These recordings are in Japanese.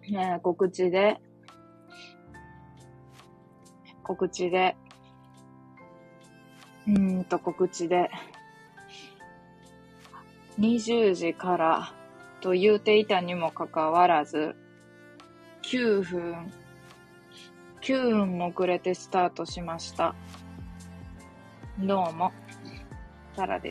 告知で、20時からと言うていたにもかかわらず、9分も遅れてスタートしました。どうも、タラです。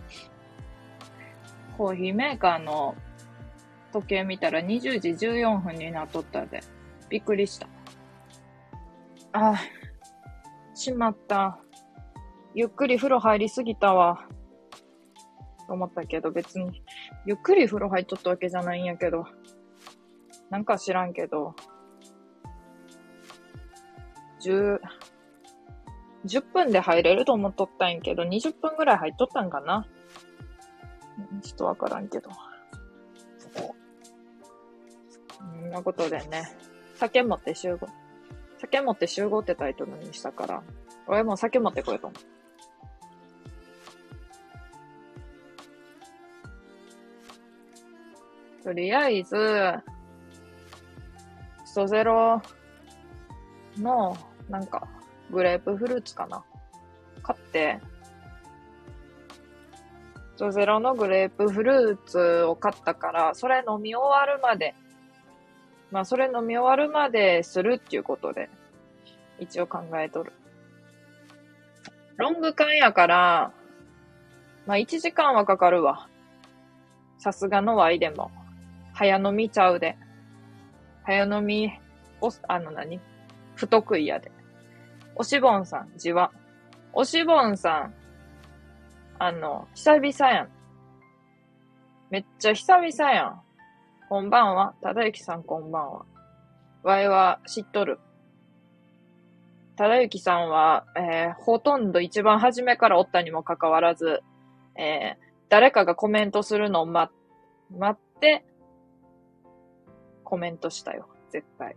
コーヒーメーカーの時計見たら20時14分になっとったで、びっくりした。しまった。ゆっくり風呂入りすぎたわ。と思ったけど、別に、ゆっくり風呂入っとったわけじゃないんやけど、なんか知らんけど、10分で入れると思っとったんやけど、20分ぐらい入っとったんかな。ちょっとわからんけど。そんなことでね、酒持って集合ってタイトルにしたから、俺も酒持ってこようと思う。とりあえず、ストゼロの、なんか、グレープフルーツかな。買って、ストゼロのグレープフルーツを買ったから、それ飲み終わるまでするっていうことで、一応考えとる。ロング缶やから、1時間はかかるわ。さすがのワイでも。早飲みちゃうで。早飲み、不得意やで。おしぼんさん、じわ。おしぼんさん、久々やん。めっちゃ久々やん。こんばんは。ただゆきさんこんばんは。わいは知っとる。ただゆきさんは、ほとんど一番初めからおったにもかかわらず、誰かがコメントするのを待って、コメントしたよ。絶対。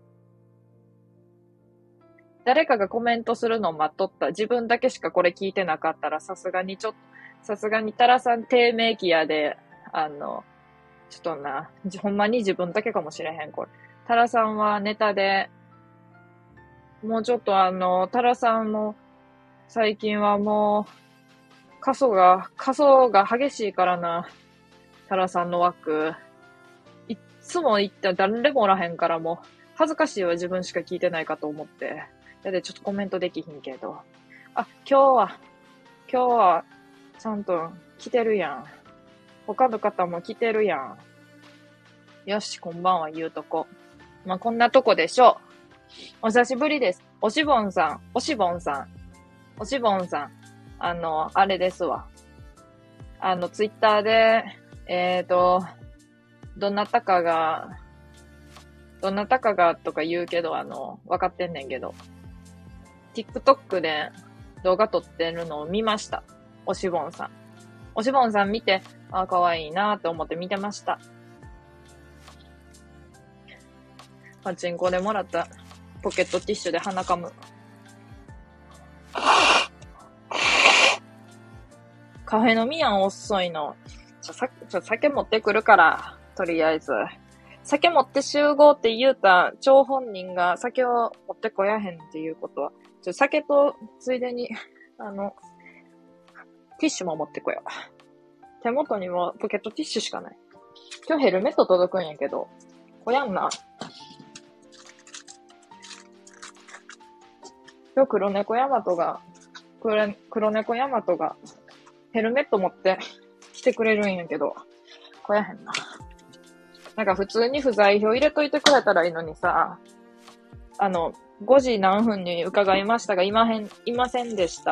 誰かがコメントするのを待っとった。自分だけしかこれ聞いてなかったら、さすがにタラさん低迷期やで、ちょっとな、ほんまに自分だけかもしれへん、これ。タラさんはネタで、もうちょっとタラさんも、最近はもう、過疎が激しいからな。タラさんの枠。いっつも言ったら誰もおらへんからもう、恥ずかしいわ自分しか聞いてないかと思って。で、ちょっとコメントできひんけど。今日は、ちゃんと来てるやん。他の方も来てるやん。よし、こんばんは言うとこ。こんなとこでしょう。お久しぶりです。おしぼんさん。あれですわ。ツイッターで、どなたかがとか言うけど、わかってんねんけど。TikTok で動画撮ってるのを見ました。おしぼんさん見て、可愛いなーって思って見てました。パチンコでもらったポケットティッシュで鼻かむ。カフェ飲みやん遅いの。酒持ってくるから、とりあえず。酒持って集合って言うた張本人が酒を持ってこやへんっていうことは、酒とついでに、ティッシュも持ってこよう。手元にもポケットティッシュしかない。今日ヘルメット届くんやけど、こやんな。今日黒猫ヤマトがヘルメット持って来てくれるんやけど、こやへんな。なんか普通に不在票入れといてくれたらいいのにさ、5時何分に伺いましたが、いませんでした。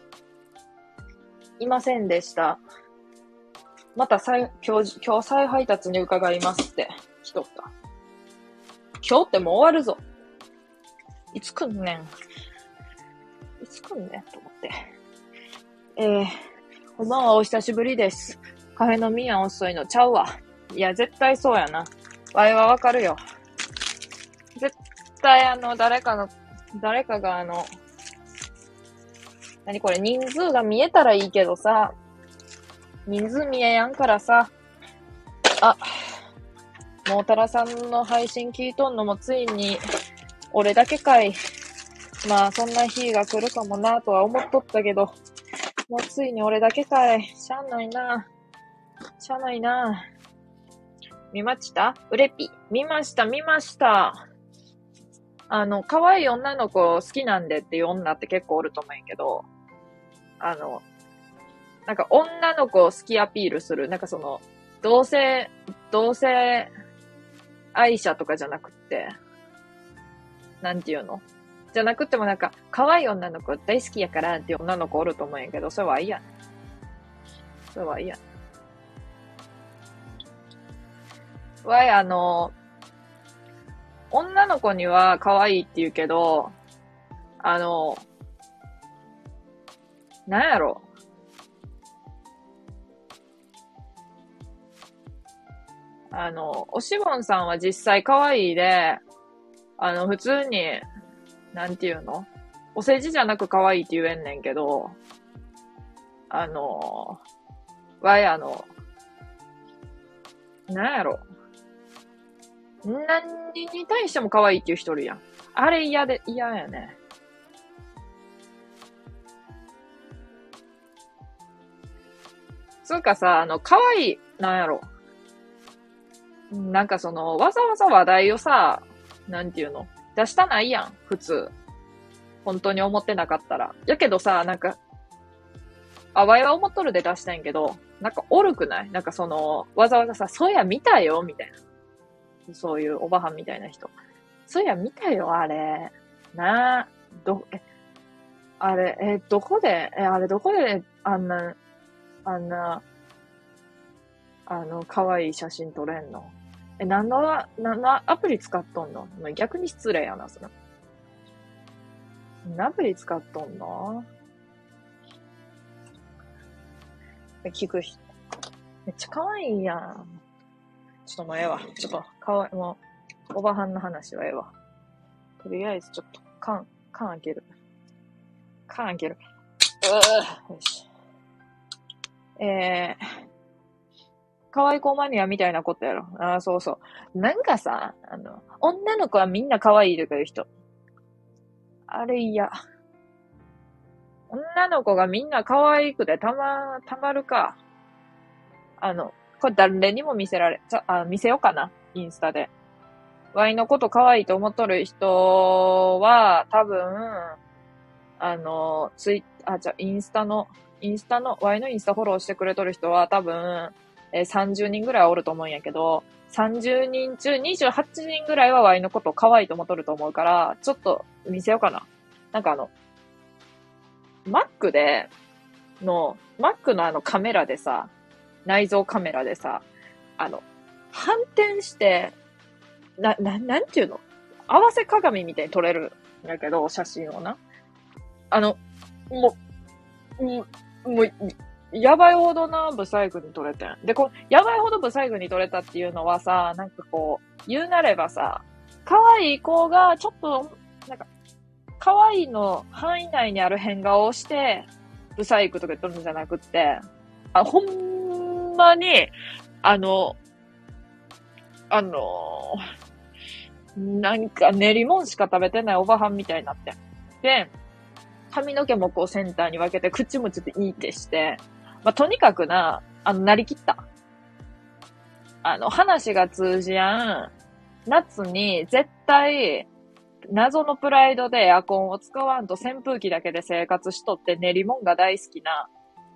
また今日再配達に伺いますって来とった。今日ってもう終わるぞ。いつ来んねんと思って。こんばんは、お久しぶりです。カフェ飲みやん遅いのちゃうわ。いや、絶対そうやな。わいはわかるよ。絶対誰かが何これ、人数が見えたらいいけどさ、人数見えやんからさ、 もうタラさんの配信聞いとんのもついに、俺だけかい。まあ、そんな日が来るかもなとは思っとったけど、もうついに俺だけかい。しゃあないな。しゃあないな。見ましたウレピ。見ました。可愛い女の子好きなんでっていう女って結構おると思うんやけど、なんか女の子を好きアピールする、なんかその、同性愛者とかじゃなくって、なんていうのじゃなくてもなんか、可愛い女の子大好きやからっていう女の子おると思うんやけど、それはいいやね。それはいいやね。女の子には可愛いって言うけど、なんやろ。おしぼんさんは実際可愛いで、普通に、なんていうのお世辞じゃなく可愛いって言えんねんけど、あの、わいなんやろ。何に対しても可愛いっていう人いるやん。あれ嫌やね。つうかさ、可愛い、なんやろ。なんかその、わざわざ話題をさ、なんていうの出したないやん、普通。本当に思ってなかったら。やけどさ、なんか、わいは思っとるで出したんやけど、なんかおるくないなんかその、わざわざさ、そういや見たよ、みたいな。そういうおばはんみたいな人。そういや見たよ、あれ。なあ、あれ、どこで、あれどこで、あんな、可愛い写真撮れんの何のアプリ使っとんの逆に失礼やな、それ。何アプリ使っとんの聞く人。めっちゃ可愛いやん。ちょっともうええわ。ちょっと、もう、おばはんの話はええわ。とりあえずちょっと、缶開ける。よし。可愛い子マニアみたいなことやろ。そうそう。なんかさ、女の子はみんな可愛いとか言う人。あれ嫌。女の子がみんな可愛くてたまるか。これ誰にも見せようかな。インスタで。ワイのこと可愛いと思っとる人は、多分、インスタの、ワイのインスタフォローしてくれとる人は多分、30人ぐらいおると思うんやけど、30人中28人ぐらいはワイのこと可愛いと思っとると思うから、ちょっと見せようかな。なんかMac のカメラでさ、内蔵カメラでさ、反転して、なんていうの合わせ鏡みたいに撮れるんやけど、写真をな。もう、やばいほどな、ブサイクに撮れてん。で、やばいほどブサイクに撮れたっていうのはさ、なんかこう、言うなればさ、可愛い子が、ちょっと、なんか、可愛いの範囲内にある変顔をして、ブサイクとか撮るんじゃなくって、ほんまに、あの、なんか練り物しか食べてないおばはんみたいになって。で、髪の毛もこうセンターに分けて、口もちょっといいってして、まあ、とにかくな、なりきった。話が通じやん。夏に絶対、謎のプライドでエアコンを使わんと扇風機だけで生活しとって練り物が大好きな、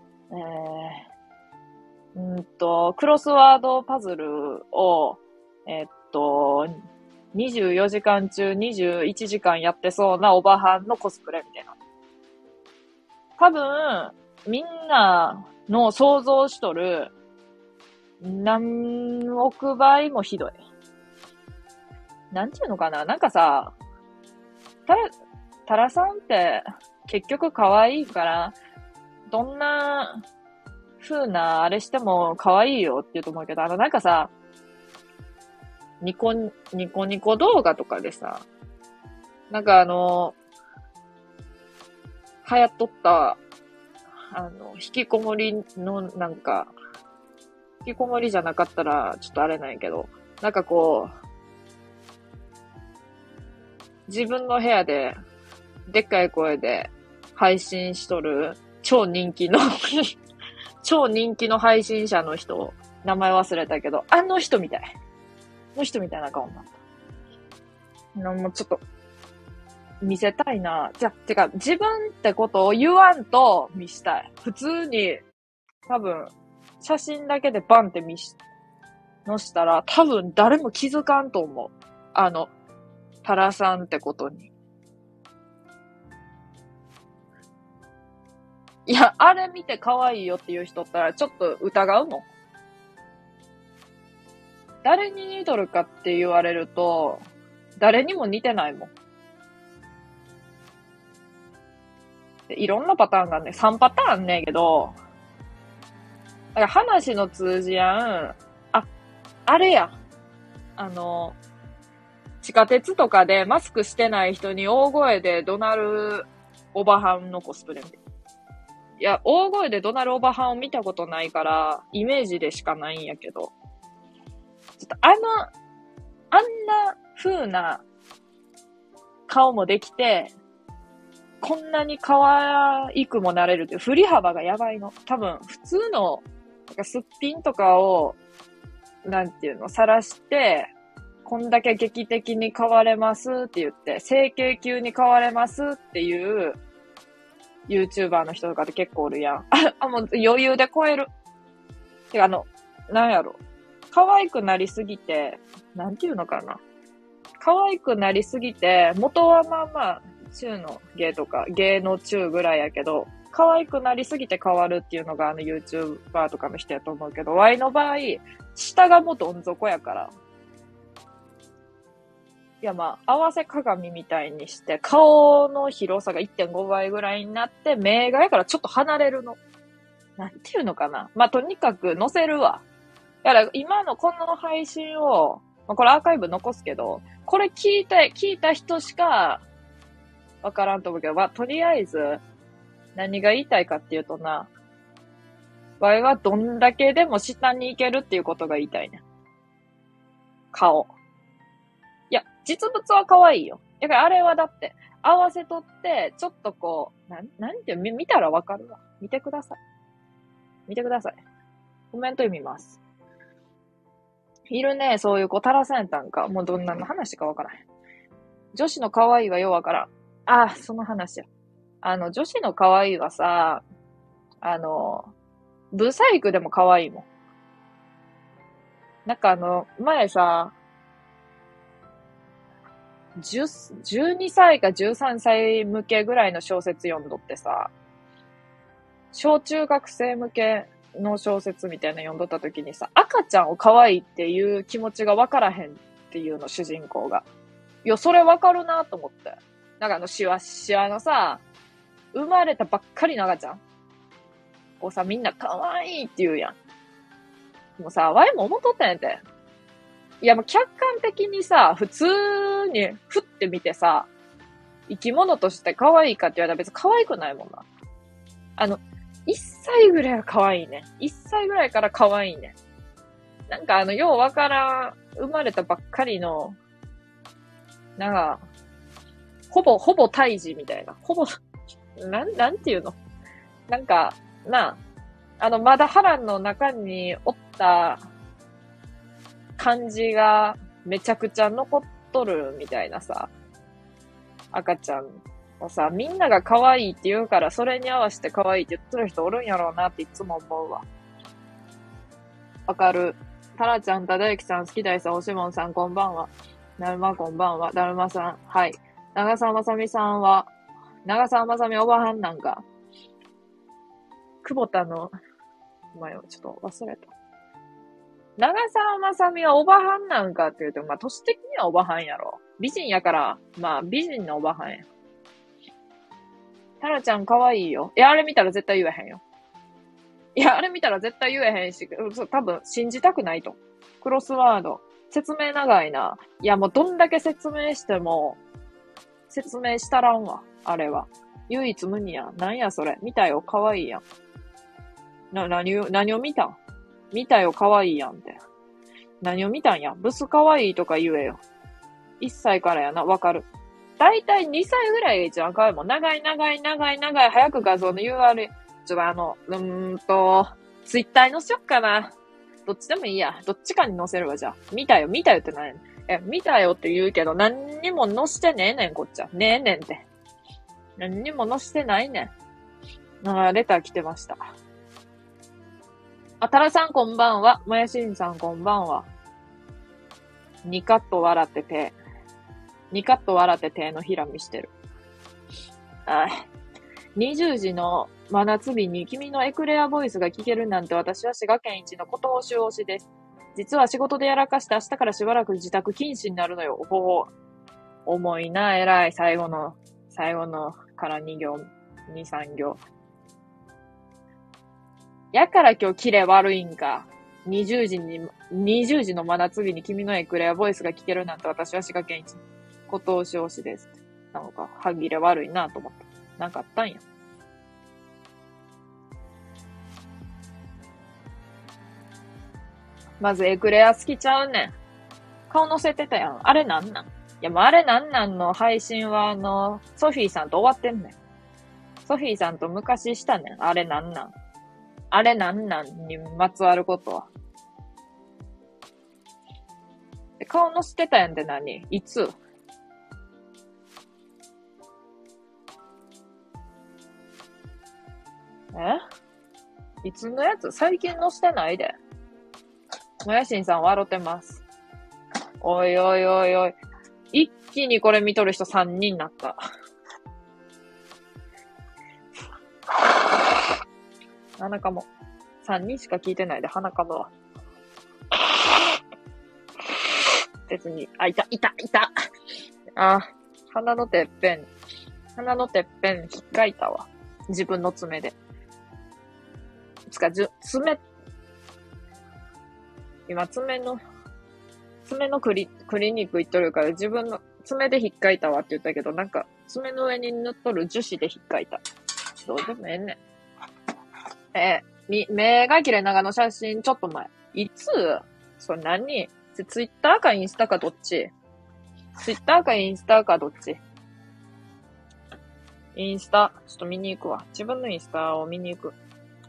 クロスワードパズルを、24時間中21時間やってそうなおばはんのコスプレみたいな。多分、みんなの想像しとる何億倍もひどい。なんていうのかななんかさ、タラさんって結局可愛いから、どんな風なあれしても可愛いよって言うと思うけど、なんかさ、ニコニコ動画とかでさ、なんか流行っとった、引きこもりのなんか、引きこもりじゃなかったらちょっとあれなんやけど、 なんかこう、自分の部屋で、でっかい声で配信しとる、超人気の超人気の配信者の人、名前忘れたけど、あの人みたい。あの人みたいな顔になった。もうちょっと、見せたいな。てか、自分ってことを言わんと見したい。普通に、多分、写真だけでバンってのしたら、多分誰も気づかんと思う。タラさんってことに。いや、あれ見て可愛いよっていう人ったら、ちょっと疑うもん。誰に似とるかって言われると、誰にも似てないもん。でいろんなパターンがね、3パターンあんねんけど、だから話の通じやん、あれや。地下鉄とかでマスクしてない人に大声で怒鳴るおばはんのコスプレみたい。いや、大声で怒鳴るおばはんを見たことないから、イメージでしかないんやけど、ちょっとあんな風な顔もできて、こんなに可愛くもなれるっていう振り幅がやばいの。多分、普通の、なんかすっぴんとかを、なんていうの、晒して、こんだけ劇的に変われますって言って、整形級に変われますっていう、YouTuber の人とかって結構おるやん。もう余裕で超える。てかなんやろ。可愛くなりすぎて、なんていうのかな。可愛くなりすぎて、元はまあまあ、中の芸とか、芸の中ぐらいやけど、可愛くなりすぎて変わるっていうのがYouTuber とかの人やと思うけど、Y の場合、下がもうどん底やから。いやまあ、合わせ鏡みたいにして、顔の広さが 1.5 倍ぐらいになって、目がやからちょっと離れるの。なんていうのかな。まあ、とにかく載せるわ。だから今のこの配信を、まあ、これアーカイブ残すけど、これ聞いた人しかわからんと思うけど、まあ、とりあえず、何が言いたいかっていうとな、わいはどんだけでも下に行けるっていうことが言いたいね。顔。いや、実物は可愛いよ。だからあれはだって、合わせとって、ちょっとこう、なんて見たらわかるわ。見てください。見てください。コメント読みます。いるね、そういう子、タラセンタンか。もうどんなの話かわからへん。女子の可愛いはようわからん。あ、その話や。女子の可愛いはさ、ブサイクでも可愛いもん。なんか前さ、12歳か13歳向けぐらいの小説読んどってさ、小中学生向けの小説みたいなの読んどった時にさ、赤ちゃんを可愛いっていう気持ちがわからへんっていうの、主人公が。いや、それわかるなと思って。なんかシワシワのさ、生まれたばっかりの赤ちゃん。こうさ、みんな可愛いって言うやん。もうさ、ワイも思っとったんやて。いや、もう客観的にさ、普通に、ふって見てさ、生き物として可愛いかって言われたら別に可愛くないもんな。1歳ぐらいは可愛いね。1歳ぐらいから可愛いね。なんかようわからん、生まれたばっかりの、なんか、ほぼ胎児みたいな。なんていうのなんか、まだ腹の中におった感じがめちゃくちゃ残っとるみたいなさ、赤ちゃんをさ、みんなが可愛いって言うから、それに合わせて可愛いって言っとる人おるんやろうなっていつも思うわ。わかる。タラちゃん、ただゆきさん、好きだいさん、おしもんさん、こんばんは。だるまこんばんは。だるまさん、はい。長澤まさみさんは、長澤まさみおばはんなんか、久保田の、前をちょっと忘れた。長澤まさみはおばはんなんかって言うと、まあ、年的にはおばはんやろ。美人やから、まあ、美人のおばはんや。タラちゃん可愛いよ。いや、あれ見たら絶対言えへんよ。いや、あれ見たら絶対言えへんし、多分信じたくないと。クロスワード。説明長いな。いや、もうどんだけ説明しても、説明したらんわ。あれは。唯一無二やん。なんやそれ。見たよ。可愛いやん。何を見たん見たよ。可愛いやんって。 何を見たんや。ブス可愛いとか言えよ。1歳からやな。わかる。だいたい2歳ぐらいが一番可愛いもん。長い、早く画像の URL。ツイッターに載せよっかな。どっちでもいいや。どっちかに載せるわ、じゃあ。見たよって何見たよって言うけど、何にも載してねえねん、こっちは。ねえねんって。何にも載してないねん。レター来てました。タラさんこんばんは。もやしんさんこんばんは。ニカッと笑って手のひら見してる。20時の真夏日に君のエクレアボイスが聞けるなんて私は滋賀県一のことをし推しです。実は仕事でやらかして明日からしばらく自宅禁止になるのよ。重いな、偉い。最後のから2行、2、3行。やから今日キレ悪いんか。20時の真夏日に君のエクレアボイスが聞けるなんて私は滋賀県一のことをし推しです。なんか、歯切れ悪いなと思った。なんかあったんや。まずエクレア好きちゃうねん。顔乗せてたやん。あれなんなん？いや、もうあれなんなんの配信はソフィーさんと終わってんねん。ソフィーさんと昔したねん。あれなんなん？あれなんなんにまつわることは。顔乗せてたやんって何？いつ？いつのやつ？最近乗せてないで。もやしんさん笑ってます。おい。一気にこれ見とる人3人になった。鼻かも。3人しか聞いてないで、鼻かもは。別に、いた。鼻のてっぺん引っかいたわ。自分の爪で。今爪のクリニック行っとるから自分の爪で引っかいたわって言ったけど、なんか爪の上に塗っとる樹脂で引っかいた。どうでもええねん。目が切れ長の写真ちょっと前。いつ？それ何？ツイッターかインスタかどっち？ツイッターかインスタかどっち？インスタ。ちょっと見に行くわ。自分のインスタを見に行く。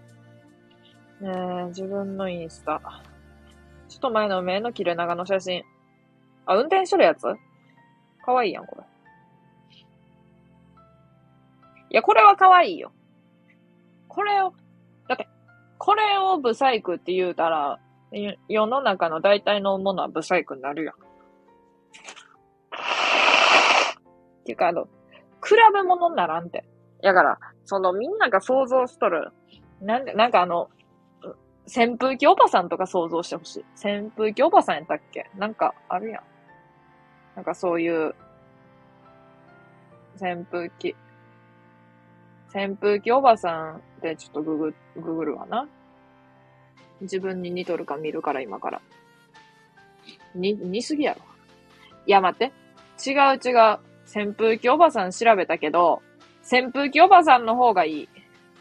自分のインスタ。ちょっと前の目の切れ長の写真。運転しとるやつ？かわいいやん、これ。いや、これはかわいいよ。だって、これをブサイクって言うたら、世の中の大体のものはブサイクになるやん。っていうか、比べ物にならんて。だから、みんなが想像しとる。なんか扇風機おばさんとか想像してほしい。扇風機おばさんやったっけ？なんか、あるやん。なんかそういう、扇風機おばさんでちょっとググるわな。自分に似とるか見るから今から。似すぎやろ。いや待って。違う。扇風機おばさん調べたけど、扇風機おばさんの方がいい。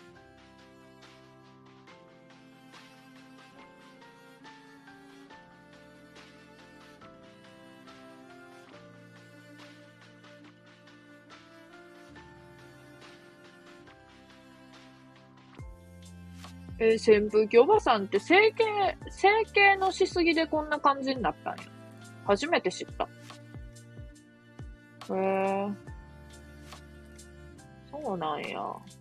扇風機おばさんって整形のしすぎでこんな感じになったんや。初めて知った。そうなんや。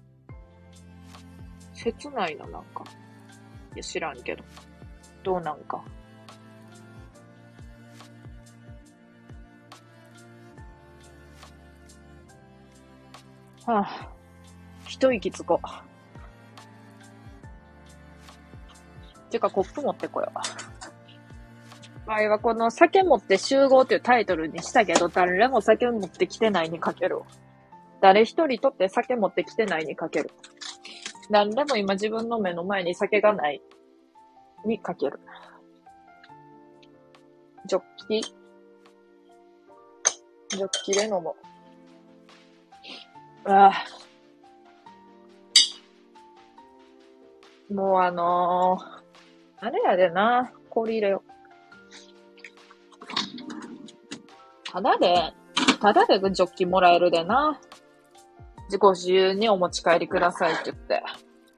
切ないな、なんか。いや、知らんけど。どうなんか。はぁ、一息つこう。てか、コップ持ってこよう。場合はこの酒持って集合というタイトルにしたけど、誰も酒持ってきてないにかける。誰一人とって酒持ってきてないにかける。何でも今自分の目の前に酒がないにかける。ジョッキで飲もう。もうあれやでな。氷入れよう。 ただでジョッキもらえるでな。自己自由にお持ち帰りくださいって言って。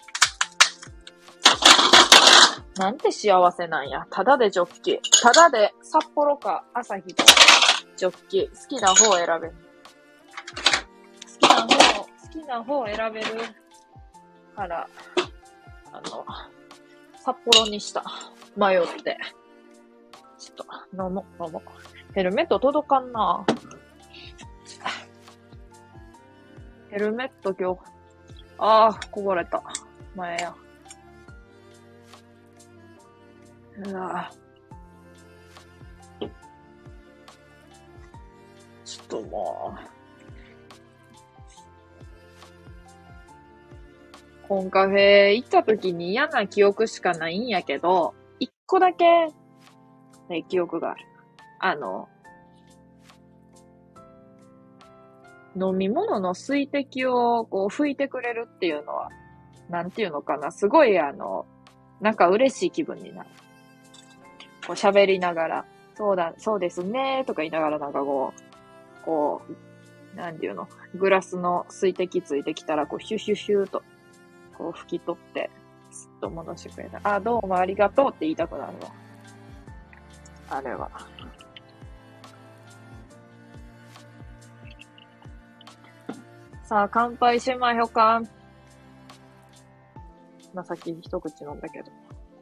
なんて幸せなんや。ただでジョッキ。ただで札幌か朝日とジョッキ。好きな方を選べる。好きな方を選べるから、札幌にした。迷って。ちょっと、飲もう。ヘルメット届かんな。ヘルメット今日、こぼれた。前や。うわちょっともう。コンカフェ行った時に嫌な記憶しかないんやけど、一個だけ、ね、記憶がある。飲み物の水滴をこう拭いてくれるっていうのは、なんていうのかな、すごいなんか嬉しい気分になる。こう喋りながら、そうですね、とか言いながらなんかなんていうの、グラスの水滴ついてきたら、こうヒュヒュヒュと、こう拭き取って、すっと戻してくれた。どうもありがとうって言いたくなるわ。あれは。さあ、乾杯しまひょか。さっき一口飲んだけど。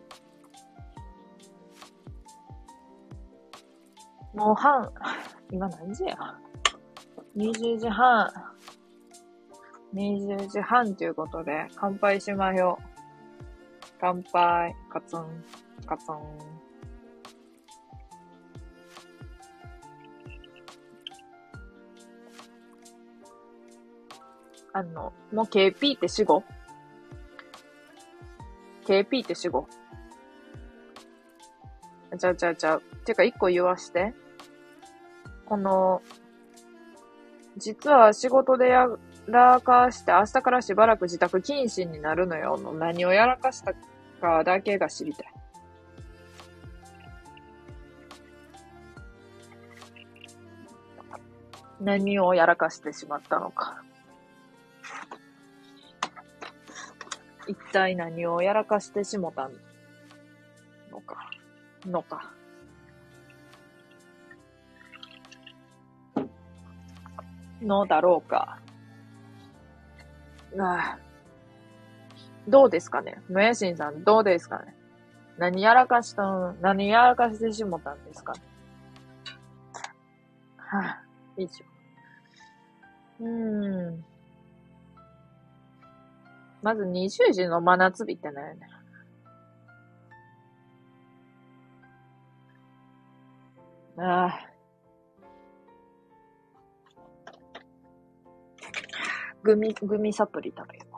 もう今何時や ?20 時半。20時半ということで、乾杯しまひょ。乾杯。カツン。カツン。もう KP って死後 ?KP って死後ちゃう。てか一個言わして。実は仕事でやらかして明日からしばらく自宅謹慎になるのよ。何をやらかしたかだけが知りたい。何をやらかしてしまったのか。一体何をやらかしてしもたのか。のだろうか。どうですかね。もやしんさん、どうですかね。何やらかしてしもたんですかね。以上。まず20時の真夏日って何やねん。グミサプリ食べよ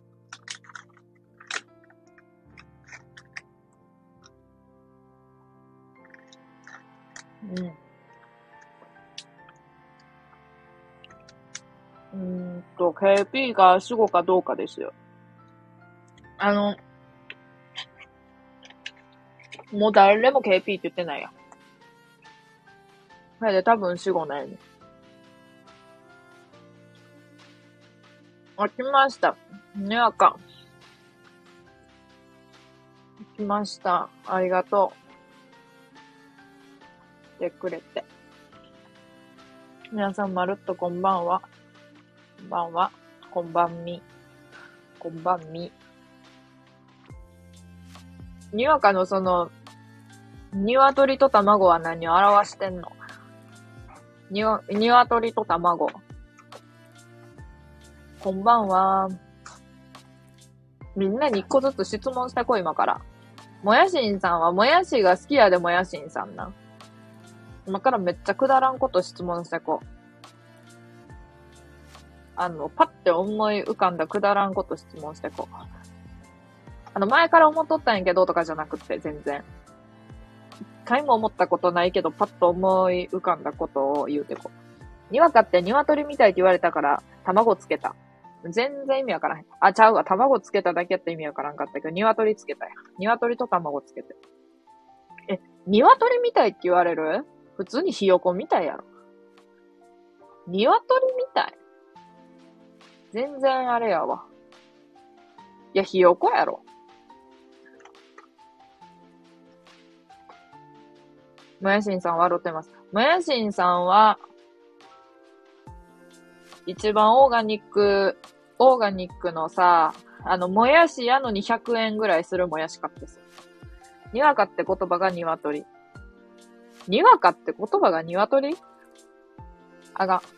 う。KP が死後かどうかですよ。もう誰も KP って言ってないや。それで多分死後ないね。来ました。にわか。来ました。ありがとう。来てくれて。皆さんまるっとこんばんは。こんばんは。こんばんみ。こんばんみ。にわかの鶏と卵は何を表してんの？鶏と卵。こんばんは。みんなに一個ずつ質問してこい、今から。もやしんさんはもやしが好きやでもやしんさんな。今からめっちゃくだらんこと質問してこう。パッて思い浮かんだくだらんこと質問してこう。前から思っとったんやけどとかじゃなくて、全然。一回も思ったことないけど、パッと思い浮かんだことを言うてこう。にわかって鶏みたいって言われたから、卵つけた。全然意味わからへん。ちゃうわ。卵つけただけって意味わからんかったけど、鶏つけたや。鶏と卵つけて。鶏みたいって言われる？普通にひよこみたいやろ。 鶏みたい。全然あれやわ。いや、ひよこやろ。もやしんさん笑ってます。もやしんさんは、一番オーガニックのさ、もやしやのに100円ぐらいするもやし買ってさ。にわかって言葉が鶏。にわかって言葉が鶏あが。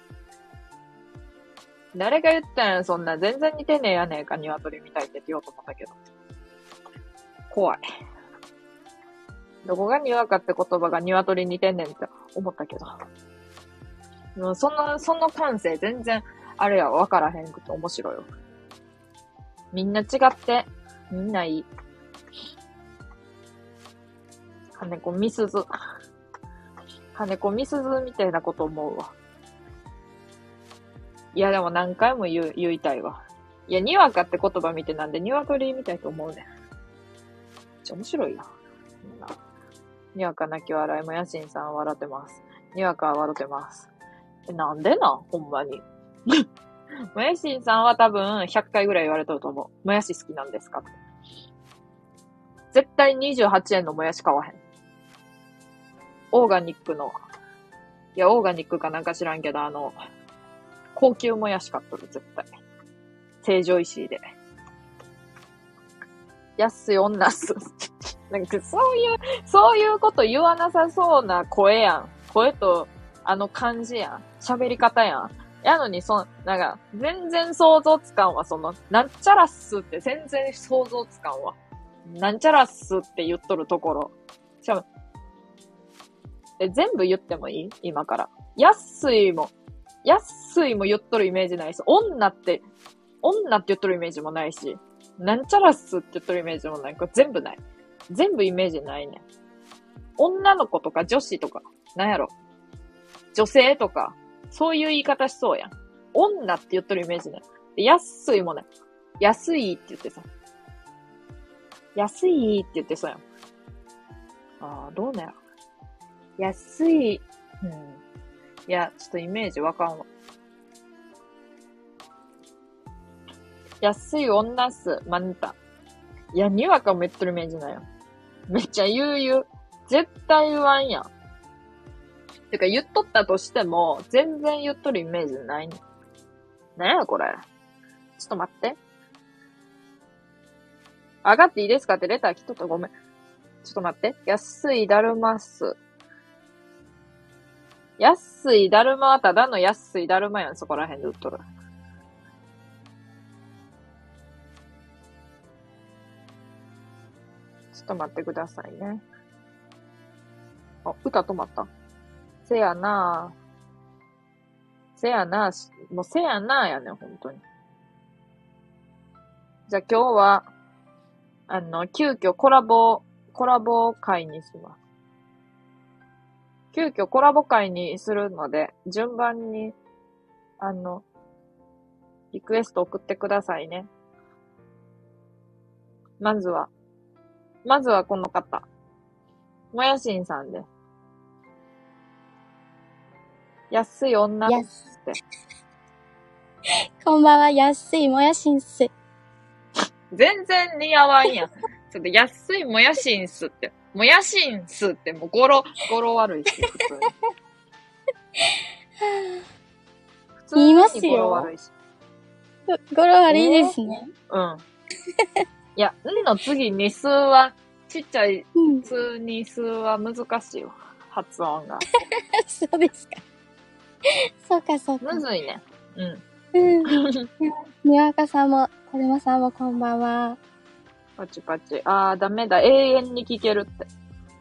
誰が言ったんそんな全然似てねえやねえか、鶏みたいって言おうと思ったけど。怖い。どこがにわかって言葉が鶏に似てんねんって思ったけど。もうその感性全然、あれやわからへんくて面白いよ。みんな違って、みんないい。金子みすず。金子みすずみたいなこと思うわ。いやでも何回も言いたいわ。いや、にわかって言葉見てなんで鶏みたいと思うねん。めっちゃ面白いな。にわか泣き笑いもやしんさん笑ってます。にわかは笑ってます。なんでなんほんまに。もやしんさんは多分100回ぐらい言われとると思う。もやし好きなんですかって。絶対28円のもやし買わへん。オーガニックの。いや、オーガニックかなんか知らんけど、高級もやし買っとる、絶対。成城石井で。安い女っす。なんかそういうこと言わなさそうな声やん。声と、感じやん。喋り方やん。やのに、なんか、全然想像つかんわ。なんちゃらっすって全然想像つかんわ。なんちゃらっすって言っとるところ。しかも、全部言ってもいい今から。安いも言っとるイメージないし、女って言っとるイメージもないし、なんちゃらっすって言っとるイメージもない。これ全部ない。全部イメージないね。女の子とか女子とか、なんやろ。女性とか、そういう言い方しそうやん。女って言っとるイメージない。安いもね。安いって言ってさ。安いって言ってそうやん。ああ、どうなんやろ。安い。いや、ちょっとイメージわかんわ。安い女っす、マンタ。いや、にわかも言っとるイメージないよ。めっちゃ言う。絶対言わんやん。てか言っとったとしても、全然言っとるイメージないね。なんやこれ。ちょっと待って。上がっていいですかってレター来とったごめん。ちょっと待って。安いだるまっす。安いだるまはただの安いだるまやん、そこら辺で売っとる。ちょっと待ってくださいね。あ、歌止まった。せやなぁ。もうせやなぁやねん、本当に。じゃあ今日は、急遽コラボ会にします。急遽コラボ会にするので、順番に、リクエスト送ってくださいね。まずはこの方。もやしんさんです。安い女って。 こんばんは、安いもやしんす。 全然似合わんやん。ちょっと安いもやしんすって。もやしんすってもう語呂悪いし、普通に。 言いますよ。 語呂悪いし。 語呂悪いですね。 うん。いや、んの次に数は、ちっちゃい数に数は難しいよ。発音が。 そうですか。そうか。 むずいね。 にわかさんも、これまさんもこんばんは。 パチパチ。あー、ダメだ。永遠に聞けるって。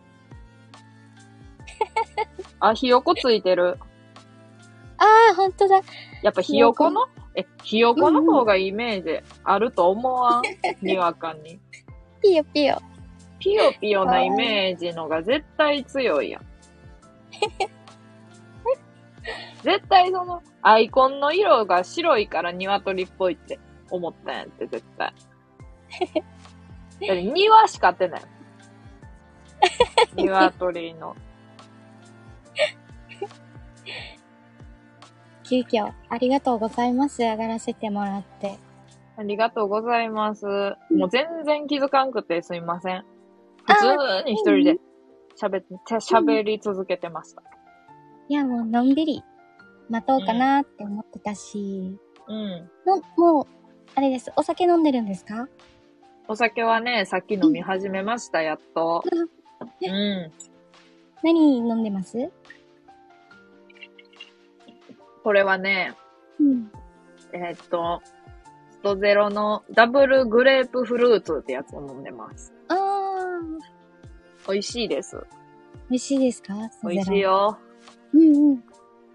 あ、ひよこついてる。 あー、ほんとだ。 やっぱひよこの方がイメージあると思わんにわかに。 ピヨピヨ。 ピヨピヨなイメージのが絶対強いやん。絶対アイコンの色が白いから鶏っぽいって思ったんやって、絶対。だって庭しかってない。鶏の。 急遽、ありがとうございます。上がらせてもらって。 ありがとうございます。もう全然気づかんくてすいません。普通に一人で喋り続けてました。 いや、もうのんびり待とうかなって思ってたし。 うん。 もう、あれです。お酒飲んでるんですか？ お酒はね、さっき飲み始めました、やっと。うん。 何飲んでます？ これはね、 うん。 ストゼロのダブルグレープフルーツってやつを飲んでます。 あー。 美味しいです。 美味しいですか？ 美味しいよ。 うんうん。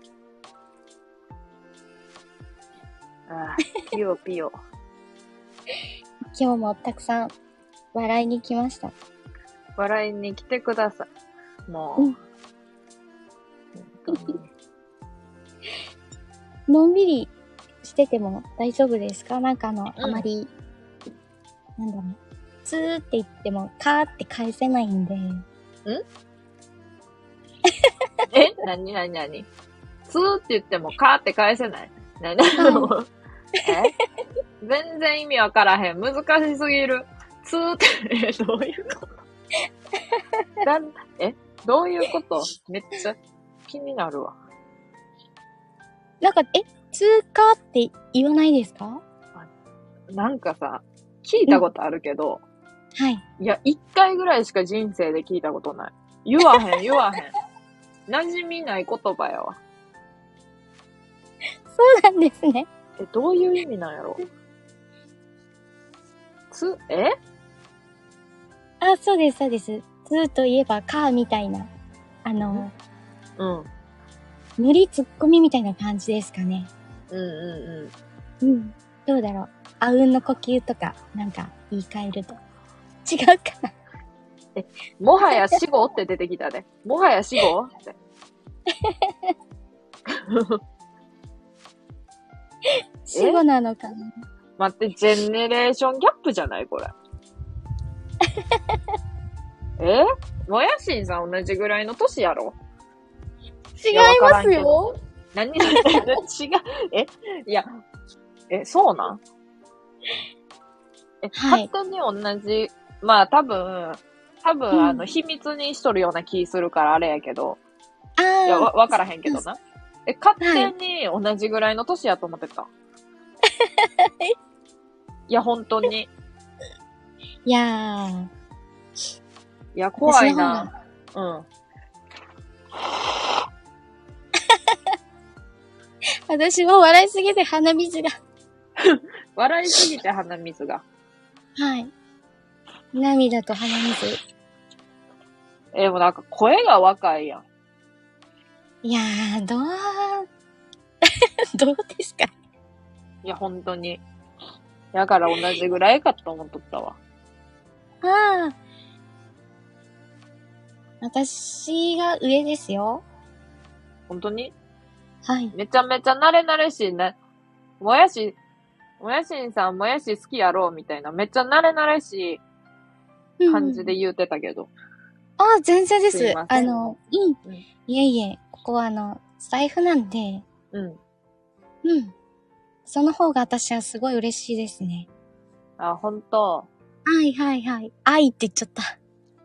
ああ、ピヨピヨ。 今日もたくさん笑いに来ました。 笑いに来てください。もう。 のんびりしてても大丈夫ですか？なんかあまり、なんだろう。ツーって言っても、カーって返せないんで。 なにツーって言ってもカーって返せない。全然意味わからへん。難しすぎる。ツーって、どういうことどういうことめっちゃ気になるわ。 なんか、通過って言わないですか？ なんかさ、聞いたことあるけど、 はい。 いや、一回ぐらいしか人生で聞いたことない。言わへん。馴染みない言葉やわ。 そうなんですね。 どういう意味なんやろあ、そうです、そうです。ツといえば、カーみたいな、 うん。 無理ツッコミみたいな感じですかね。 うん。 どうだろう。あうんの呼吸とか、なんか言い換えると。違うかな。 もはや死後って出てきたで。もはや死後って。 死後なのかな。 待って、ジェネレーションギャップじゃないこれ。もやしんさん同じぐらいの年やろ？ 違いますよ。 違う。いや、そうなん？ はい。 勝手に同じ、まあ多分、秘密にしとるような気するからあれやけど。いや、わからへんけどな。勝手に同じぐらいの年やと思ってた。いや、本当に。 いや、 怖いな。うん。 私も笑いすぎて鼻水が。 笑いすぎて鼻水が。 はい。涙と鼻水。 もうなんか声が若いやん。 いやー、どうですか？ いや、本当に。だから同じぐらいかと思っとったわ。 ああ。私が上ですよ。 本当に？ はい。 めちゃめちゃ慣れしいね。もやしんさんもやし好きやろうみたいな、めっちゃ慣れしい感じで言うてたけど。 ああ、全然です。 すいません。 いえいえ、ここはスタイフなんで。その方が私はすごい嬉しいですね。 あ、ほんと。 はいはいはい。愛って言っちゃった。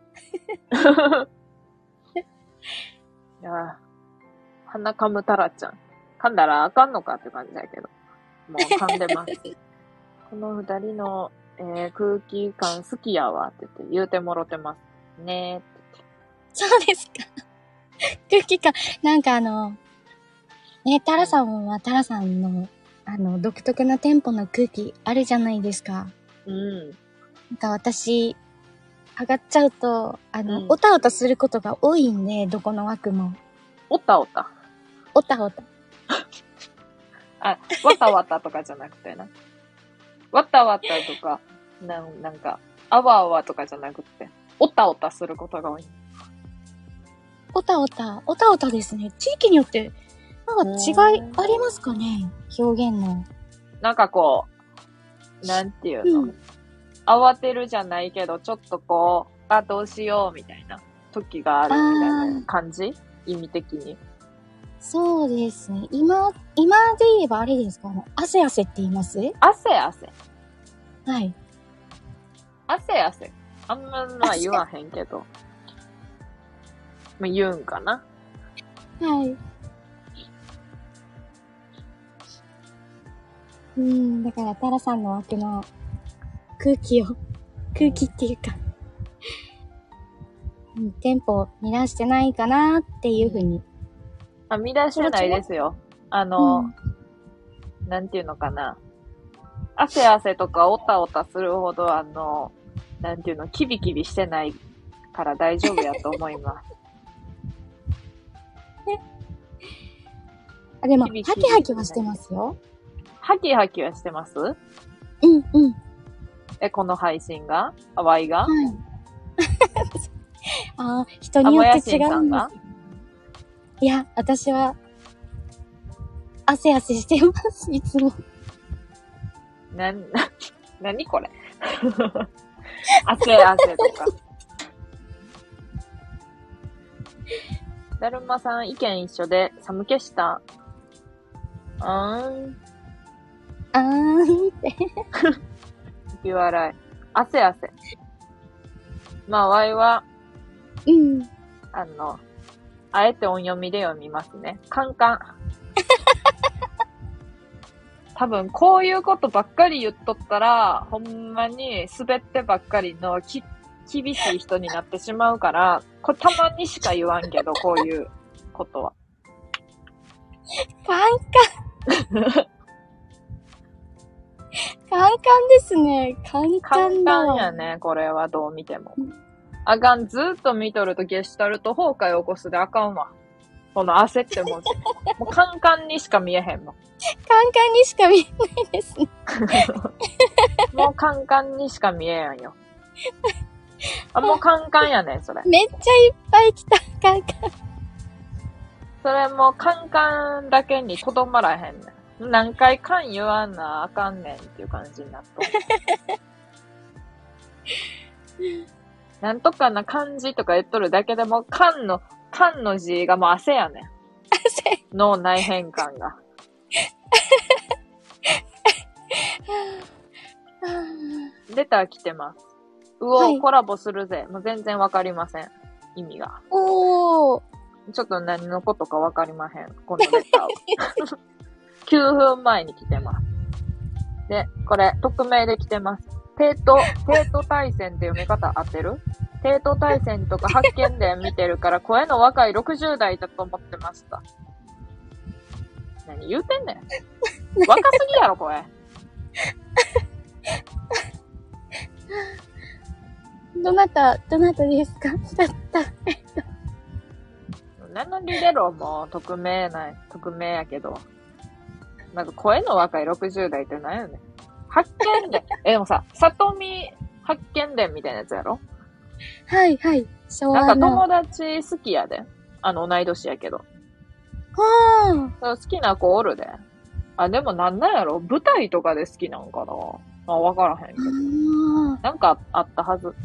いや、鼻噛むタラちゃん。噛んだらあかんのかって感じだけど。もう噛んでます。この二人の、空気感好きやわって言ってもろてますねって。 そうですか。空気感、なんかタラさんはタラさんの、独特なテンポの空気あるじゃないですか。なんか私、上がっちゃうと、おたおたすることが多いんで、どこの枠も。 おたおた。 おたおた。 あ、わたわたとかじゃなくてな。わたわたとか、なんか、あわあわとかじゃなくて、おたおたすることが多い。 おたおたですね。地域によって、なんか違いありますかね？表現の。 なんかこう、なんていうの、慌てるじゃないけど、ちょっとこう、どうしようみたいな時があるみたいな感じ？意味的に。 そうですね。今で言えばあれですか？汗汗って言います？ 汗汗。 はい。 汗汗。あんま言わへんけど。まあ、言うんかな。 はい。だから、タラさんの枠の空気っていうか、テンポ乱してないかなっていうふうに。 乱してないですよ。なんていうのかな。汗汗とかおたおたするほど、なんていうの、キビキビしてないから大丈夫やと思います。 でも、ハキハキはしてますよ。 ハキハキはしてます？この配信が？ワイが？はい。 人によって違うんです。いや、私は、汗汗してます、いつも。 なにこれ汗汗とか。だるまさん意見一緒で寒気した。って。言笑い。汗汗。まあ、ワイは、あえて音読みで読みますね。カンカン。多分、こういうことばっかり言っとったら、ほんまに滑ってばっかりの厳しい人になってしまうから、これたまにしか言わんけど、こういうことは。 カンカン。カンカンですね。カンカンだわ。 カンカンやね、これはどう見ても。あかん、ずーっと見とるとゲシュタルト崩壊を起こすであかんわ。この焦ってもうカンカンにしか見えへんもん。 カンカンにしか見えないですね。 もうカンカンにしか見えやんよ。もうカンカンやねん、それ。 めっちゃいっぱい来た、カンカン。 それもカンカンだけにとどまらへんねん。何回カン言わんなあかんねんっていう感じになっとる。なんとかな漢字とか言っとるだけでも、カンの字がもう汗やねん。 汗。 脳内変換が。レター来てます。コラボするぜ。もう全然わかりません。意味が。 おー。 ちょっと何のことかわかりまへん。このレターは。9分前に来てます。で、これ、匿名で来てます。帝都大戦って読み方合ってる？帝都大戦とか発見伝見てるから声の若い60代だと思ってました。何言うてんねん。若すぎやろ、声。 どなたですか？ 名乗り出ろ、もう、匿名やけど。なんか声の若い60代って何やねん。発見伝。でもさ、里見発見伝みたいなやつやろ？ はいはい。 昭和の。なんか友達好きやで。同い年やけど。 はあ。好きな子おるで。でもなんやろ？舞台とかで好きなんかな？わからへんけど。なんかあったはず。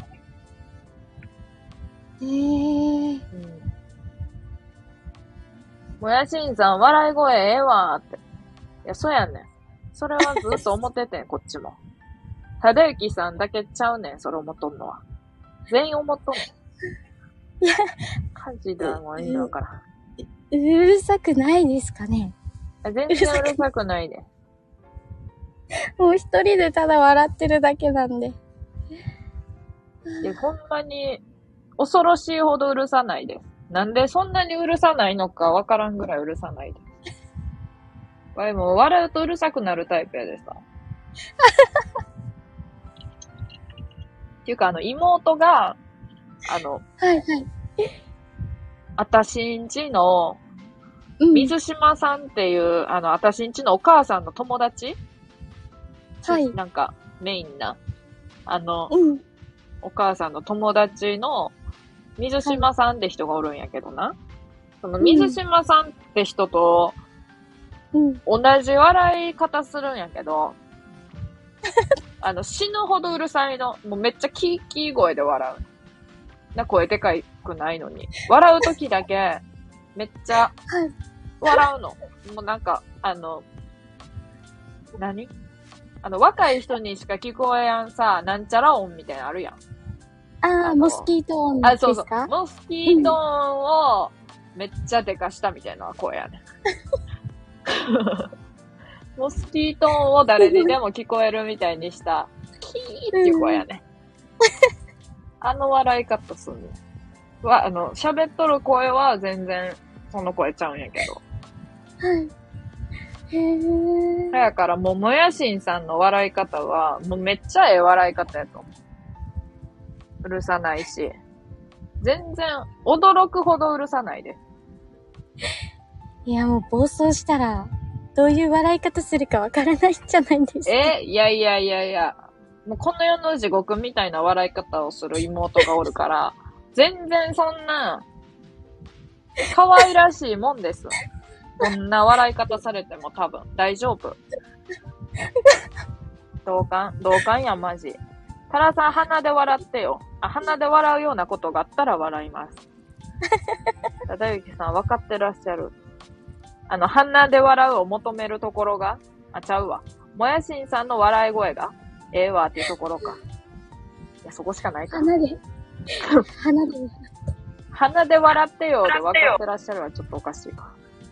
もやしんさん、笑い声ええわーって。いや、そうやねん。それはずっと思っててん、こっちも。ただゆきさんだけちゃうねん、それ思っとんのは。全員思っとんねん。いや、家事だもん、いいのから。 うるさくないですかね？ 全然うるさくないで。 もう一人でただ笑ってるだけなんで。 いや、ほんまに、恐ろしいほどうるさないです。なんでそんなにうるさないのかわからんぐらいうるさないです。わいも笑うとうるさくなるタイプやでさ。っていうか妹が、 はいはい。 あたしんちの、水島さんっていう、あたしんちのお母さんの友達？ はい。 なんか、メインな。お母さんの友達の、水島さんって人がおるんやけどな。その水島さんって人と、同じ笑い方するんやけど、死ぬほどうるさいの。もうめっちゃキーキー声で笑う。声でかくないのに。笑うときだけ、めっちゃ、 笑うの。もうなんか、若い人にしか聞こえやんさ、なんちゃら音みたいなのあるやん。 モスキート音ですか？ そうそう。モスキート音をめっちゃでかしたみたいな声やね。モスキート音を誰にでも聞こえるみたいにした、キーっていう声やね。笑い方すんね。喋っとる声は全然その声ちゃうんやけど。 はい。 だからもう、もやしんさんの笑い方は、もうめっちゃええ笑い方やと思う。うるさないし。全然、驚くほどうるさないで。 いや、もう暴走したら、どういう笑い方するかわからないんじゃないですか。 いや。もうこの世の地獄みたいな笑い方をする妹がおるから、全然そんな、可愛らしいもんです。こんな笑い方されても多分大丈夫。同感やマジ。タラさん鼻で笑ってよ。鼻で笑うようなことがあったら笑います。たゆきさん分かってらっしゃる。鼻で笑うを求めるところが、ちゃうわ。もやしんさんの笑い声が、ええわっていうところか。いや、そこしかないか。鼻で笑ってよで分かってらっしゃるはちょっとおかしいか。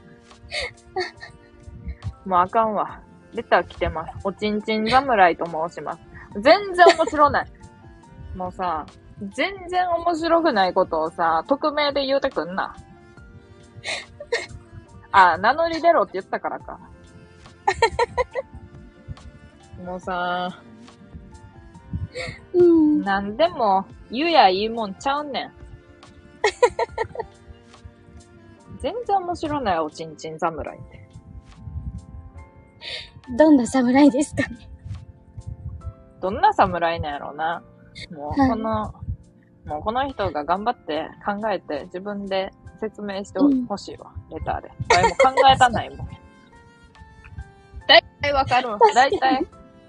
もうあかんわ。レター来てます。おちんちん侍と申します。全然面白ない。もうさ、全然面白くないことをさ、匿名で言うてくんな。名乗り出ろって言ったからか。もうさ、なんでも言うやいいもんちゃうねん。全然面白ないおちんちん侍って。 どんな侍ですかね。 どんな侍なんやろうな。もうこの人が頑張って考えて自分で説明してほしいわ、レターで。誰も考えたないもん。大体わかる。大体。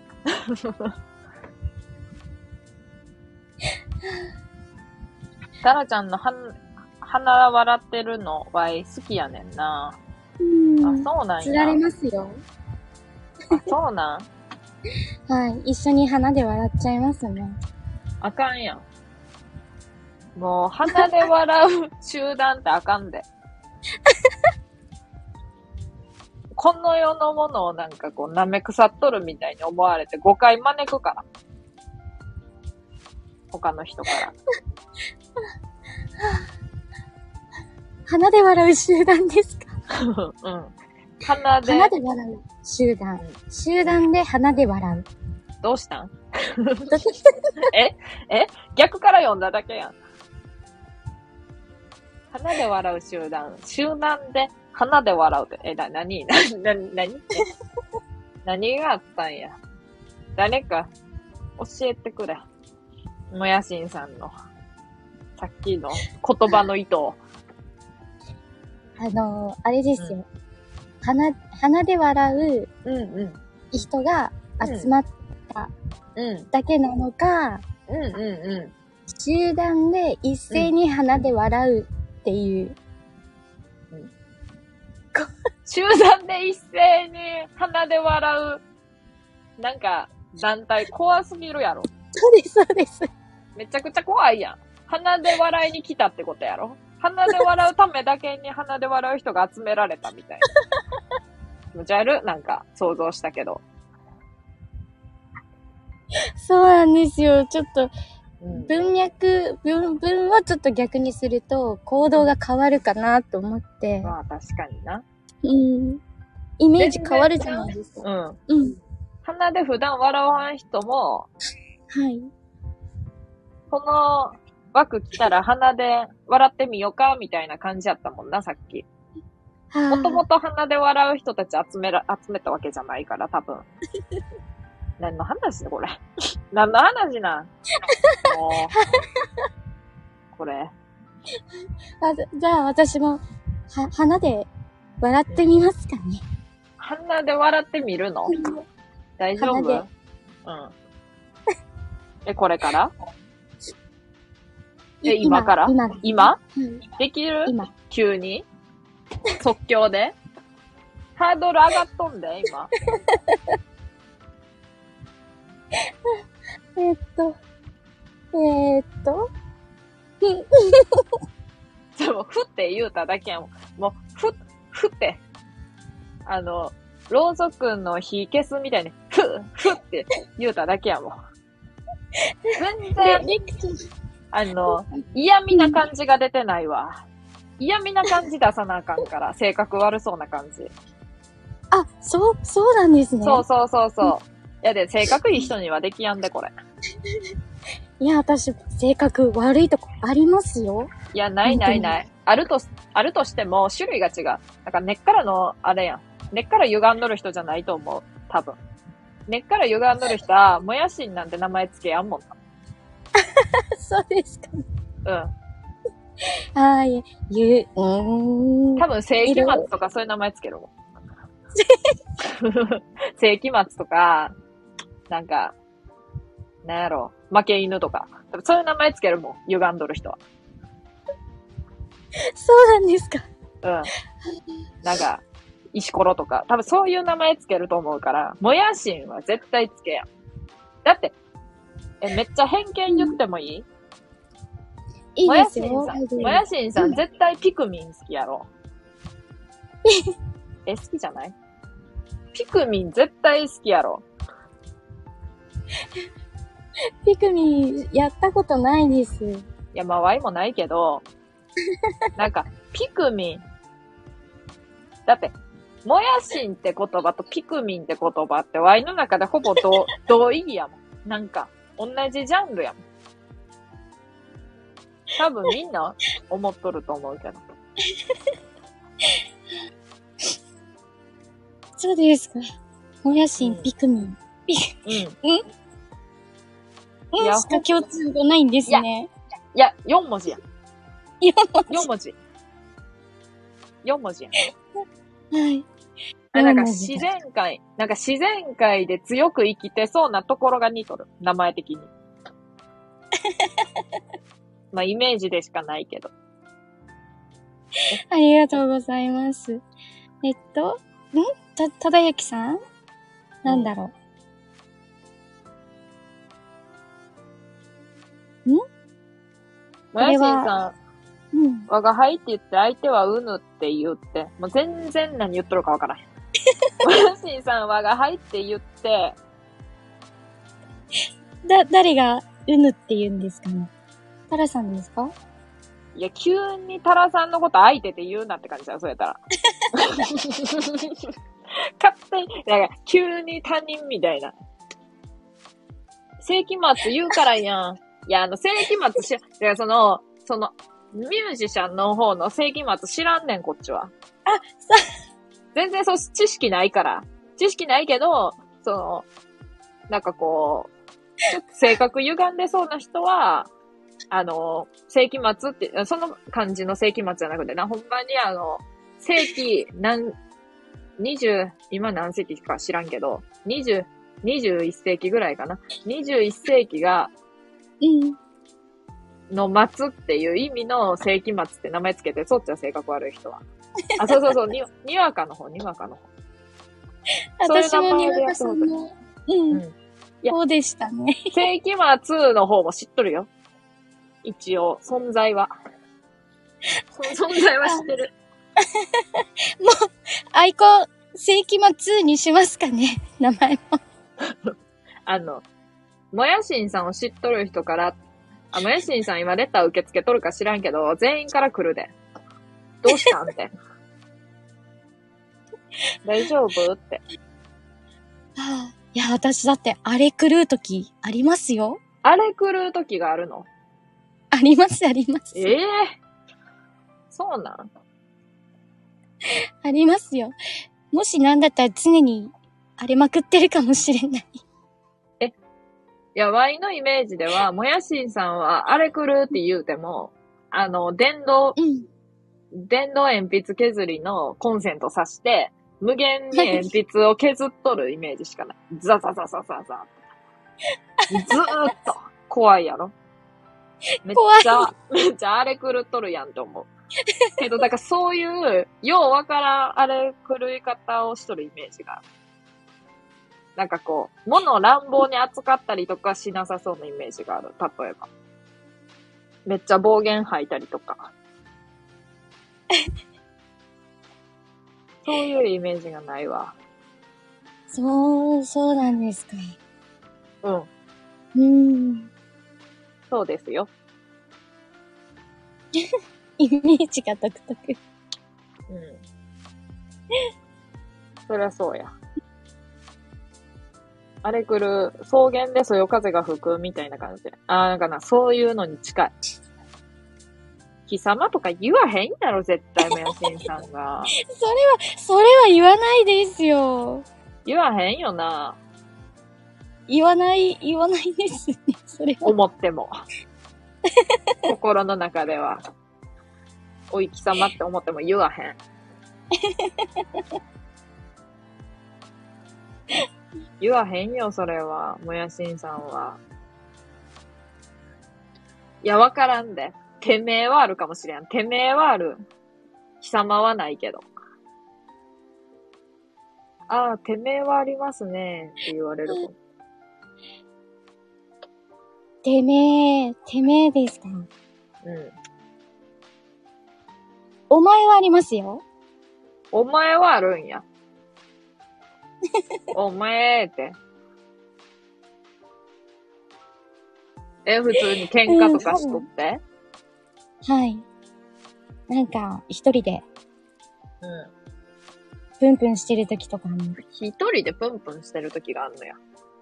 タラちゃんの鼻笑ってるのは好きやねんな。そうなんや。 釣られますよ。 そうなんはい。一緒に鼻で笑っちゃいますね。 あかんやん。もう、鼻で笑う集団ってあかんで。この世のものをなんかこう舐め腐っとるみたいに思われて誤解招くから。他の人から。 鼻で笑う集団ですか？ うん。鼻で笑う集団。集団で鼻で笑う。 どうしたん？逆から読んだだけやん。鼻で笑う集団。集団で鼻で笑うって。何何があったんや。誰か教えてくれ。もやしんさんのさっきの言葉の意図を。 あれですよ。鼻で笑う人が集まっただけなのか、集団で一斉に鼻で笑うっていう。 集団で一斉に鼻で笑う、なんか団体怖すぎるやろ。 そうです。 めちゃくちゃ怖いやん。鼻で笑いに来たってことやろ。鼻で笑うためだけに鼻で笑う人が集められたみたいな。気持ち悪いなんか想像したけど。 そうなんですよ。ちょっと、文をちょっと逆にすると行動が変わるかなと思って。 まあ確かにな。 イメージ変わるじゃないですか。 鼻で普段笑わん人も、 はい。 この枠来たら鼻で笑ってみようかみたいな感じやったもんな、さっき。もともと鼻で笑う人たち集めたわけじゃないから、多分。何の話だ、これ。何の話なんもう。これ。 じゃあ私も、鼻で笑ってみますかね。 鼻で笑ってみるの？大丈夫？これから？今から？今？できる？急に？即興で？ ハードル上がっとんで、今。でも、ふって言うただけやもん。もう、ふって。ろうそくの火消すみたいに、ふって言うただけやもん。全然、嫌味な感じが出てないわ。嫌味な感じ出さなあかんから、性格悪そうな感じ。 あ、そうなんですね。 そう。いやで、性格いい人にはできやんで、これ。 いや、私、性格悪いとこありますよ。 いや、ない。あるとしても、種類が違う。なんか根っからの、あれやん。根っから歪んどる人じゃないと思う。多分。根っから歪んどる人は、もやしんなんて名前つけやんもんな。 そうですか。 うん。 はい。 多分、世紀末とかそういう名前つけるもん。世紀末とか、なんか、なんやろ、負け犬とか。多分そういう名前つけるもん。歪んどる人は。 そうなんですか。 うん。なんか、石ころとか。多分そういう名前つけると思うから、もやしんは絶対つけやん。だって、めっちゃ偏見言ってもいい？ いいですよ。 もやしんさん、絶対ピクミン好きやろ。好きじゃない？ピクミン絶対好きやろ。 ピクミンやったことないです。 いや、まあ、ワイもないけど、なんか、ピクミン。だって、もやしんって言葉とピクミンって言葉ってワイの中でほぼ同意義やもん。なんか、同じジャンルやもん。多分みんな思っとると思うけど。 そうですか。もやしん、ピクミン。 うん。 しか共通がないんですね。 いや、4文字やん。 4 文字。4文字やん。 はい。 なんか自然界で強く生きてそうなところが似とる。名前的に。まあ、イメージでしかないけど。 ありがとうございます。ただゆきさんなんだろう。 もやしんさん、我が輩って言って相手はうぬって言って、もう全然何言っとるかわからへん。もやしんさん、我が輩って言って、 誰がうぬって言うんですかね。タラさんですか？ いや、急にタラさんのこと相手って言うなって感じだよ、そうやったら。勝手に、なんか、急に他人みたいな。世紀末言うからやん。いや、世紀末いや、その、ミュージシャンの方の世紀末知らんねん、こっちは。全然知識ないから。知識ないけど、なんかこう、ちょっと性格歪んでそうな人は、世紀末って、その感じの世紀末じゃなくてな、ほんまに世紀、今何世紀か知らんけど、21世紀ぐらいかな。21世紀が、の末っていう意味の世紀末って名前つけて、そっちは性格悪い人は。あ、そう、にわかの方。 私もにわかさんの、そうでしたね。 世紀末の方も知っとるよ。一応、存在は知ってる。 もう、世紀末にしますかね、名前も。 もやしんさんを知っとる人から、もやしんさん今レター受け付けとるか知らんけど、全員から来るで。どうしたんって。大丈夫って。 いや、私だってあれ狂うときありますよ。 あれ狂うときがあるの？ あります。 そうなん？ ありますよ。もしなんだったら常に荒れまくってるかもしれない。 いや、ワイのイメージでは、もやしんさんはあれ狂うって言うても、電動鉛筆削りのコンセント挿して、無限に鉛筆を削っとるイメージしかない。ザザザザザザ。ずーっと。怖いやろ。めっちゃあれ狂っとるやんと思う。 けど、だからそういう、ようわからん、あれ、狂い方をしとるイメージがある。なんかこう、物を乱暴に扱ったりとかしなさそうなイメージがある。例えば。めっちゃ暴言吐いたりとか。そういうイメージがないわ。 そうなんですか。 うん。 ん。 そうですよ。 イメージが独特。 うん。そりゃそうや。あれ来る、草原でそよ風が吹くみたいな感じで。なんかな、そういうのに近い。貴様とか言わへんやろ、絶対、もやしんさんが。 それは言わないですよ。 言わへんよな。 言わないですね、それは。 思っても。心の中では。おい、貴様って思っても言わへん。言わへんよ、それは。もやしんさんは。いや、わからんで。てめえはあるかもしれん。てめえはある。貴様はないけど。てめえはありますね。って言われるかも。 てめえですか。 うん。 お前はありますよ。 お前はあるんや。お前って。普通に喧嘩とかしとって、 はい。なんか、一人で、 うん。 プンプンしてる時とかに。 一人でプンプンしてる時があんのや。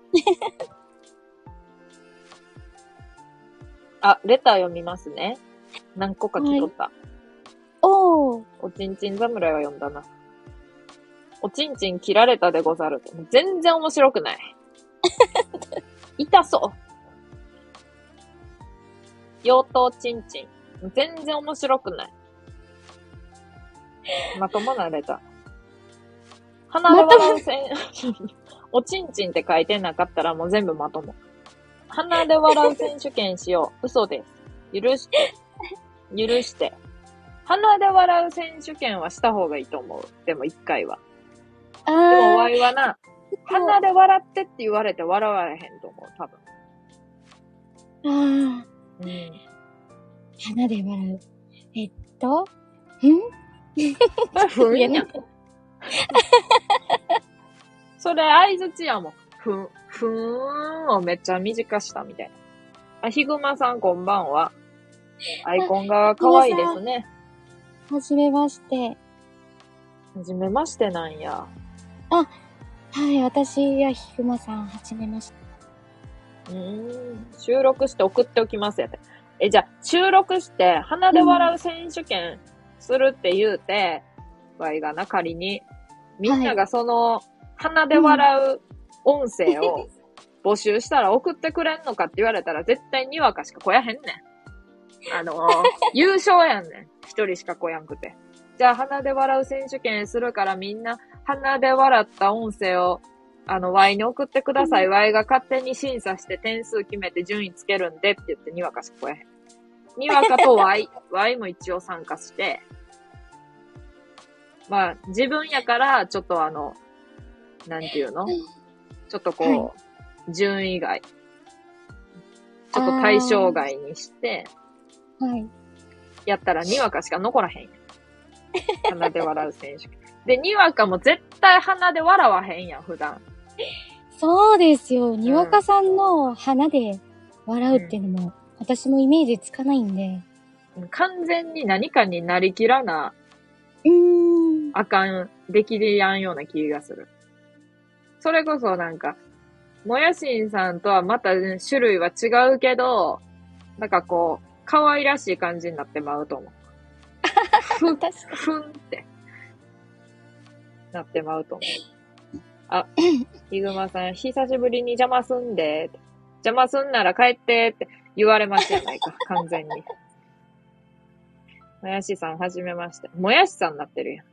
レター読みますね。何個か来とった。 おー。 おちんちん侍は読んだな。おちんちん切られたでござるって。全然面白くない。痛そう。妖刀ちんちん。全然面白くない。まともなレター。鼻で笑うおちんちんって書いてなかったらもう全部まとも。鼻で笑う選手権しよう。嘘です。許して。許して。鼻で笑う選手権はした方がいいと思う。でも一回は。でもワイはな、鼻で笑ってって言われて笑われへんと思う、多分。うん。 鼻で笑う。 ふんやん。それ相づちやもん。ふーんをめっちゃ短したみたいな。ひぐまさんこんばんは。アイコンが可愛いですね。 はじめまして。 はじめましてなんや。 はい、私やひぐまさん、はじめまして。 収録して送っておきますやって。じゃあ、収録して、鼻で笑う選手権するって言うて、わいがな、仮に。みんながその、鼻で笑う音声を募集したら送ってくれんのかって言われたら、絶対にわかしか来やへんねん。優勝やんねん。一人しか来やんくて。じゃあ、鼻で笑う選手権するからみんな、鼻で笑った音声を、Y に送ってください。Y が勝手に審査して点数決めて順位つけるんでって言って、にわかしか来やへん。にわかと Y も一応参加して、まあ、自分やから、ちょっとなんていうの？ちょっとこう、順位外。ちょっと対象外にして、 はい。 やったらにわかしか残らへんやん。鼻で笑う選手。で、にわかも絶対鼻で笑わへんやん、普段。 そうですよ。にわかさんの鼻で笑うっていうのも、私もイメージつかないんで。 完全に何かになりきらな、あかん、できるやんような気がする。それこそなんか、もやしんさんとはまた種類は違うけど、なんかこう、可愛らしい感じになってまうと思う。ふんってなってまうと思う。ひぐまさん、久しぶりに邪魔すんで、邪魔すんなら帰ってって言われましたやないか、完全に。もやしさん、はじめまして。もやしさんになってるやん。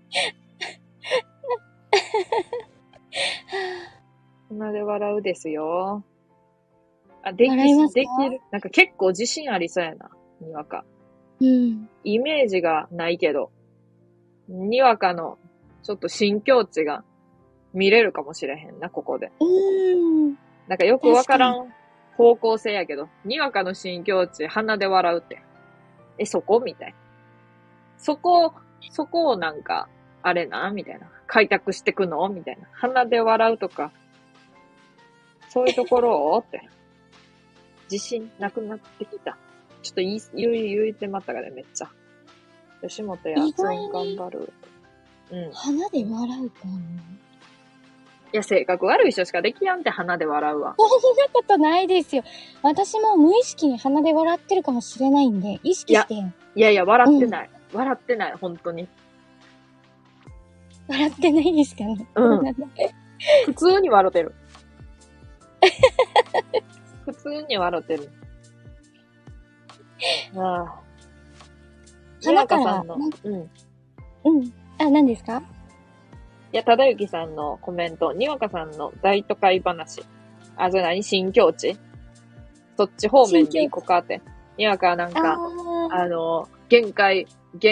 鼻で笑うですよ。できる。なんか結構自信ありそうやな、にわか。 うん。 イメージがないけど、にわかのちょっと新境地が見れるかもしれへんな、ここで。なんかよくわからん方向性やけど、にわかの新境地、鼻で笑うって。そこみたいな。そこをなんか、あれなみたいな。開拓してくのみたいな。鼻で笑うとか、そういうところをって。自信なくなってきた。ちょっと言いてまったからね、めっちゃ。吉本やつん頑張る。 うん。鼻で笑うか。 いや、性格悪い人しかできやんって鼻で笑うわ。 そんなことないですよ。私も無意識に鼻で笑ってるかもしれないんで、意識して。 いや、笑ってない。笑ってない、本当に。 笑ってないですかね。 うん。普通に笑ってる。普通に笑ってる。ああ。 鼻から、 うん。 あ、何ですか？ いや、ただゆきさんのコメント、にわかさんの大都会話。あ、それ何？新境地？そっち方面で行こうかって。にわかなんか、限界、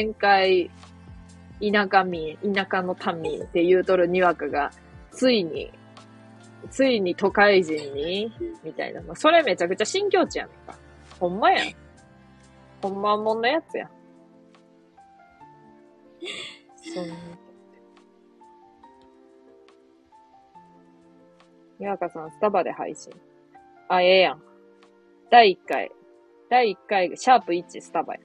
田舎の民って言うとるにわかが、ついに都会人にみたいな。それめちゃくちゃ新境地やねんか。ほんまやん。ほんまもんのやつやん。にわかさん、スタバで配信。あ、ええやん。第1回、シャープ1スタバや。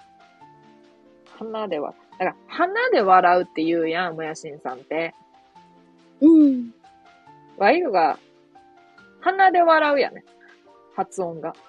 鼻では、だから、鼻で笑うって言うやん、もやしんさんって。 うん。 ワイルが、鼻で笑うやね。発音が。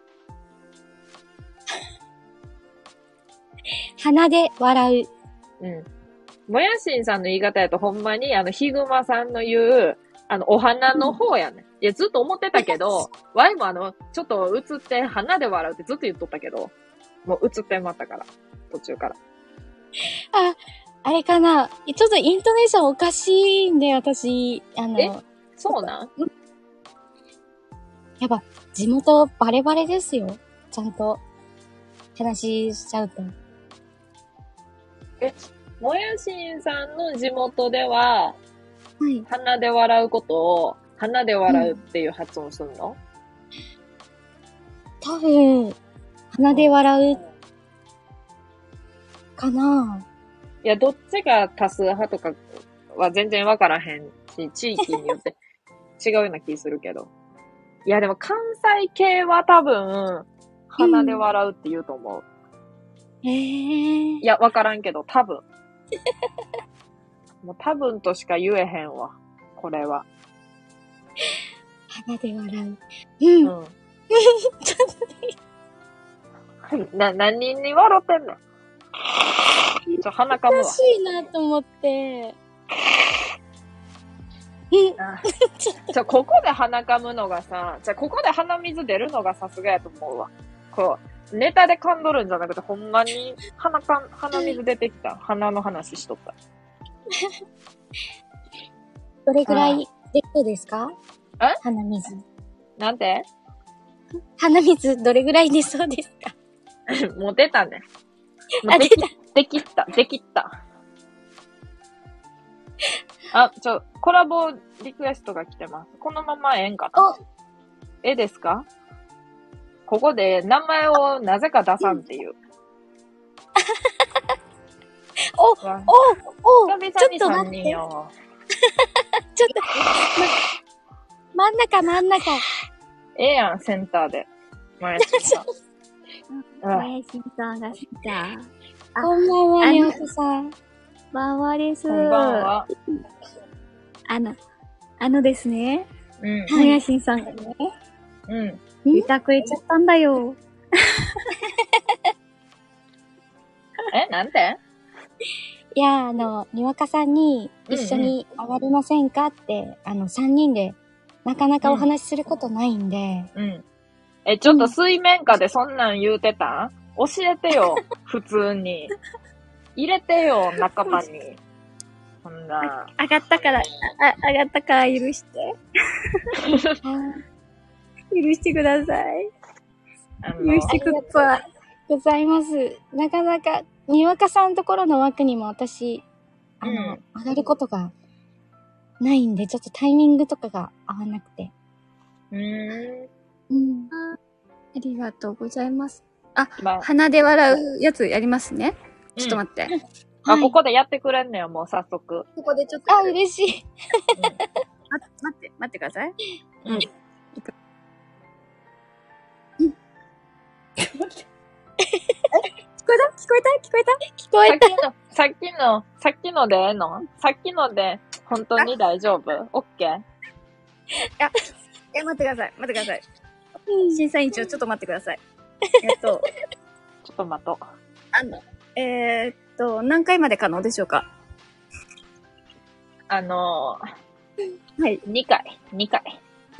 鼻で笑う。うん。もやしんさんの言い方やとほんまに、ひぐまさんの言う、お花の方やね。いや、ずっと思ってたけど、ワイもちょっと映って、鼻で笑うってずっと言っとったけど、もう映ってまったから、途中から。 あれかな？ちょっとイントネーションおかしいんで、私、 そうなん？ やっぱ、地元バレバレですよ。ちゃんと、話しちゃうと。 もやしんさんの地元では、 はい。 鼻で笑うことを、鼻で笑うっていう発音するの？ 多分、鼻で笑う、かな？ いや、どっちが多数派とかは全然わからへんし、地域によって違うような気するけど。いや、でも関西系は多分、鼻で笑うって言うと思う。いや、わからんけど、多分。もう多分としか言えへんわ。これは。 鼻で笑う。うん。 ちょっと何人に笑ってんの？鼻かむわ。 おかしいなと思って。 ここで鼻かむのがさ、ここで鼻水出るのがさすがやと思うわ。こう、ネタで噛んどるんじゃなくて、ほんまに鼻水出てきた。鼻の話しとった。 どれぐらい出そうですか？鼻水。 なんて？ 鼻水どれぐらい出そうですか？ もう出たね。できった。コラボリクエストが来てます。このままええんかな？ですか？ここで名前をなぜか出さんっていう。久々に3人よ。 ちょっと、真ん中。 ええやん、センターで。もやしさん。 もやしさんがセンター。 こんばんは、にわかさん。 ばんはです。 こんばんは。 ですね。 もやしさんがね。歌くれちゃったんだよ。 なんて？ いや、にわかさんに一緒に上がりませんかって、3人でなかなかお話しすることないんで。 ちょっと水面下でそんなん言うてた？教えてよ、普通に。入れてよ、仲間に。そんな。 上がったから許して。許してください。許してください。 ございます。なかなか、にわかさんのところの枠にも私、上がることがないんで、ちょっとタイミングとかが合わなくて。 うん。ありがとうございます。あ、 まあ、 鼻で笑うやつやりますね。ちょっと待って。 あ、ここでやってくれんねよ、もう早速。 ここでちょっと。 あ、嬉しい。 待ってください。 うん。 聞こえたさっきのでええの？さっきので、本当に大丈夫？オッケー？ 待ってください。審査委員長、ちょっと待ってください。 ちょっと待とう。 何回まで可能でしょうか？ はい。2回。 2回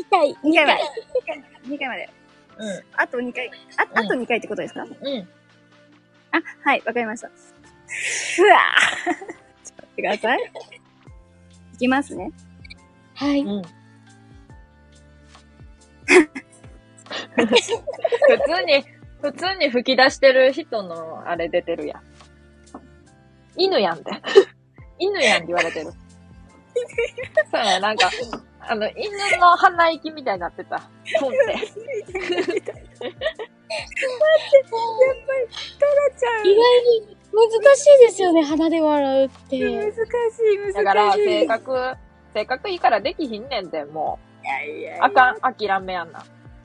まで。 うん。 あと2回。あと2回ってことですか？ うん。 あ、はい、わかりました。ふわーちょっと待ってください。いきますね。 はい。 うん。普通に吹き出してる人のあれ出てるやん。犬やんって。犬やんって言われてる。そうや、なんか、犬の鼻息みたいになってた。ポンって。 やっぱり、タラちゃん。 意外に難しいですよね、鼻で笑うって。 難しい。 だから、性格いいからできひんねんで、もう。あかん、諦めやんな。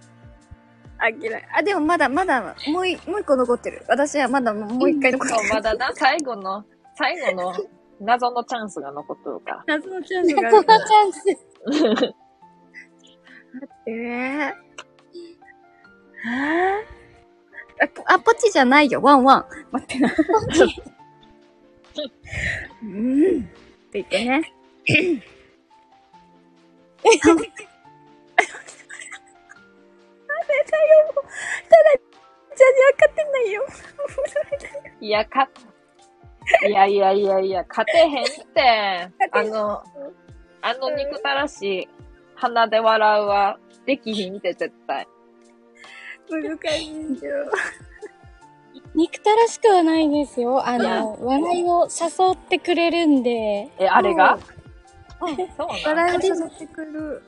でもまだ、もう一個残ってる。私はまだもう一回残ってる。 そう、まだな、最後の謎のチャンスが残っとるから。 謎のチャンスがある。 謎のチャンス。 待ってポチじゃないよ。ワン。待ってな。って言ってね。じゃあ分かってないよ。 いや、勝てへんって。憎たらしい鼻で笑うはできひんって絶対。 難しいんだよ。 憎たらしくはないですよ。笑いを誘ってくれるんで。 あれが？ そう笑いを誘ってくる。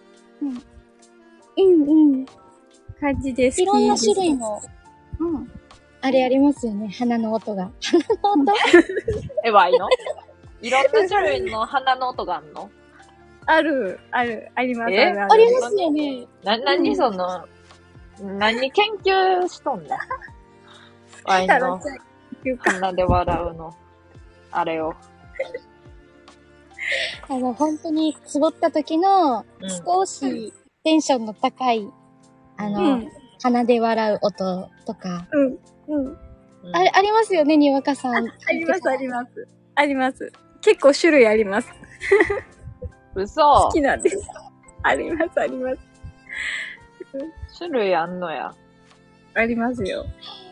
感じです。 いろんな種類の、あれありますよね、鼻の音が。鼻の音ワイのいろんな種類の鼻の音があんの？ あります。 ありますよね。 何研究しとんねん。ワイの鼻で笑うの。あれを。 本当につぼった時の、少しテンションの高い、鼻で笑う音とか。ありますよね、にわかさん。 あります。結構種類あります。 嘘。 好きなんです。あります。 種類あんのや。 ありますよ。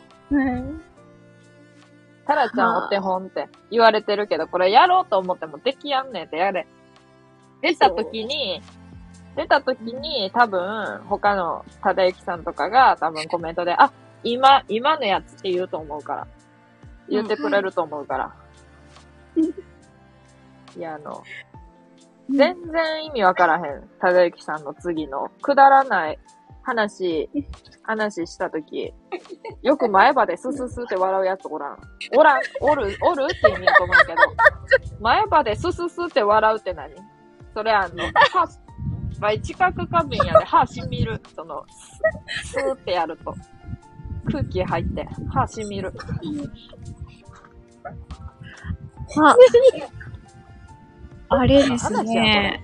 タラちゃんお手本って言われてるけど、これやろうと思ってもできやんねんってやれ。出た時に多分他のただゆきさんとかが多分コメントで、今のやつって言うと思うから。言ってくれると思うから。いや、全然意味わからへん。ただゆきさんの次のくだらない話したとき、よく前歯でスススって笑うやつおるって意味だと思うけど、前歯でスススって笑うって何？それ知覚過敏やで歯しみる。スーってやると。空気入って、歯しみる。 あれですね。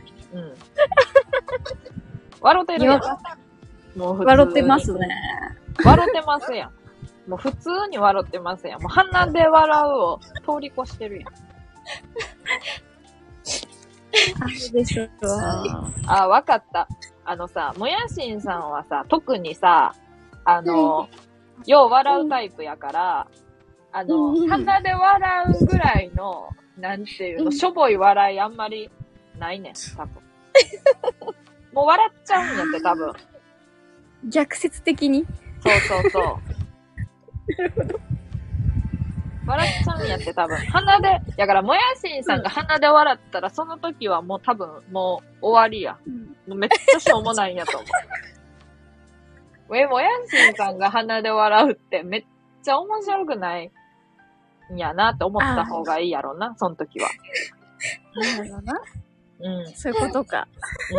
笑ってるやん。もう普通に笑ってますね。 笑ってますやん。もう普通に笑ってますやん。もう鼻で笑うを通り越してるやん。 そうですわ。 わかった。もやしんさんはさ、特にさ、よう笑うタイプやから、鼻で笑うぐらいの、なんていうの、しょぼい笑いあんまりないねん、多分。もう笑っちゃうんやって、多分。 逆説的に。 そう。 なるほど。 笑っちゃうんやって多分。鼻で、だからもやしんさんが鼻で笑ったら、その時はもう多分もう終わりや。もうめっちゃしょうもないんやと思う。もやしんさんが鼻で笑うってめっちゃ面白くないんやなって思った方がいいやろな、その時は。 なるほどな。 うん。 そういうことか。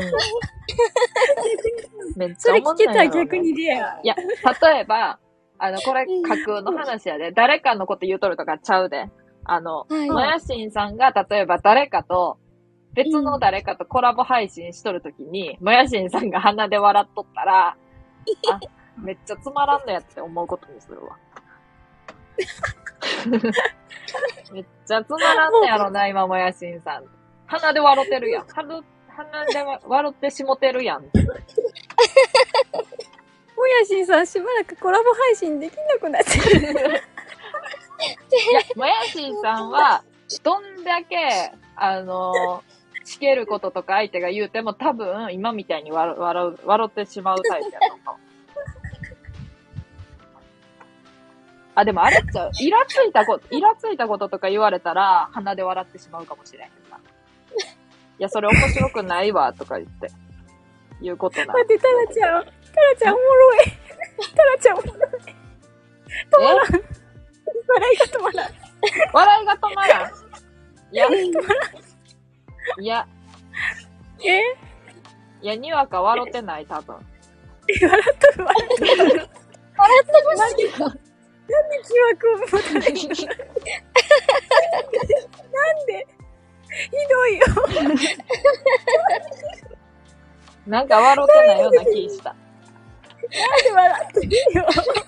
うん。めっちそれ聞けゃ思んないたら逆にレア。 いや、例えば、これ架空の話やで、誰かのこと言うとるとかちゃうで。もやしんさんが例えば誰かと、別の誰かとコラボ配信しとるときに、もやしんさんが鼻で笑っとったら、あ、めっちゃつまらんのやって思うことにするわ。めっちゃつまらんのやろな、今もやしんさん。鼻で笑ってるやん。鼻で笑ってしもてるやん。 もやしんさんしばらくコラボ配信できなくなっちゃう。 いや、もやしんさんは、どんだけ、しけることとか相手が言うても多分、今みたいに笑ってしまうタイプやと思う。あ、でもあれっちゃう。イラついたこととか言われたら、鼻で笑ってしまうかもしれんな。いや、それ面白くないわ、とか言って。言うことない。 待って、タラちゃんおもろい。タラちゃんおもろい。止まらん。笑いが止まらん。 笑いが止まらん。いや、にわか笑ってない、多分。 笑っとる。笑ってますよ。なんで疑惑を持たれるなんでひどいよ。 なんか笑ってないような気した。 なんで笑ってるよ。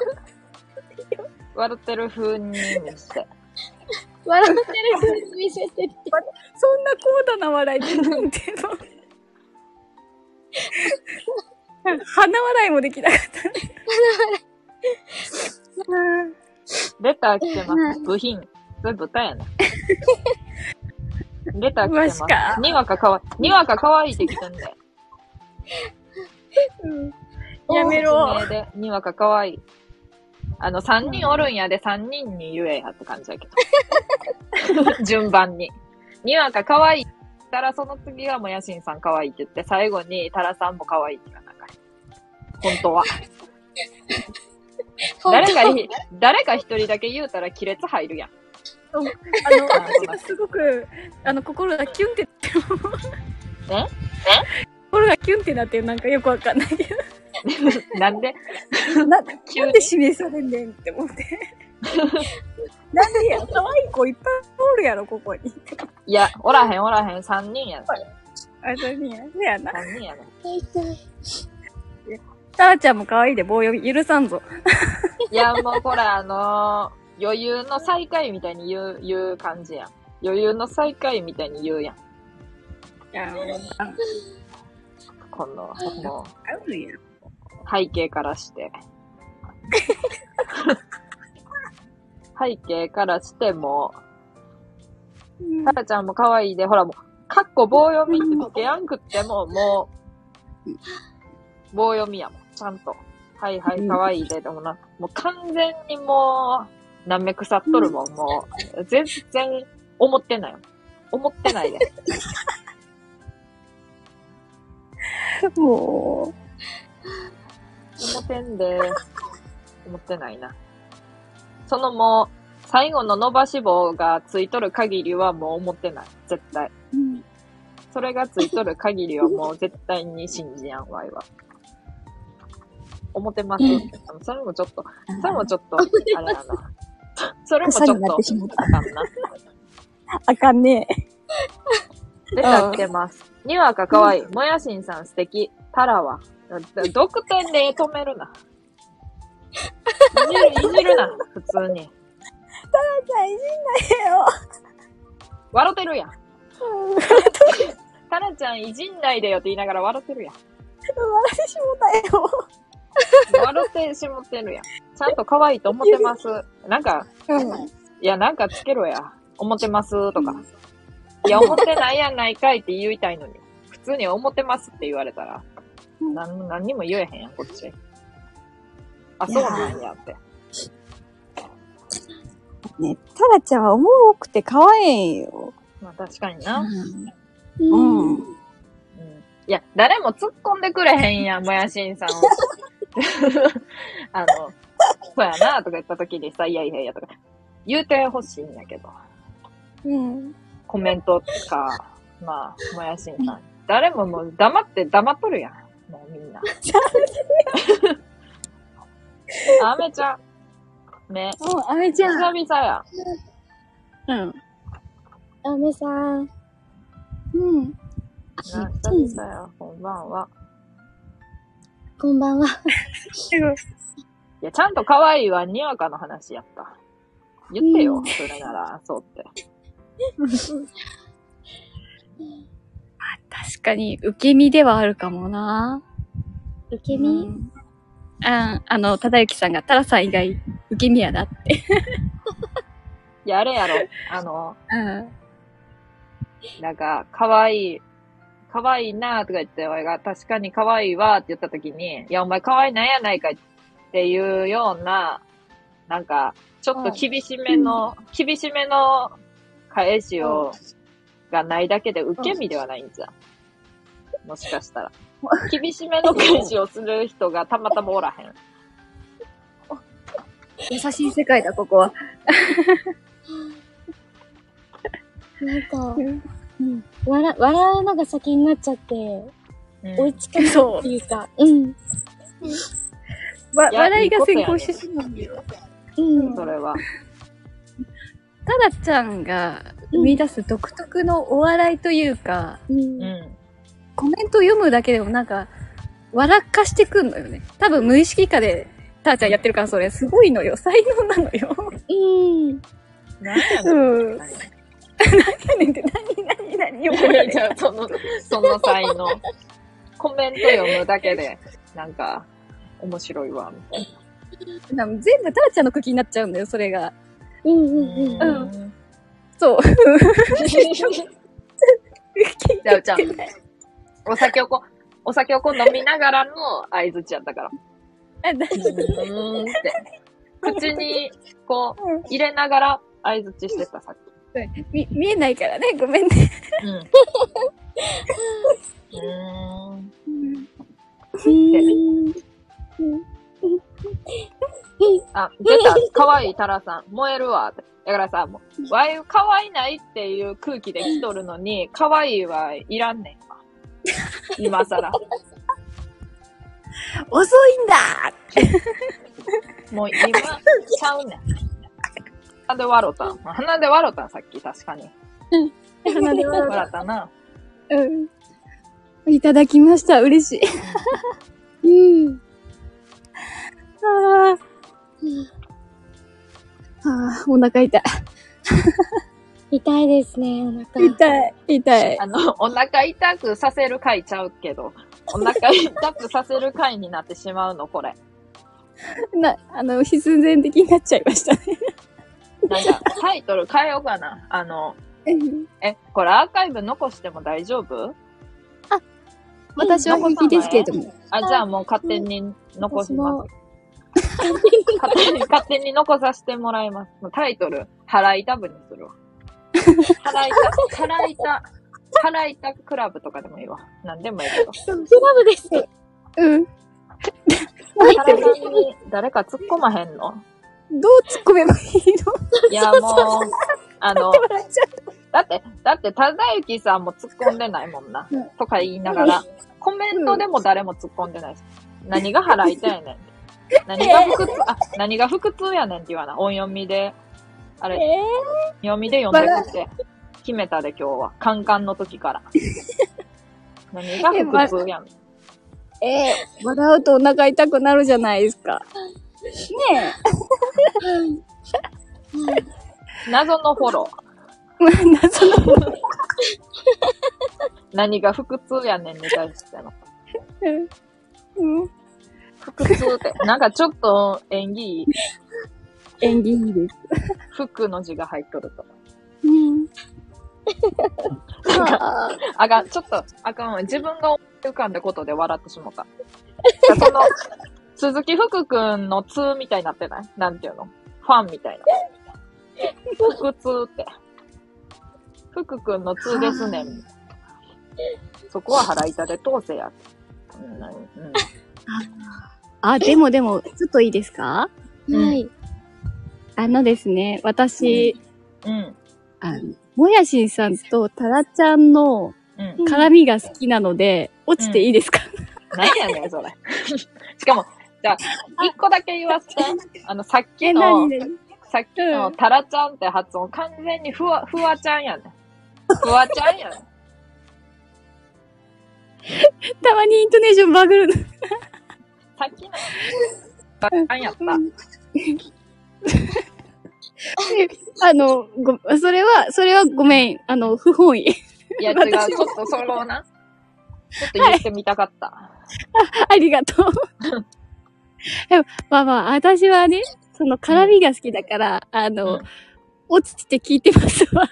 笑ってる風に見して。 笑ってる風に見せてって。 そんな高度な笑いでなんていうの。鼻笑いもできなかったね。 レター来てます。部品。それ豚やな。レター来てます。にわかかわいいって来てんで。 やめろ。 名で、にわかかわいい。3人おるんやで3人に言えやって感じだけど。順番に。にわかかわいいって言ったら、その次はもやしんさんかわいいって言って、最後にタラさんもかわいいって言わなかい。本当は。誰か一人だけ言うたら亀裂入るやん。 私がすごく、心がキュンって心がキュンってなってなんかよくわかんないけど。 なんでなんで指名されんねんって思って。なんでや、可愛い子いっぱいおるやろ、ここに。 いや、おらへん、3人やで。 あ、3人や。せやな。 3人やで。 タラちゃんも可愛いで棒読み許さんぞ。 いや、もうこれ余裕の最下位みたいに言う感じやん。余裕の最下位みたいに言うやん。 いや、 この、もう、 合うやん。 背景からして。背景からしても、タラちゃんも可愛いで、ほらもう、かっこ棒読みってつけやんくっても、もう、棒読みやもん。ちゃんと。はいはい、可愛いで、でもな、もう完全にもう、なめ腐っとるもん、もう。全然、思ってないよ。思ってないで。 もう。 思ってんで、思ってないな。そのもう、最後の伸ばし棒がついとる限りはもう思ってない。絶対。それがついとる限りはもう絶対に信じやん、わいは。思ってます。それもちょっと、あれやな。それもちょっと、あかんな。 あかんねえ。レター来てます。にわかかわいい。もやしんさん素敵。タラは。独点で止めるな。いじるな、普通に。 タラちゃんいじんないよ。 笑ってるやん。タラちゃんいじんないでよって言いながら笑ってるやん。 笑ってしもたよ。 笑ってしもってるやん。ちゃんと可愛いと思ってます。なんか、いや、なんかつけろや。思ってますとか。いや、思ってないやんないかいって言いたいのに。普通に思ってますって言われたら、何にも言えへんやん、こっち。あ、そうなんやって。 ね、タラちゃんはおもろくて可愛いよ。 まあ確かにな。 うん。 いや、誰も突っ込んでくれへんやん、もやしんさんを。そうやな、とか言った時にさ、いやいやいや、とか言うてほしいんやけど。 うん。 コメントか、まあ、もやしんさん。誰ももう黙っとるやん。もうみんな。あめちゃん。ね。 あめちゃん。 久々や。 うん。 あめさん。 うん。 久々や。こんばんは。 こんばんは。 いや、ちゃんと可愛いはにわかの話やった。言ってよ、それなら、そうって。 確かに、受け身ではあるかもな。 受け身、 ただゆきさんが、タラさん以外、受け身やだって。 いや、あれやろ。なんか、可愛いなとか言って、俺が確かに可愛いわって言った時に、いや、お前可愛いなんやないかっていうような、なんか、ちょっと厳しめの返しがないだけで受け身ではないんじゃん。もしかしたら。厳しめの返しをする人がたまたまおらへん。 優しい世界だ、ここは。 なんか、笑うのが先になっちゃって、追いつかないっていうか、 笑いが先行してしまうんだよ。 それは。 タラちゃんが生み出す独特のお笑いというか、コメント読むだけでもなんか、笑かしてくんのよね。多分無意識化でタラちゃんやってるからそれすごいのよ。才能なのよ。 何やねん。 何やねんって何よこれ。 じゃあ、その才能。コメント読むだけで、なんか、面白いわ、みたいな。全部タラちゃんの茎になっちゃうんだよ、それが。そう。 じゃあ、お酒を飲みながらの相槌やったから。って。口に、こう、入れながら相槌してた、さっき。見えないからね、ごめんね。 あ、出た、かわいいタラさん、燃えるわって。だからさ、もう、わい、かわいないっていう空気で来とるのに、かわいいはいらんねん。今更。 遅いんだもう今、ちゃうねん。鼻で笑ったん、さっき、確かに。 鼻で笑ったな。 いただきました。嬉しい。お腹痛い。 痛いですね、お腹。 痛い。 お腹痛くさせる回ちゃうけど、お腹痛くさせる回になってしまうの、これ。 必然的になっちゃいましたね。 なんか、タイトル変えようかな。これアーカイブ残しても大丈夫？ 私は平気ですけれども。 じゃあもう勝手に残します。勝手に残させてもらいます。タイトル、払いタブにするわ。払いたクラブとかでもいいわ。なんでもいいけど。 クラブです。 誰か突っ込まへんの？ どう突っ込めばいいの？ いや、もう、だって、ただゆきさんも突っ込んでないもんな。とか言いながら、コメントでも誰も突っ込んでないし。何が払いたいねん。何が腹痛やねんって言わな。音読みで、読みで読んでくって決めたで今日は。カンカンの時から。何が腹痛やねん。 笑うとお腹痛くなるじゃないですか。ねえ。謎のフォロー。何が腹痛やねんに対しての。腹痛って、なんかちょっと縁起いい。 縁起いいです。 服の字が入っとると。ちょっと、あかんわ。自分が思い浮かんだことで笑ってしまった。その、鈴木福くんの通みたいになってない？なんていうの？ファンみたいな。 腹痛って。福くんの痛ですねん。そこは腹痛で通せや。 でも、ちょっといいですか？ はい。 ですね、私、もやしんさんとタラちゃんの絡みが好きなので、落ちていいですか？ 何やねん、それ。しかも、じゃあ、一個だけ言わせて。さっきのタラちゃんって発音、完全にふわちゃんやねん。ふわちゃんやねん。 たまにイントネーションバグるの。 さっきの、バカンやった。 それはごめん、不本意。 いや、違う、ちょっとそれをな、ちょっと言ってみたかった。 ありがとう。私はね、その絡みが好きだから、落ちて聞いてますわ。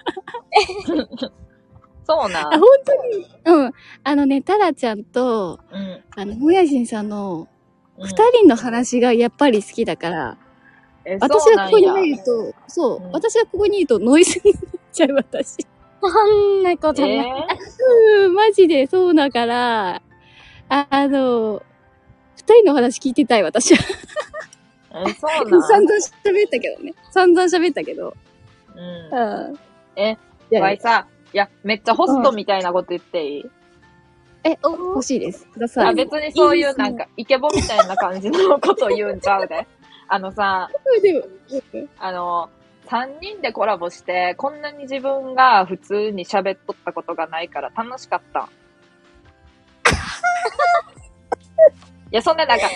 そうな。 本当に、タラちゃんと、もやしんさんの、二人の話がやっぱり好きだから、私がここにいると、私がここにいるとノイズになっちゃう、私。 そんなことない。 マジでそうだから、二人の話聞いてたい、私は。 そうな。 散々喋ったけど。 わいさ、いや、めっちゃホストみたいなこと言っていい？ 欲しいです。ください。 別にそういうなんか、イケボみたいな感じのこと言うんちゃうで。3人でコラボして、こんなに自分が普通に喋っとったことがないから楽しかった。いや、そんななんか、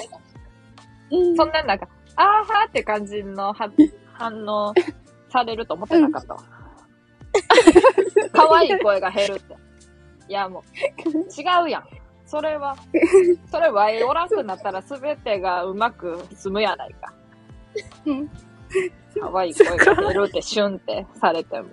あーはーって感じの反応されると思ってなかったわ。可愛い声が減るって。いや、もう、違うやん。それはおらんくなったら全てがうまく済むやないか。可愛い声が出るってシュンってされても。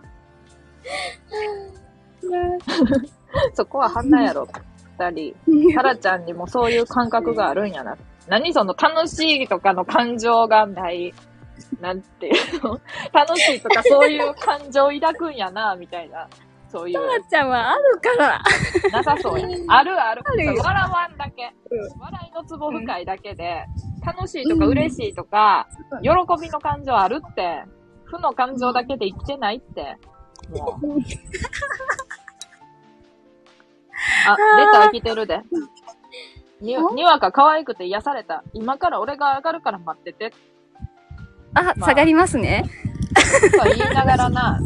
そこは花やろ、二人。タラちゃんにもそういう感覚があるんやな。何その楽しいとかの感情がない、なんていうの楽しいとかそういう感情を抱くんやな、みたいな。そういう。 タラちゃんはあるから。 なさそうや。ある。笑わんだけ。笑いのツボ深いだけで、楽しいとか嬉しいとか、喜びの感情あるって、負の感情だけで生きてないって。もう。レター来てるで。にわか可愛くて癒された。今から俺が上がるから待ってて。 下がりますね。 とか言いながらな。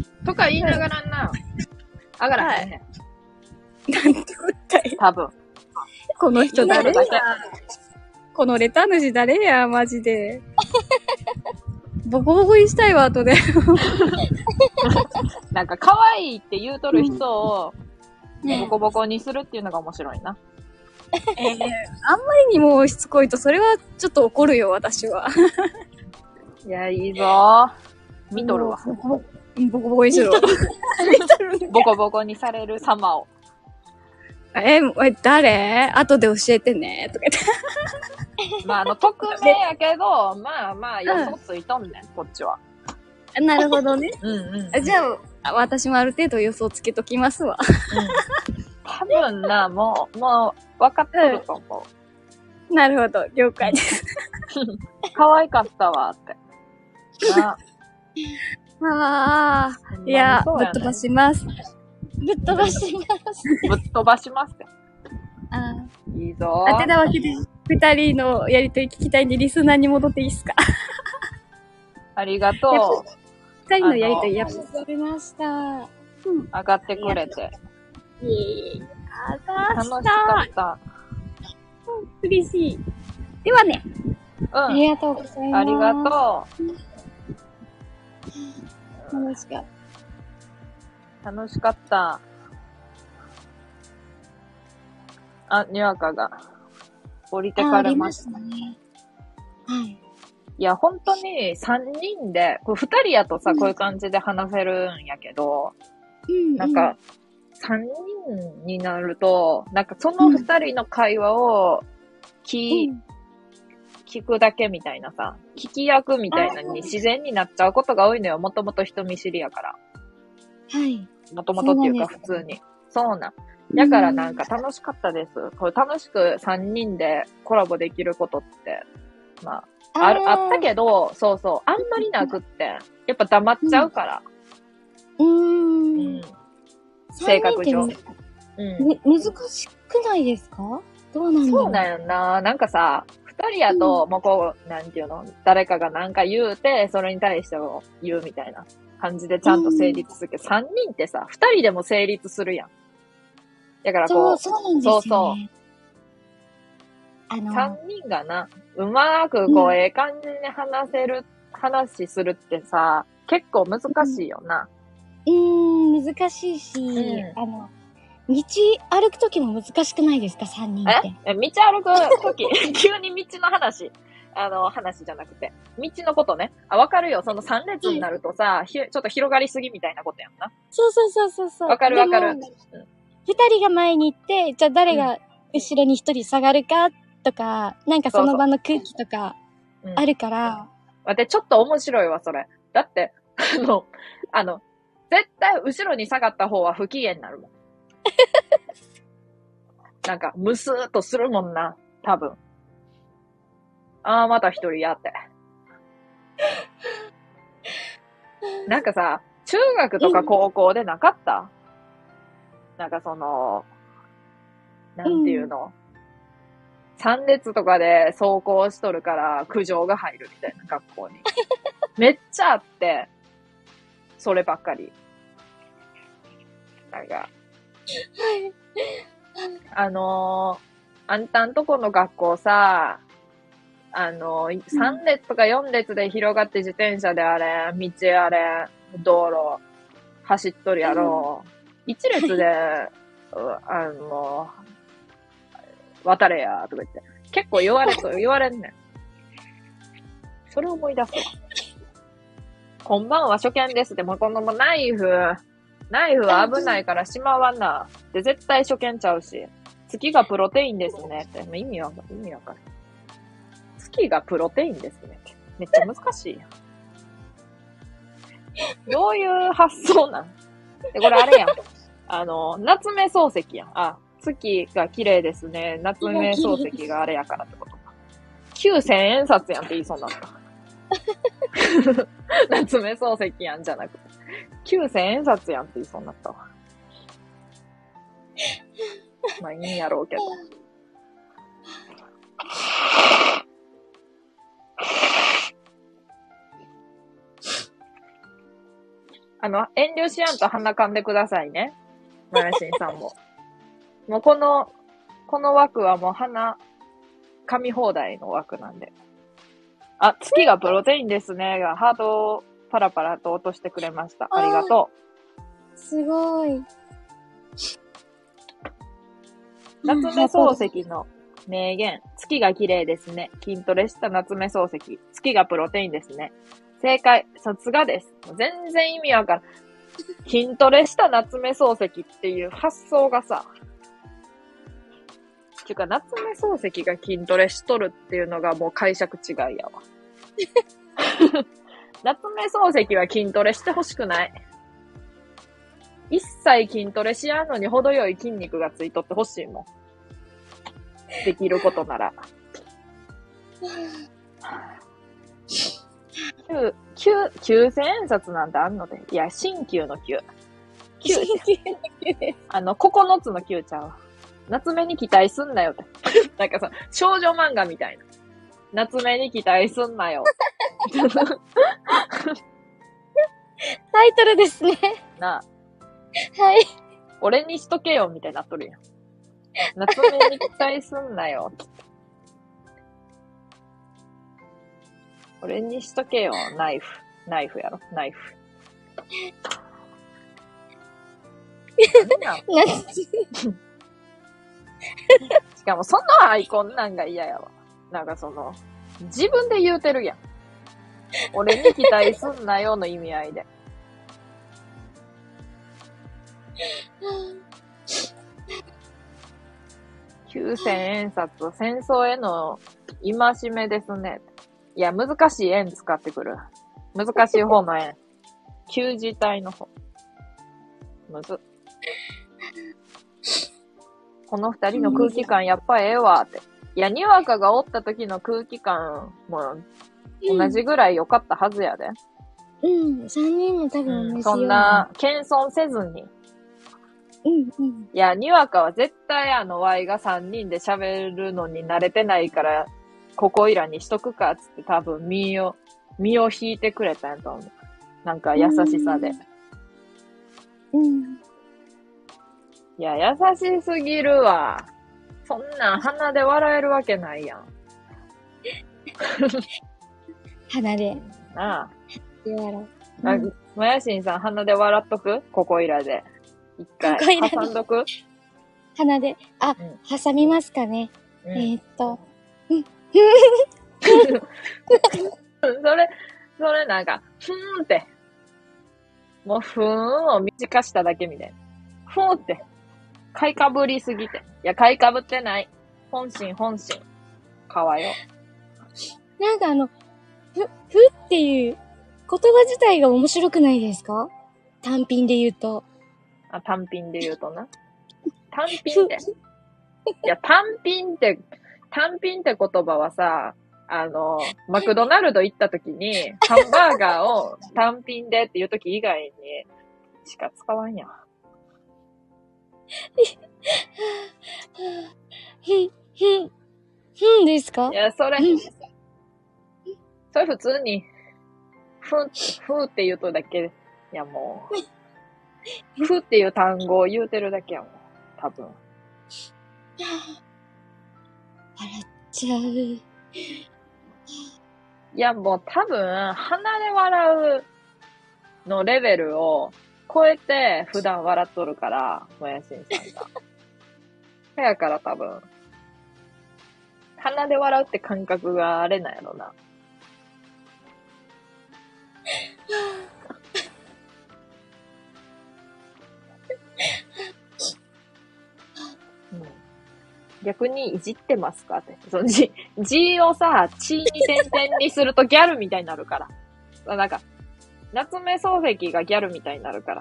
上がらへんねん。 なんて言ったい。 多分。 この人誰や。このレター主誰や、マジで。ボコボコにしたいわ、後で。 なんか、可愛いって言うとる人を、ボコボコにするっていうのが面白いな。 あんまりにもしつこいと、それはちょっと怒るよ、私は。 いや、いいぞ。見とるわ。 ボコボコにしろ。 ボコボコにされる様を。 誰？後で教えてね。とか言って。 匿名やけど、予想ついとんねん、こっちは。 なるほどね。じゃあ、私もある程度予想つけときますわ。 多分な、もう、分かっとると思う。なるほど、了解です。 可愛かったわ、って。 いや、ぶっ飛ばします。 ぶっ飛ばしますって。いいぞ。 てなわけで、二人のやりとり聞きたいんで、リスナーに戻っていいですか？ ありがとう。 二人のやりとり、やっぱ。 わかりました。 上がってくれて。 楽しかった。 嬉しい。ではね。 ありがとうございます。 ありがとう。楽しかった。 楽しかった。にわかが降りてかれましたね。 はい。 いや、本当に3人で、2人やとさ、こういう感じで話せるんやけど、なんか、3人になると、なんかその2人の会話を聞聞くだけみたいなさ、聞き役みたいなのに自然になっちゃうことが多いのよ。もともと人見知りやから。 はい。 もともとっていうか普通に。そうなん。だからなんか楽しかったです。これ楽しく3人でコラボできることって、まあ、あったけど、そうそう、あんまりなくって、やっぱ黙っちゃうから。性格上。 難しくないですか？どうなんだろう。 そうだよな。なんかさ、二人やと、もうこう、なんていうの、誰かがなんか言うて、それに対しても言うみたいな感じでちゃんと成立するけど、三人ってさ、二人でも成立するやん。だからこう、 そうなんですよね。そうそう。 三人がな、うまくこう、ええ感じに話するってさ、結構難しいよな。 難しいし、道歩くときも難しくないですか、3人って。 道歩くとき、急に道の話。話じゃなくて。道のことね。わかるよ。その3列になるとさ、ちょっと広がりすぎみたいなことやんな。 そう。 わかる。 2人が前に行って、じゃあ誰が後ろに1人下がるかとか、なんかその場の空気とかあるから。 待って、ちょっと面白いわ、それ。だって、絶対後ろに下がった方は不機嫌になるもん。なんか、ムスーっとするもんな、多分。また一人やって。なんかさ、中学とか高校でなかった？なんかその、なんていうの？3列とかで走行しとるから苦情が入るみたいな学校に。めっちゃあって、そればっかり。なんか、あんたんとこの学校さ、3列とか4列で広がって自転車であれ、道あれ、道路、走っとるやろ。1列で、渡れや、とか言って。結構言われんねん。それ思い出すわ。こんばんは、初見です。でも、このナイフは危ないからしまわんな。で、絶対初見ちゃうし。月がプロテインですね。って。意味わかる。月がプロテインですね。めっちゃ難しいやん。どういう発想なんで、これあれやん。夏目漱石やん。月が綺麗ですね。夏目漱石があれやからってことか。9000円札やんって言いそうになった。夏目漱石やんじゃなくて。9000円札やんって言いそうになったわ。まあいいんやろうけど。遠慮しやんと鼻かんでくださいね。マヤシンさんも。もうこの枠はもう鼻、噛み放題の枠なんで。月がプロテインですね。が、ハートをパラパラと落としてくれました。ありがとう。すごい。 夏目漱石の名言。月が綺麗ですね。筋トレした夏目漱石。月がプロテインですね。正解。さすがです。全然意味わからん。筋トレした夏目漱石っていう発想がさ、っていうか夏目漱石が筋トレしとるっていうのがもう解釈違いやわ。夏目漱石は筋トレしてほしくない。一切筋トレしやんのに程よい筋肉がついとってほしいもん。できることなら。9000円札なんてあんので。いや、新旧の9。9。9つの9ちゃうわ。夏目に期待すんなよって。なんかさ、少女漫画みたいな。夏目に期待すんなよ。 タイトルですね。 なあ。 はい。 俺にしとけよ、みたいになっとるやん。夏目に期待すんなよ。俺にしとけよ、ナイフ。ナイフやろ、ナイフ。しかもそのアイコンなんか嫌やわ。なんか自分で言うてるやん。俺に期待すんなよの意味合いで。9000円札、戦争への今しめですね。いや、難しい円使ってくる。難しい方の円。旧字体の方。むず。この二人の空気感やっぱええわって。いや、にわかがおった時の空気感も同じぐらい良かったはずやで。 うん、3人も多分同じような。 そんな、謙遜せずに。 うん。 いや、にわかは絶対Y が3人で喋るのに慣れてないから、ここいらにしとくか、つって多分身を引いてくれたんやと思う。なんか優しさで。いや、優しすぎるわ。そんなん鼻で笑えるわけないやん。 鼻で。 なあ。 笑う。まやしんさん鼻で笑っとく？ここいらで。一回。 ここいらで挟んどく？ 鼻で。あ、挟みますかね。 それなんか、ふーんって。もうふーんを短しただけみたいな。ふーんって。買いかぶりすぎて。いや、買いかぶってない。本心。かわよ。 なんかふっていう言葉自体が面白くないですか？単品で言うと。 あ、単品で言うとな。単品って。いや、単品って言葉はさ、マクドナルド行った時に、ハンバーガーを単品でっていう時以外にしか使わんやん。 ですか？ いや、それ普通に、ふーって言うとだけ、いやもう、ふーっていう単語を言うてるだけやもん。多分。 笑っちゃう。 いやもう多分、鼻で笑うのレベルを超えて普段笑っとるから、もやしんさんが。そやから多分、鼻で笑うって感覚があれなんやろな。逆にいじってますかって。その字をさ、地に点々にするとギャルみたいになるから。なんか、夏目漱石がギャルみたいになるから。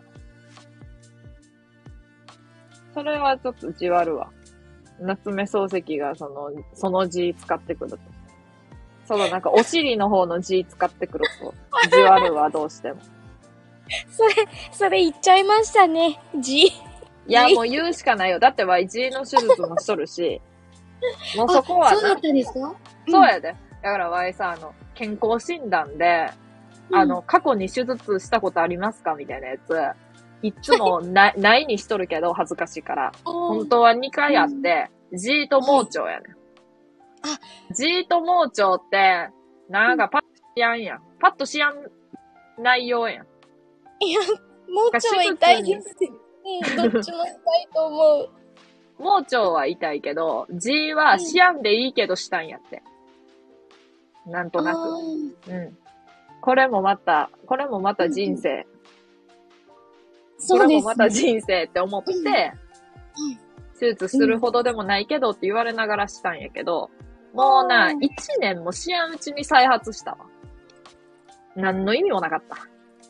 それはちょっとじわるわ。夏目漱石がその字使ってくると。なんかお尻の方の字使ってくると、じわるわ、どうしても。 それ言っちゃいましたね。字。 いや、もう言うしかないよ。だっては、字の手術もしとるし。もうそこはな。 そうだったんですか？ そうやで。だからわいさ、健康診断で、過去に手術したことありますかみたいなやつ。いつもないにしとるけど、恥ずかしいから。本当は2回あって、G と盲腸やねん。G と盲腸って、なんかパッとしやんやん。パッとしやん内容やん。 いや、盲腸は痛いです。どっちも痛いと思う。 盲腸は痛いけど、G はしやんでいいけどしたんやって。なんとなく。これもまた人生。これもまた人生って思って、手術するほどでもないけどって言われながらしたんやけど、もうな、1年もしやんうちに再発したわ。何の意味もなかった。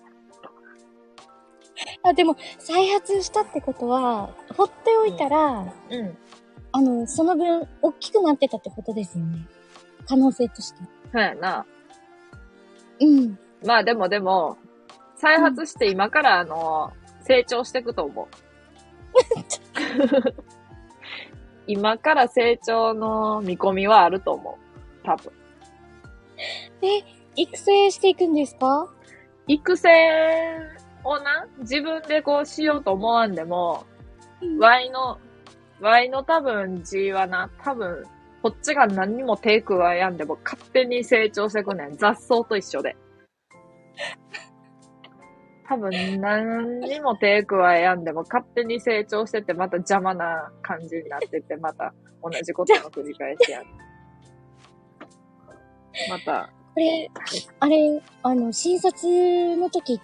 でも、再発したってことは、放っておいたら、その分、大きくなってたってことですよね。可能性として。 そうやな。 まあでも、再発して今から成長していくと思う。今から成長の見込みはあると思う。多分。 育成していくんですか？ 育成をな、自分でこうしようと思わんでも、Y の多分 G はな、多分、こっちが何にも手加えやんでも勝手に成長してくねん。雑草と一緒で。多分何にも手加えやんでも勝手に成長しててまた邪魔な感じになっててまた同じことの繰り返しやん。また。 診察の時って、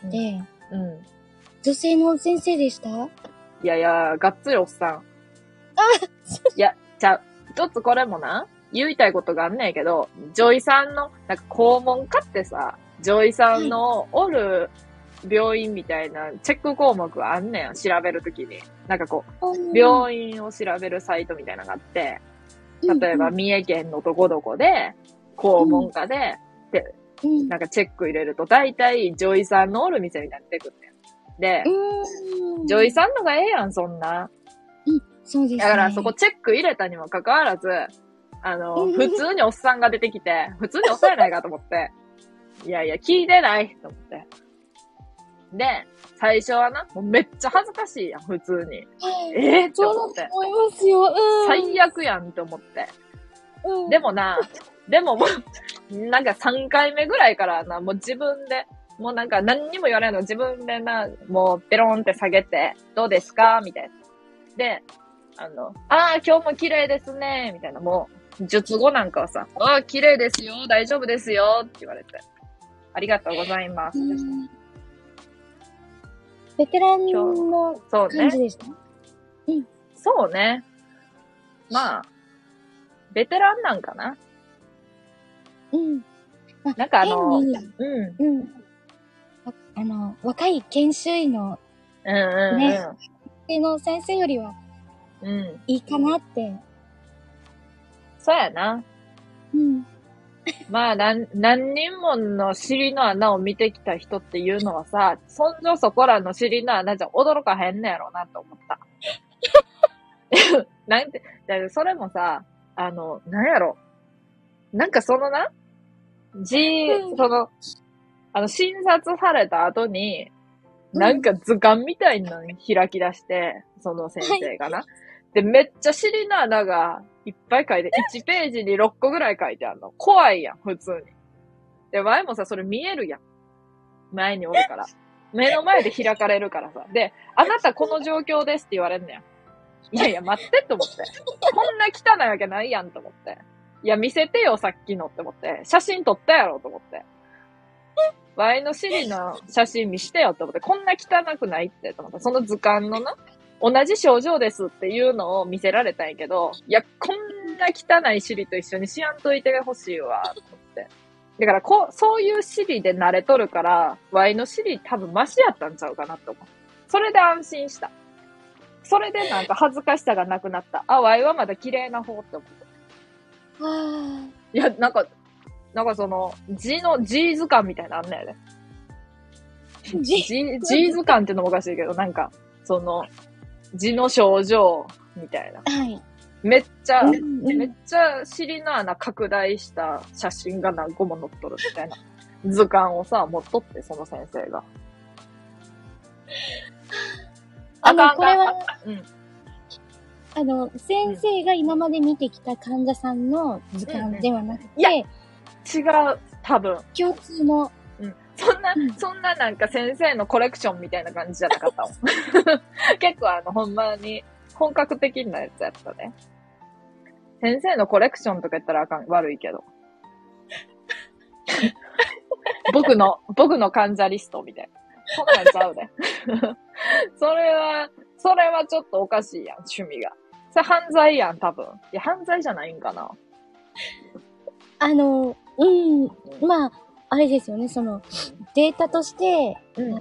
女性の先生でした？ いや、がっつりおっさん。いや、一つこれもな、 言いたいことがあんねんけど、女医さんの、なんか肛門科ってさ、女医さんのおる病院みたいなチェック項目あんねん、調べるときに。なんかこう、病院を調べるサイトみたいなのがあって、例えば三重県のどこどこで、肛門科で、で、なんかチェック入れると、大体女医さんのおる店みたいに出てくんねん。で、女医さんのがええやん、そんな。 そうですね。 だからそこチェック入れたにもかかわらず、普通におっさんが出てきて、普通におっさんやないかと思って、いやいや、聞いてないと思って。で、最初はな、もうめっちゃ恥ずかしいやん、普通に。って思って。 そう思いますよ。 最悪やんって思って。でももう、なんか3回目ぐらいからな、もう自分で、もうなんか何にも言われないの自分でな、もうペロンって下げて、どうですかみたいな。で、今日も綺麗ですね、みたいな、もう、術後なんかはさ、綺麗ですよ、大丈夫ですよ、って言われて。ありがとうございます。 ベテランの感じでした？ そうね。まあ、ベテランなんかな。なんか若い研修医の、の先生よりは、いいかなって。 そうやな。まあ、何人もの尻の穴を見てきた人っていうのはさ、そんじょそこらの尻の穴じゃ驚かへんねやろうなと思った。なんて、それもさ、なんやろ。なんか診察された後に、なんか図鑑みたいなの開き出して、その先生がな。で、めっちゃ尻の穴がいっぱい書いて、1ページに6個ぐらい書いてあるの。怖いやん、普通に。で、前もさ、それ見えるやん。前におるから。目の前で開かれるからさ。で、あなたこの状況ですって言われんねや。いやいや、待ってって思って。こんな汚いわけないやんと思って。いや、見せてよ、さっきのって思って。写真撮ったやろと思って。ワイの尻の写真見してよって思って。こんな汚くないってと思って。その図鑑のな、同じ症状ですっていうのを見せられたんやけど、いや、こんな汚い尻と一緒にしやんといてほしいわ、と思って。だからそういう尻で慣れとるから、ワイの尻多分マシやったんちゃうかなと思う。それで安心した。それでなんか恥ずかしさがなくなった。ワイはまだ綺麗な方って思った。いや、なんかその、G 図鑑みたいなのあんねんね。G 図鑑ってのもおかしいけど、なんか、その、G の症状みたいな。めっちゃ尻の穴拡大した写真が何個も載っとるみたいな図鑑をさ、持っとって、その先生が。 これは、先生が今まで見てきた患者さんの図鑑ではなくて、 いや、違う、多分。 共通の。 そんななんか先生のコレクションみたいな感じじゃなかったもん。結構ほんまに本格的なやつやったね。先生のコレクションとか言ったら悪いけど。僕の患者リストみたいな。そんなんちゃうで。それはちょっとおかしいやん、趣味が。それ犯罪やん、多分。いや、犯罪じゃないんかな。 まあ、あれですよね、その、データとして、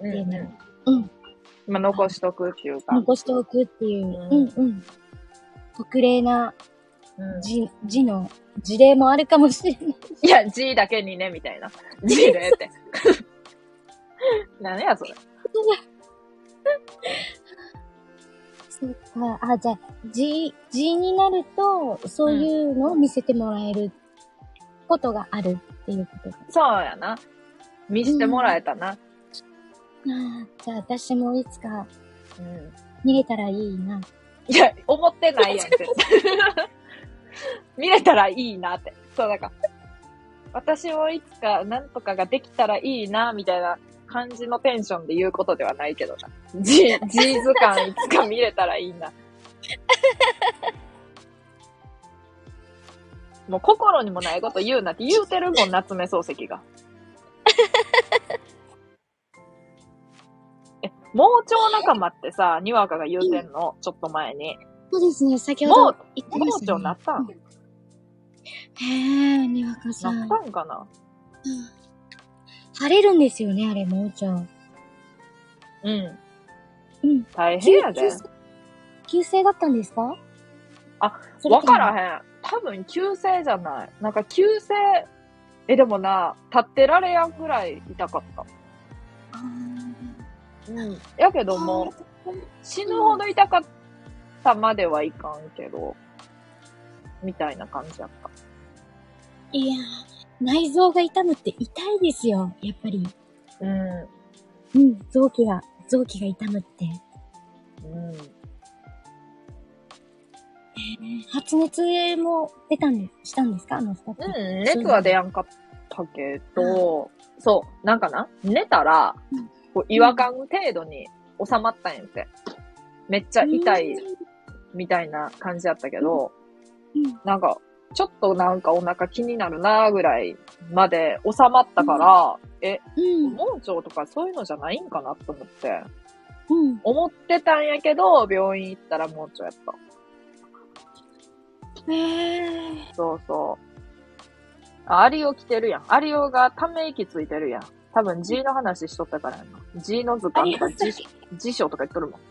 まあ、残しとくっていうか。 残しておくっていう、特例な、字の事例もあるかもしれない。 いや、字だけにね、みたいな。字でって。何や、それ。 そっか。じゃあ、字になると、そういうのを見せてもらえることがあるっていうことです。 そうやな。見せてもらえたな。 じゃあ、私もいつか、見れたらいいな。 いや、思ってないやんって。見れたらいいなって。そう、だから、私もいつかなんとかができたらいいな、みたいな感じのテンションで言うことではないけどな。G 図鑑いつか見れたらいいな。もう心にもないこと言うなって言うてるもん、夏目漱石が。盲腸仲間ってさ、にわかが言うてんの、ちょっと前に。 そうですね、先ほど言ってましたね。盲腸なったん？ へえ、にわかさん。 なったんかな。 晴れるんですよね、あれ、盲腸。 うん。 うん。 大変やで。 急性だったんですか？ あ、わからへん。多分急性じゃない。なんか急性、でもな、立ってられやんぐらい痛かった。うん。やけども、死ぬほど痛かったまではいかんけど、みたいな感じやった。 いやー、内臓が痛むって痛いですよ、やっぱり。 うん。 うん、臓器が痛むって。 うん。 発熱もしたんですか？2つ。 うん、熱は出やんかったけど、そう、なんかな、寝たら、こう違和感程度に収まったんやって。めっちゃ痛い、みたいな感じやったけど、なんか、ちょっとなんかお腹気になるなぐらいまで収まったから、盲腸とかそういうのじゃないんかなと思って、思ってたんやけど、病院行ったら盲腸やった。そうそう。アリオ来てるやん。アリオがため息ついてるやん。多分 G の話しとったからやな。G の図鑑とか辞書とか言っとるもん。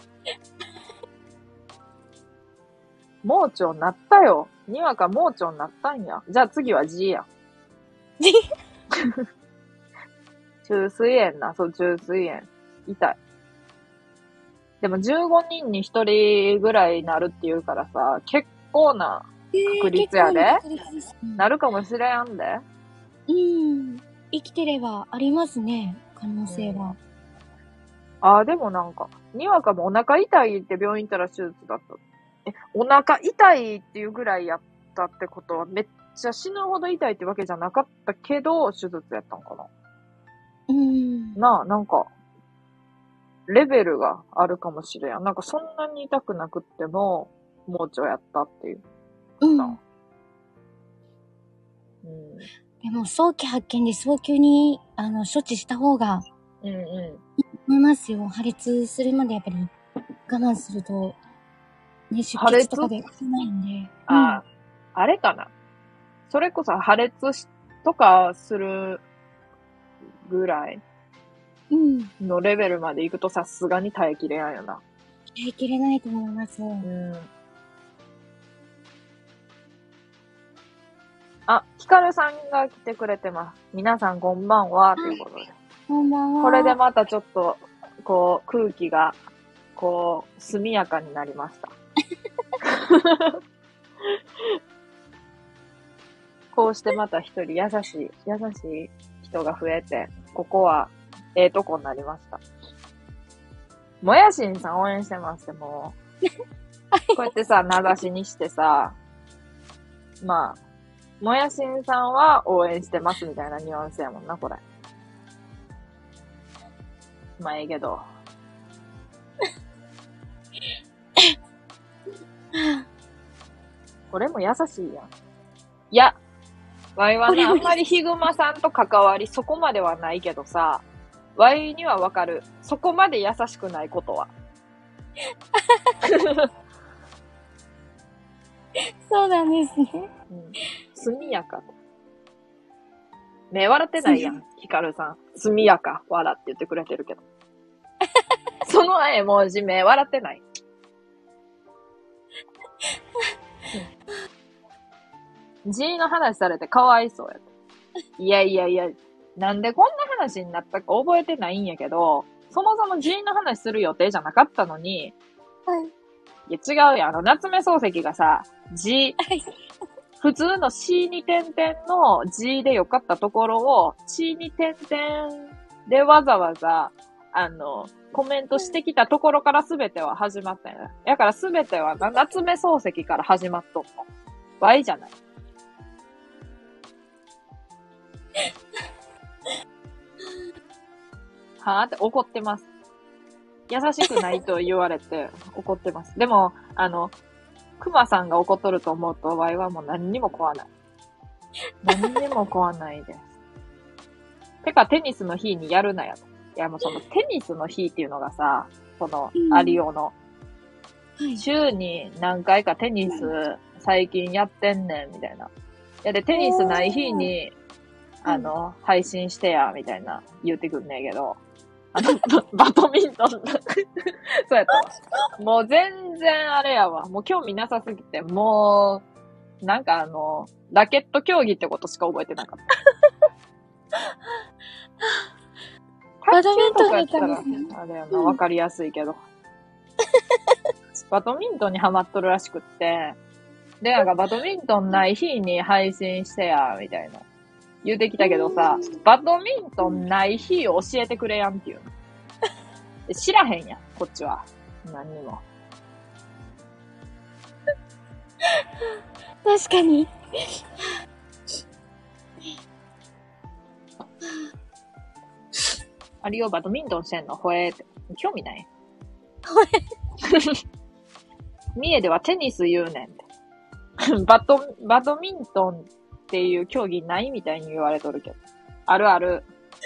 盲腸なったよ。にわか盲腸なったんや。じゃあ次は G や。虫垂炎な。そう、虫垂炎。痛い。でも15人に1人ぐらいなるって言うからさ、結構な確率やで。なるかもしれんで。 生きてればありますね、可能性は。 でもなんか、にわかもお腹痛いって病院行ったら手術だった。お腹痛いっていうぐらいやったってことは、めっちゃ死ぬほど痛いってわけじゃなかったけど、手術やったんかな。なんか、レベルがあるかもしれん。なんかそんなに痛くなくっても、盲腸やったっていう。 でも早期発見で早急に処置した方がいいと思いますよ。破裂するまでやっぱり我慢するとね、出血とかで起きないんで。 あれかな。それこそ破裂とかするぐらいのレベルまで行くとさすがに耐えきれないよな。 耐えきれないと思います。 ヒカルさんが来てくれてます。皆さんこんばんは、ということで。 こんばんは。 これでまたちょっと、こう、空気が、こう、速やかになりました。こうしてまた一人優しい人が増えて、ここは、とこになりました。もやしんさん応援してますってもう。こうやってさ、名指しにしてさ、まあ、もやしんさんは応援してますみたいなニュアンスやもんな、これ。まあ、ええけど。これも優しいやん。いや、ワイはな、あんまりヒグマさんと関わりそこまではないけどさ、ワイにはわかる。そこまで優しくないことは。 そうなんですね。 速やか。目笑ってないやん、ヒカルさん。速やか、笑って言ってくれてるけど。その絵文字目笑ってない。G の話されてかわいそうやと。いや、なんでこんな話になったか覚えてないんやけど、そもそも G の話する予定じゃなかったのに、いや違うやん。夏目漱石がさ、G、普通の C に点々の G でよかったところを、C に点々でわざわざ、コメントしてきたところから全ては始まったんや。だから全ては夏目漱石から始まっとんの。Y じゃない。はぁって怒ってます。優しくないと言われて怒ってます。でも、熊さんが怒っとると思うと、ワイはもう何にも怖ない。何にも怖ないです。てか、テニスの日にやるなやと。いや、もうそのテニスの日っていうのがさ、その、アリオの、週に何回かテニス最近やってんねん、みたいな。 やで、テニスない日に、配信してや、みたいな言ってくんねんけど、バドミントン、そうやったわ。もう全然あれやわ。もう興味なさすぎて、もう、なんかラケット競技ってことしか覚えてなかった。 バドミントンやったら、あれやな、わかりやすいけど。バドミントンにハマっとるらしくって、で、なんかバドミントンない日に配信してや、みたいな。言うてきたけどさ、バドミントンない日を教えてくれやんっていうの。知らへんやん、こっちは。何にも。 確かに。 あれよ、バドミントンしてんのほえーって。興味ないほえ。 三重ではテニス言うねんって。バドミントンっていう競技ないみたいに言われとるけど。あるある。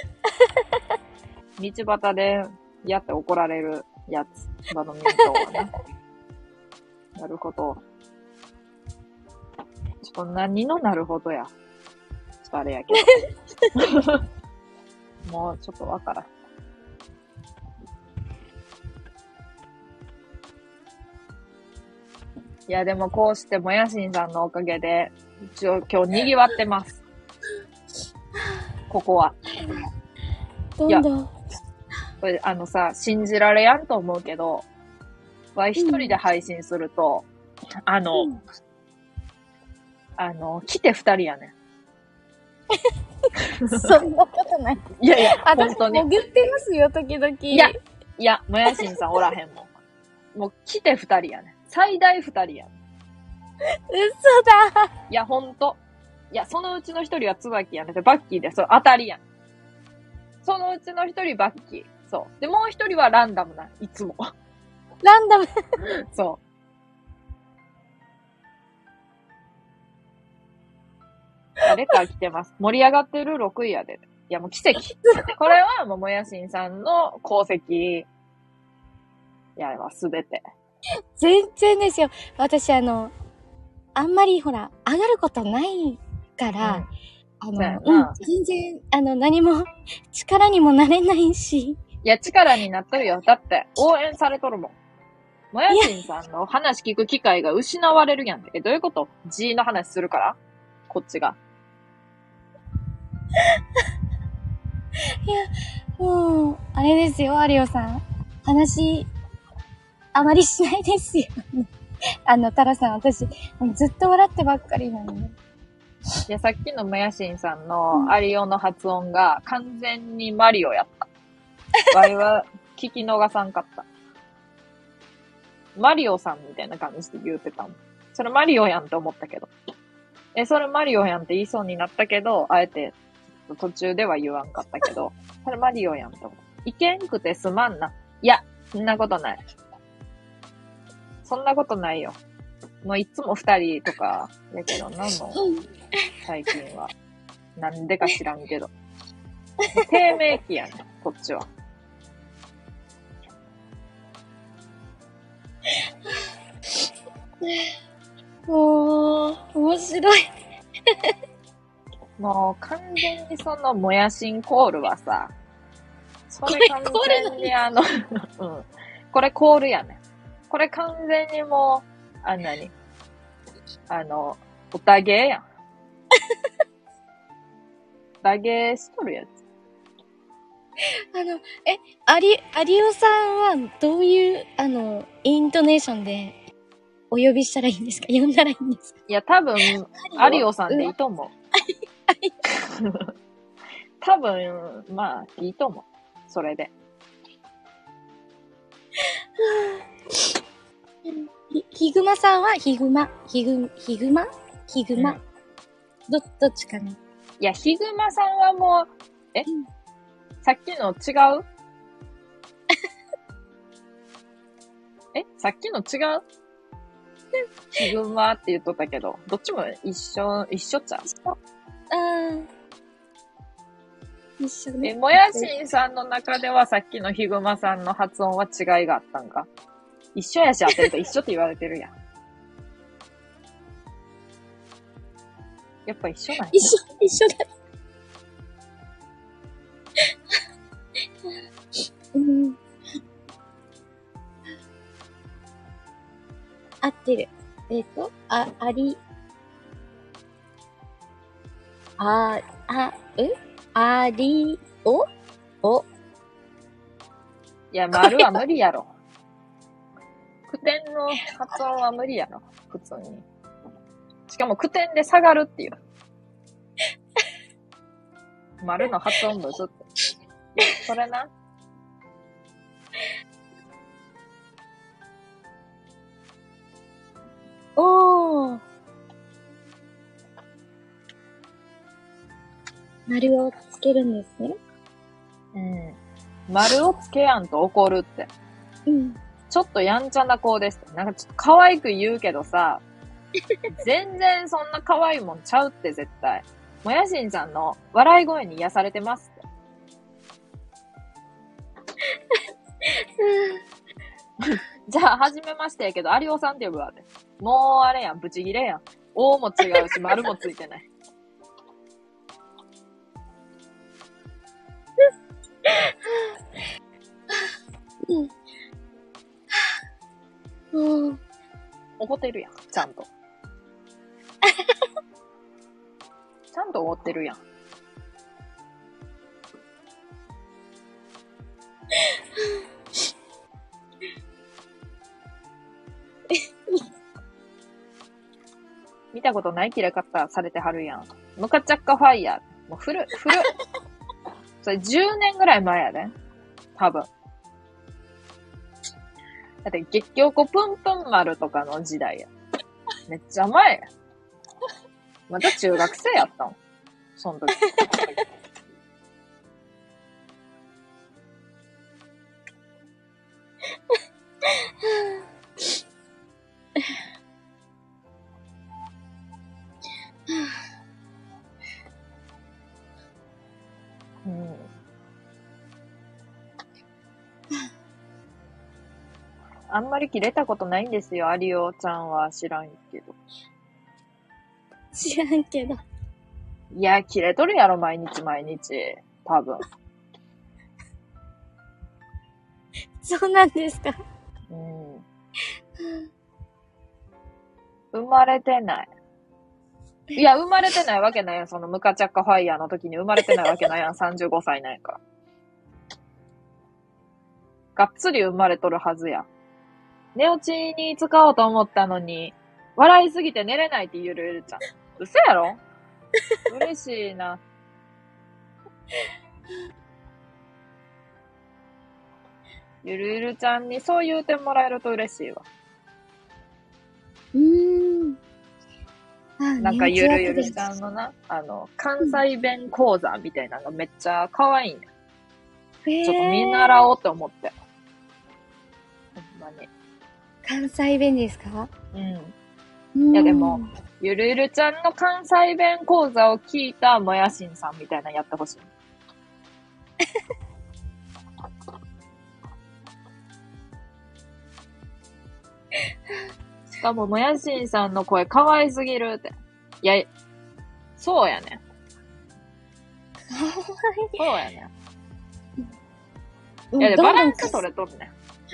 道端でやって怒られるやつ。バドミントンはね。なるほど。ちょっと何のなるほどや。ちょっとあれやけど。もうちょっとわからん。いや、でもこうしてもやしんさんのおかげで、一応今日賑わってます。ここは。 どんどん。 これさ、信じられやんと思うけど、一人で配信すると、来て二人やねん。そんなことない。 いやいや、本当に。 潜ってますよ、時々。 いや、もやしんさんおらへんもん。もう来て二人やね最大二人やね嘘だ。 いや、ほんと。いや、そのうちの一人はつばきやねバッキーで、それ当たりやん。そのうちの一人バッキー。そう。で、もう一人はランダムな。いつも。 ランダム。 そう。誰か来てます。盛り上がってる6位やで。いや、もう奇跡。これはもうもやしんさんの功績。やわ、すべて。 全然ですよ。私あんまりほら、上がることないから、全然、何も力にもなれないし。 いや、力になっとるよ。だって、応援されとるもん。もやしんさんの話聞く機会が失われるやんって。どういうこと？ G の話するからこっちが。 いや、もう、あれですよ、有オさん。話、あまりしないですよ。タラさん、私、ずっと笑ってばっかりなので。 いや、さっきのもやしんさんのアリオの発音が完全にマリオやった。わいは聞き逃さんかった。マリオさんみたいな感じで言うてたもん。それマリオやんって思ったけど。それマリオやんって言いそうになったけど、あえて途中では言わんかったけど、それマリオやんって思った。いけんくてすまんな。いや、そんなことない。そんなことないよ。もういつも二人とか、やけどな、もう、最近は。なんでか知らんけど。低迷期やね、こっちは。 面白い。 もう完全にそのもやしんコールはさ、それ完全にうん。これコールやね。これ完全にもう、おたげやん。おたげしとるやつ。 有オさんはどういう、イントネーションでお呼びしたらいいんですか？呼んだらいいんですか？ いや、多分、有オさんでいいと思う。多分、まあ、いいと思う。それで。 ヒグマさんはヒグマ、どっちかな？ いや、ヒグマさんはもう、さっきの違うさっきの違うヒグマって言っとったけど、どっちも一緒ちゃう？ 一緒ね。 もやしんさんの中ではさっきのヒグマさんの発音は違いがあったんか？一緒やし当てると一緒って言われてるやん。 やっぱ一緒なんや。 一緒だ。うん。合ってる。ありお。 いや、丸は無理やろ。句点の発音は無理やろ。普通に。しかも句点で下がるっていう。丸の発音むずって。それな。 おー。丸をつけるんですね。 うん。丸をつけやんと怒るって。 うん。 ちょっとやんちゃな子です。なんかちょっと可愛く言うけどさ、全然そんな可愛いもんちゃうって絶対。もやしんちゃんの笑い声に癒されてますって。じゃあ、はじめましてやけど、有尾さんって呼ぶわって。もうあれやん、ブチギレやん。O も違うし、丸もついてない。 うん。 怒ってるやん、ちゃんと。ちゃんと怒ってるやん。見たことない切れ方されてはるやん。ムカチャッカファイヤー。もう古っ。それ10年ぐらい前やで。多分。だって月曜子プンプン丸とかの時代や。めっちゃ前や。また中学生やったん。その時。うん。あんまり切れたことないんですよ、有尾ちゃんは知らんけど。 知らんけど。 いや、切れとるやろ、毎日。多分。 そうなんですか。 うん。生まれてない。いや、生まれてないわけないやん。そのムカチャッカファイヤーの時に生まれてないわけないやん。35歳なんやから。がっつり生まれとるはずや。寝落ちに使おうと思ったのに、笑いすぎて寝れないってゆるゆるちゃん。嘘やろ？嬉しいな。ゆるゆるちゃんにそう言うてもらえると嬉しいわ。なんかゆるゆるちゃんのな、関西弁講座みたいなのがめっちゃ可愛いね。ちょっと見習おうと思って。ほんまに。 関西弁ですか？ うん。いやでも、ゆるゆるちゃんの関西弁講座を聞いたもやしんさんみたいなのやってほしい。しかももやしんさんの声可愛すぎるって。いや、そうやね。そうやね。いやで、バランス取れとるね。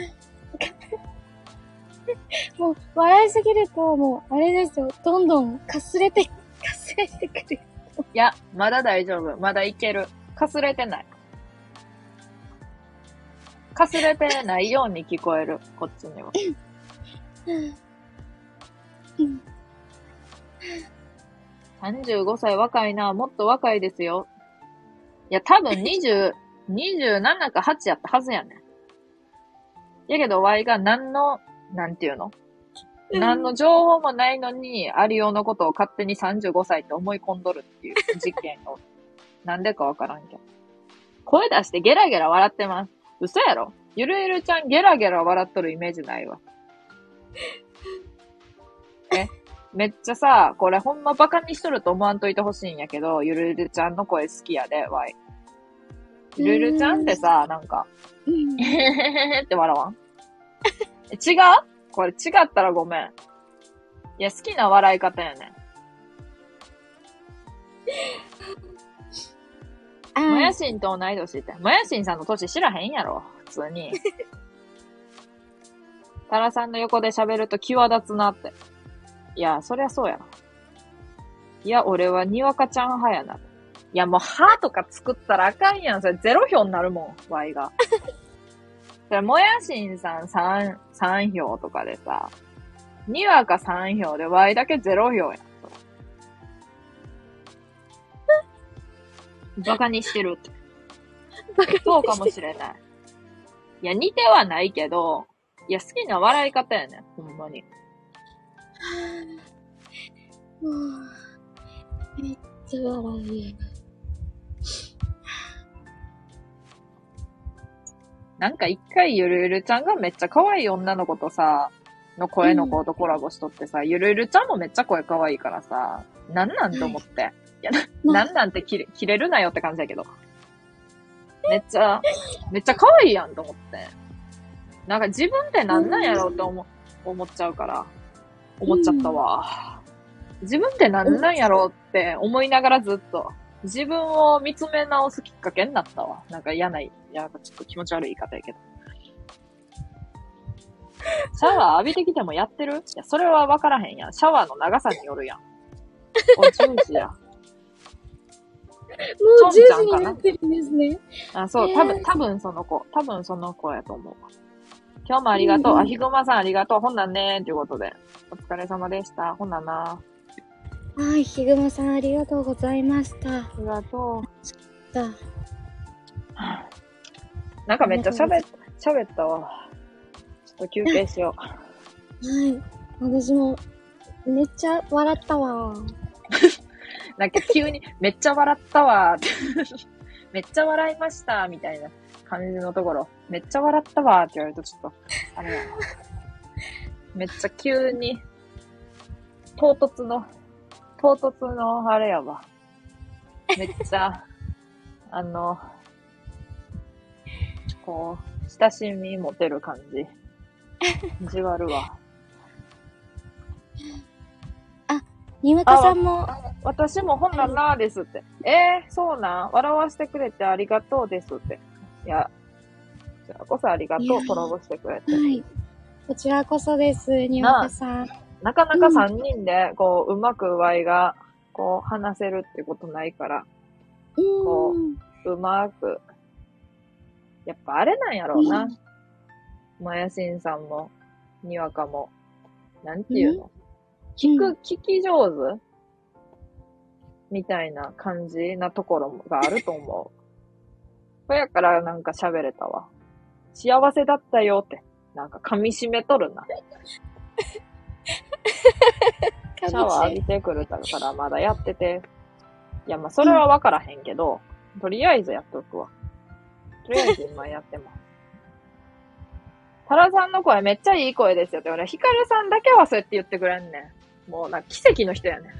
もう、笑いすぎると、もう、あれですよ。どんどんかすれてくる。 いや、まだ大丈夫。まだいける。かすれてない。かすれてないように聞こえる。こっちには。35歳若いな。もっと若いですよ。いや、多分27か8やったはずやねん。やけど、Y がなんていうの、何の情報もないのに、アリオのことを勝手に35歳って思い込んどるっていう事件を。なんでかわからんけど。声出してゲラゲラ笑ってます。嘘やろ？ゆるゆるちゃんゲラゲラ笑っとるイメージないわ。めっちゃさ、これほんまバカにしとると思わんといてほしいんやけど、ゆるゆるちゃんの声好きやで、Y。ゆるゆるちゃんってさ、なんか、へへへって笑わん？違う？これ違ったらごめん。いや、好きな笑い方やねん。 もやしんと同い年って。もやしんさんの年知らへんやろ。普通に。タラさんの横で喋ると際立つなって。いや、そりゃそうやろ。いや、俺はにわかちゃん派やな。いや、もう、歯とか作ったらあかんやん。それ0票になるもん、Y が。それ、もやしんさん3票とかでさ、にわか3票で Y だけ0票やん。バカにしてるって。そうかもしれない。いや、似てはないけど、いや、好きな笑い方やねん、ほんまに。 もう、めっちゃ笑い。 なんか一回ゆるゆるちゃんがめっちゃ可愛い女の子とさ、の声の子とコラボしとってさ、ゆるゆるちゃんもめっちゃ声可愛いからさ、なんなんと思って。いや、なんなんて切れるなよって感じだけど。めっちゃ可愛いやんと思って。なんか自分ってなんなんやろうって思っちゃうから、思っちゃったわ。自分ってなんなんやろうって思いながらずっと、自分を見つめ直すきっかけになったわ。なんかちょっと気持ち悪い言い方やけど。シャワー浴びてきてもやってる？いや、それは分からへんやん。シャワーの長さによるやん。お、10時や。 もう10時になってるんですね。 あ、そう、多分その子やと思う。今日もありがとう。あ、ひぐまさんありがとう。ほんなんねーっていうことで。お疲れ様でした。ほんなんな。 はい、ひぐまさんありがとうございました。 ありがとう。なんかめっちゃ喋ったわ。ちょっと休憩しよう。 はい。私も、めっちゃ笑ったわ。 なんか急に、めっちゃ笑ったわーって。めっちゃ笑いました、みたいな感じのところ。めっちゃ笑ったわーって言われるとちょっと、あれやな。めっちゃ急に、唐突のあれやわ。めっちゃ、こう、親しみ持てる感じ。じわるわ。 あ、にわかさんも。 私もほんなんなーですって。そうなん？笑わせてくれてありがとうですって。いや、こちらこそありがとう、コラボしてくれて。 はい。こちらこそです、にわかさん。 なかなか3人で、こう、うまくワイが、こう、話せるってことないから、こう、うまく、やっぱあれなんやろうな。まやしんさんも、にわかも、なんていうの？聞き上手みたいな感じなところがあると思う。そやからなんか喋れたわ。幸せだったよって、なんか噛み締めとるな。シャワー浴びてくるからまだやってて。いや、まあ、それはわからへんけど、とりあえずやっとくわ。とりあえず今やってます。タラさんの声めっちゃいい声ですよって。俺、ヒカルさんだけはそうやって言ってくれんねん。もう、なんか奇跡の人やね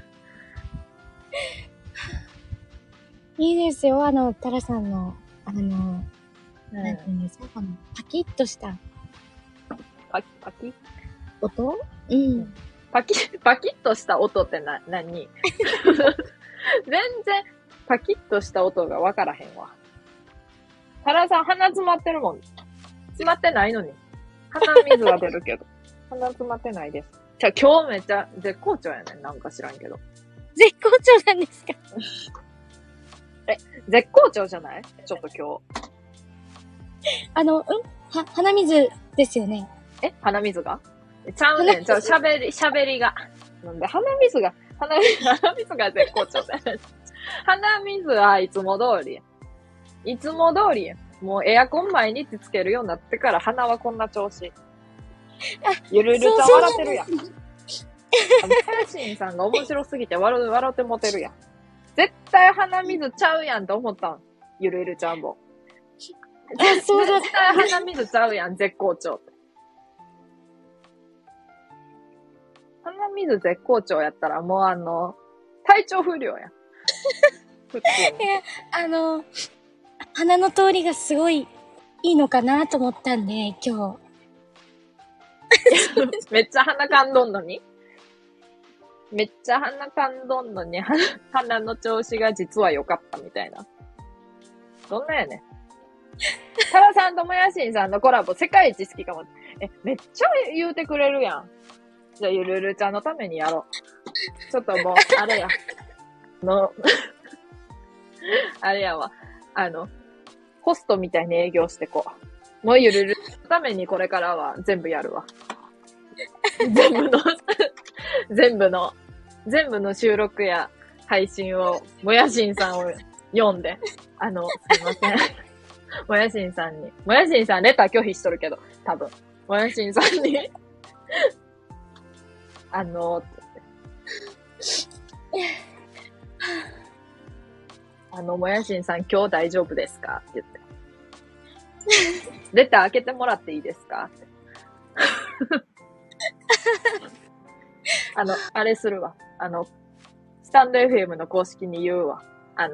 ん。いいですよ、タラさんの、なんていうんですか、この、パキッとした。 パキ音？うん。 パキッとした音って何？全然、パキッとした音がわからへんわ。タラさん鼻詰まってるもん。詰まってないのに。鼻水は出るけど。鼻詰まってないです。じゃあ今日めっちゃ絶好調やねん。なんか知らんけど。 絶好調なんですか？ 絶好調じゃない？ちょっと今日。鼻水ですよね。 鼻水が？ちゃうねん。喋りが。なんで鼻水が絶好調だよ。鼻水はいつも通りや。いつも通りや。もうエアコン毎日つけるようになってから鼻はこんな調子。ゆるゆるちゃん笑ってるやん。ハヤシンさんが面白すぎて笑ってもてるやん。絶対鼻水ちゃうやんと思ったん。ゆるゆるちゃんも。 そうだ。 絶対鼻水ちゃうやん、絶好調。鼻水絶好調やったらもう体調不良やん。普通に。 鼻の通りがすごいいいのかなと思ったんで、今日。めっちゃ鼻かんどんのにめっちゃ鼻かんどんのに、鼻の調子が実は良かったみたいな。どんなやねん。タラさんともやしんさんのコラボ世界一好きかも。めっちゃ言うてくれるやん。じゃあゆるるちゃんのためにやろう。ちょっともう、あれや。あれやわ。ホストみたいに営業してこう。もうゆるるのためにこれからは全部やるわ。全部の収録や配信を、もやしんさんを読んで、すいません。もやしんさんに。もやしんさんレター拒否しとるけど、多分。もやしんさんに、もやしんさん今日大丈夫ですかって言って。レター開けてもらっていいですかって。あれするわ。スタンド FM の公式に言うわ。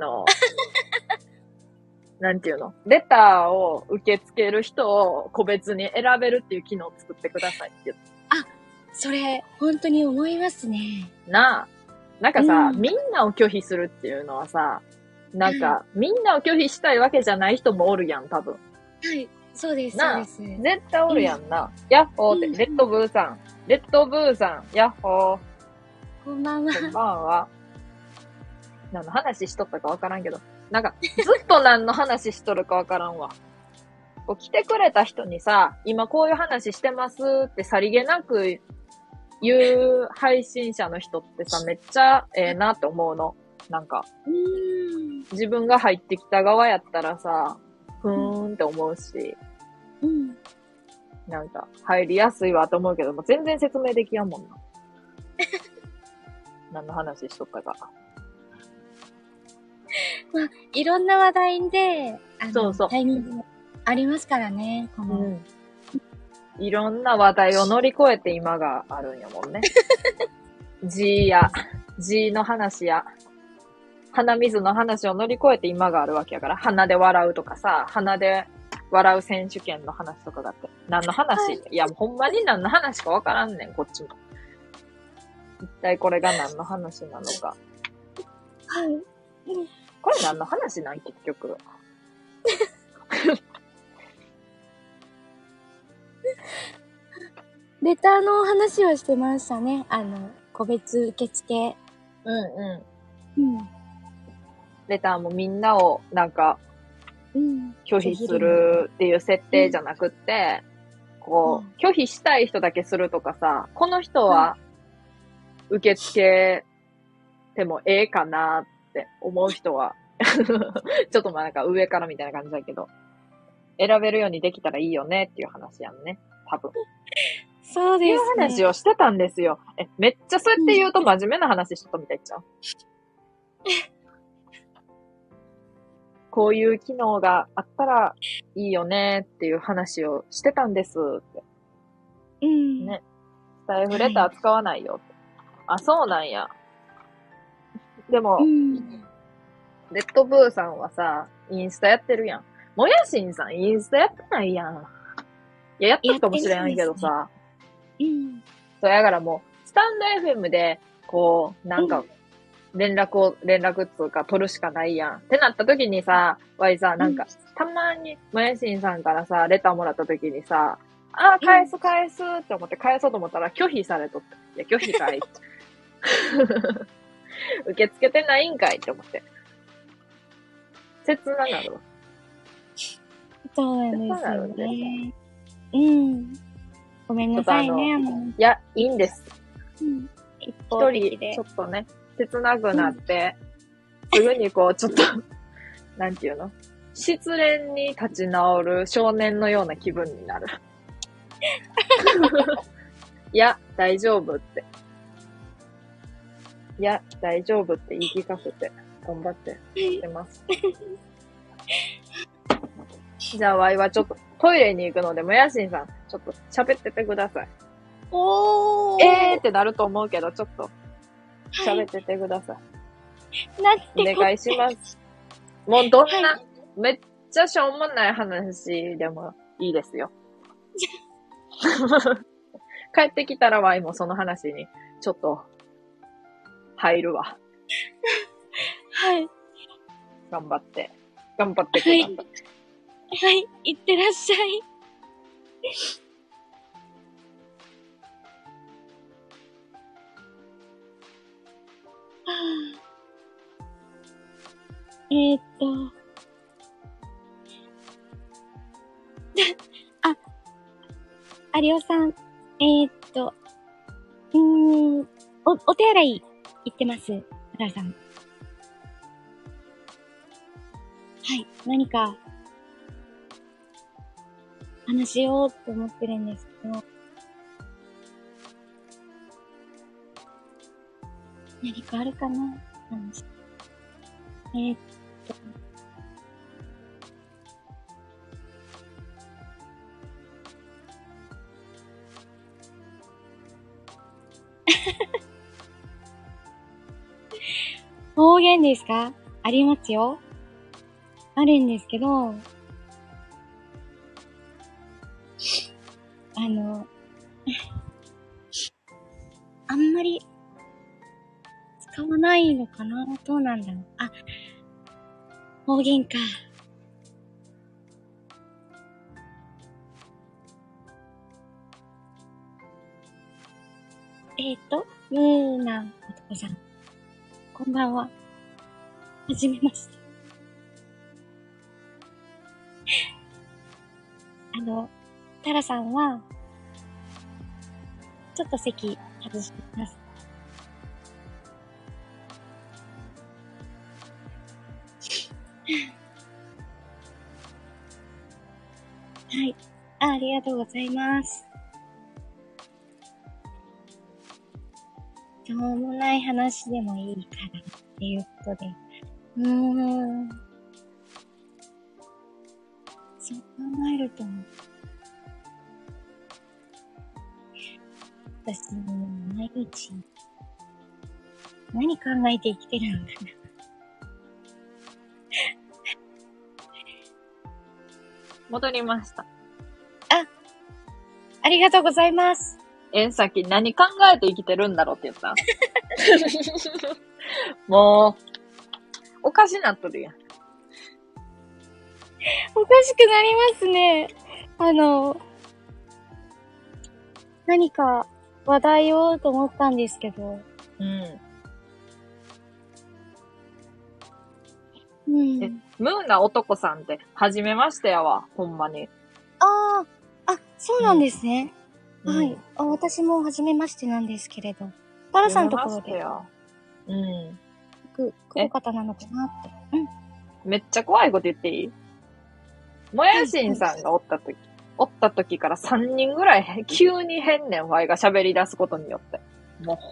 なんていうの？レターを受け付ける人を個別に選べるっていう機能を作ってくださいって言って。 あ、それ、本当に思いますね。 なんかさ、みんなを拒否するっていうのはさ、なんか、みんなを拒否したいわけじゃない人もおるやん、多分。 はい、そうです、そうです。 絶対おるやんな。ヤッホーって、レッドブーさん。レッドブーさん、ヤッホー。 こんばんは。 こんばんは。何の話しとったかわからんけど。なんか、ずっと何の話しとるかわからんわ。こう来てくれた人にさ、今こういう話してますってさりげなく言う配信者の人ってさ、めっちゃええなって思うの。なんか、自分が入ってきた側やったらさ、ふーんって思うし、なんか、入りやすいわと思うけども、全然説明できやんもんな。何の話しとったか。 まあ、いろんな話題で、 そうそう。 タイミングもありますからね、この。 いろんな話題を乗り越えて今があるんやもんね。G の話や、鼻水の話を乗り越えて今があるわけやから、鼻で笑うとかさ、鼻で笑う選手権の話とかがあって。何の話、はい、いや、ほんまに何の話かわからんねん、こっちも。一体これが何の話なのか。 はい。 これ何の話なん、結局。 レターの話はしてましたね。個別受付。 レターもみんなをなんか、拒否するっていう設定じゃなくって、こう、拒否したい人だけするとかさ、この人は受け付けてもええかなって思う人は、ちょっとまあなんか上からみたいな感じだけど、選べるようにできたらいいよねっていう話やんね、多分。 そうですね。 っていう話をしてたんですよ。めっちゃそうやって言うと真面目な話しとったみたいっちゃう。こういう機能があったらいいよねっていう話をしてたんですって。ね。スタイフレター使わないよって。あ、そうなんや。でも、レッドブーさんはさ、インスタやってるやん。もやしんさんインスタやってないやん。いや、やってるかもしれんけどさ。そうやからもう、スタンド FM で、こう、なんか、連絡っつうか取るしかないやん。ってなった時にさ、わいさ、なんか、たまに、もやしんさんからさ、レターもらった時にさ、あ、返すって思って返そうと思ったら拒否されとった。いや、拒否かい。受け付けてないんかいって思って。切ななるわ。 そうなんですよね。ごめんなさいね。 いや、いいんです。一人、ちょっとね、切なくなって、すぐにこう、ちょっと、なんていうの？失恋に立ち直る少年のような気分になる。いや、大丈夫って。いや、大丈夫って言い聞かせて、頑張ってしてます。じゃあ、ワイはちょっとトイレに行くので、もやしんさん、ちょっと喋っててください。ってなると思うけど、ちょっと、喋っててください。お願いします。もうどんな、めっちゃしょうもない話でもいいですよ。帰ってきたらワイもその話に、ちょっと、 入るわ。 はい。 頑張って。頑張ってください。 はい。いってらっしゃい。あ、有吉さん。お手洗い行ってます。原さん。はい。何か、話しようと思ってるんですけど。何かあるかな話。方言ですか？ありますよ。あるんですけど、あんまり使わないのかな？どうなんだろう。あ、方言か。ムーナ男さん。こんばんは。はじめまして。タラさんは、ちょっと席外します。はい。ありがとうございます。しょうもない話でもいいからっていうことで。そう考えると、私、毎日、何考えて生きてるのかな。 戻りました。 ありがとうございます。 さっき何考えて生きてるんだろうって言ったもう、おかしなっとるやん。 おかしくなりますね。何か話題をと思ったんですけど。 ムーな男さんって初めましてやわ、ほんまに。 そうなんですね。はい。私も初めましてなんですけれど。タラさんのところで。来る方なのかなって。 めっちゃ怖いこと言っていい？もやしんさんがおった時から3人ぐらい急に変ねんわいが喋り出すことによって。もう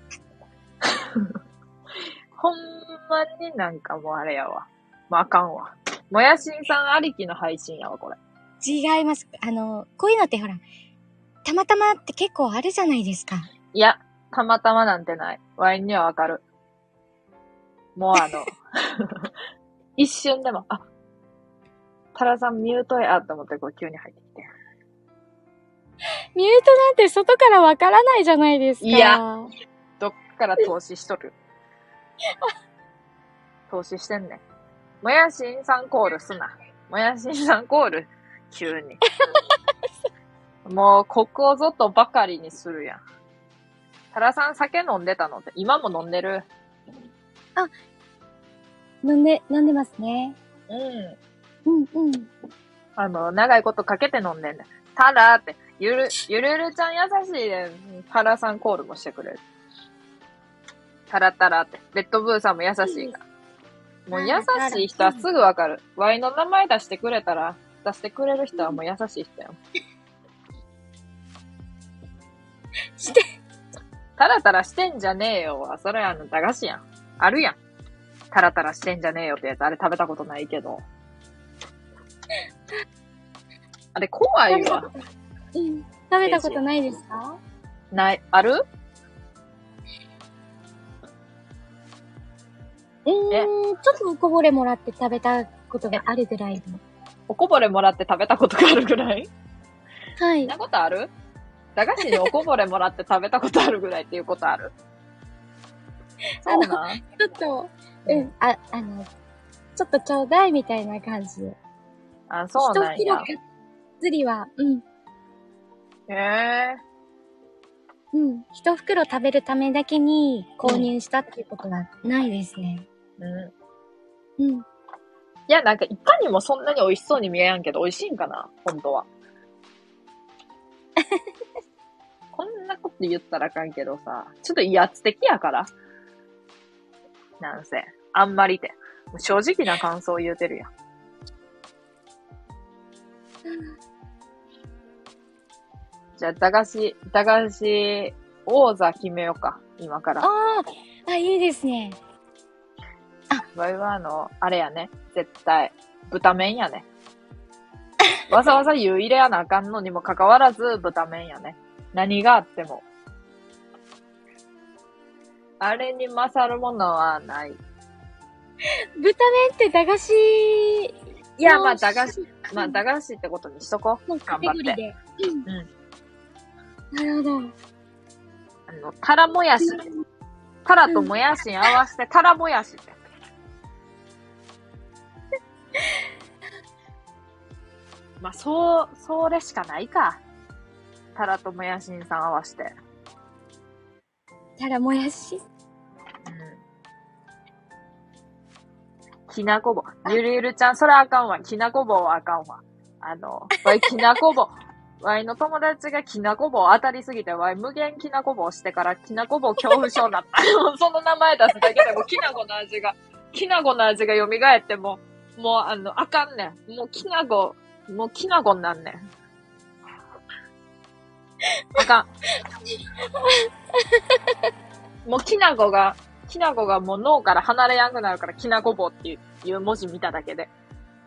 ほんまになんかもうあれやわ。あかんわ。もやしんさんありきの配信やわ、これ。 違います。こういうのってほら、たまたまって結構あるじゃないですか。 いや、たまたまなんてない。ワインにはわかる。もう一瞬でも、タラさんミュートやと思ってこう急に入ってきて。 ミュートなんて外からわからないじゃないですか。 いや、どっから投資しとる。投資してんねん。もやしんさんコールすな。もやしんさんコール、急に。もう、ここぞとばかりにするやん。タラさん酒飲んでたのって、今も飲んでる？ 飲んでますね。 長いことかけて飲んでんねん。タラって、ゆるるちゃん優しいで、タラさんコールもしてくれる。タラタラって。レッドブーさんも優しいから。もう優しい人はすぐわかる。ワイの名前出してくれる人はもう優しい人やもん。タラタラしてんじゃねえよは、それ駄菓子やん。あるやん。タラタラしてんじゃねえよってやつ、あれ食べたことないけど。あれ怖いわ。 食べたことないですか？ ない。ある？ ちょっとおこぼれもらって食べたことがあるぐらいの。 おこぼれもらって食べたことがあるぐらい？ はい。 そんなことある？駄菓子におこぼれもらって食べたことあるぐらいっていうことある？ そうなんちょっと、ちょっとちょうだいみたいな感じで。 あ、そうなんや。 一袋がっつりは、 へえ。 一袋食べるためだけに購入したっていうことはないですね。 いや、なんか、いかにもそんなに美味しそうに見えやんけど、美味しいんかな本当は。こんなこと言ったらあかんけどさ、ちょっと威圧的やから。なんせ。あんまりて。正直な感想を言うてるやん。じゃあ、駄菓子王座決めようか。今から。 いいですね。 わいはあれやね。絶対。豚麺やね。わざわざ湯入れやなあかんのにもかかわらず豚麺やね。何があっても。あれに勝るものはない。 豚麺って駄菓子、 いや、まあ駄菓子ってことにしとこう。頑張って。 なるほど。 タラもやし。タラともやしに合わせてタラもやしって。まあ、それしかないか。タラともやしんさん合わせて。 タラもやし？ きなこ棒。ゆるゆるちゃん、それあかんわ。きなこ棒はあかんわ。わいきなこ棒。わいの友達がきなこ棒当たりすぎて、わい無限きなこ棒してからきなこ棒恐怖症になった。その名前出すだけでもきなこの味が蘇ってもうあかんねん。もうきなこになんねん。あかん。もうきなこがもう脳から離れやんくなるから、きなこ棒っていう文字見ただけで。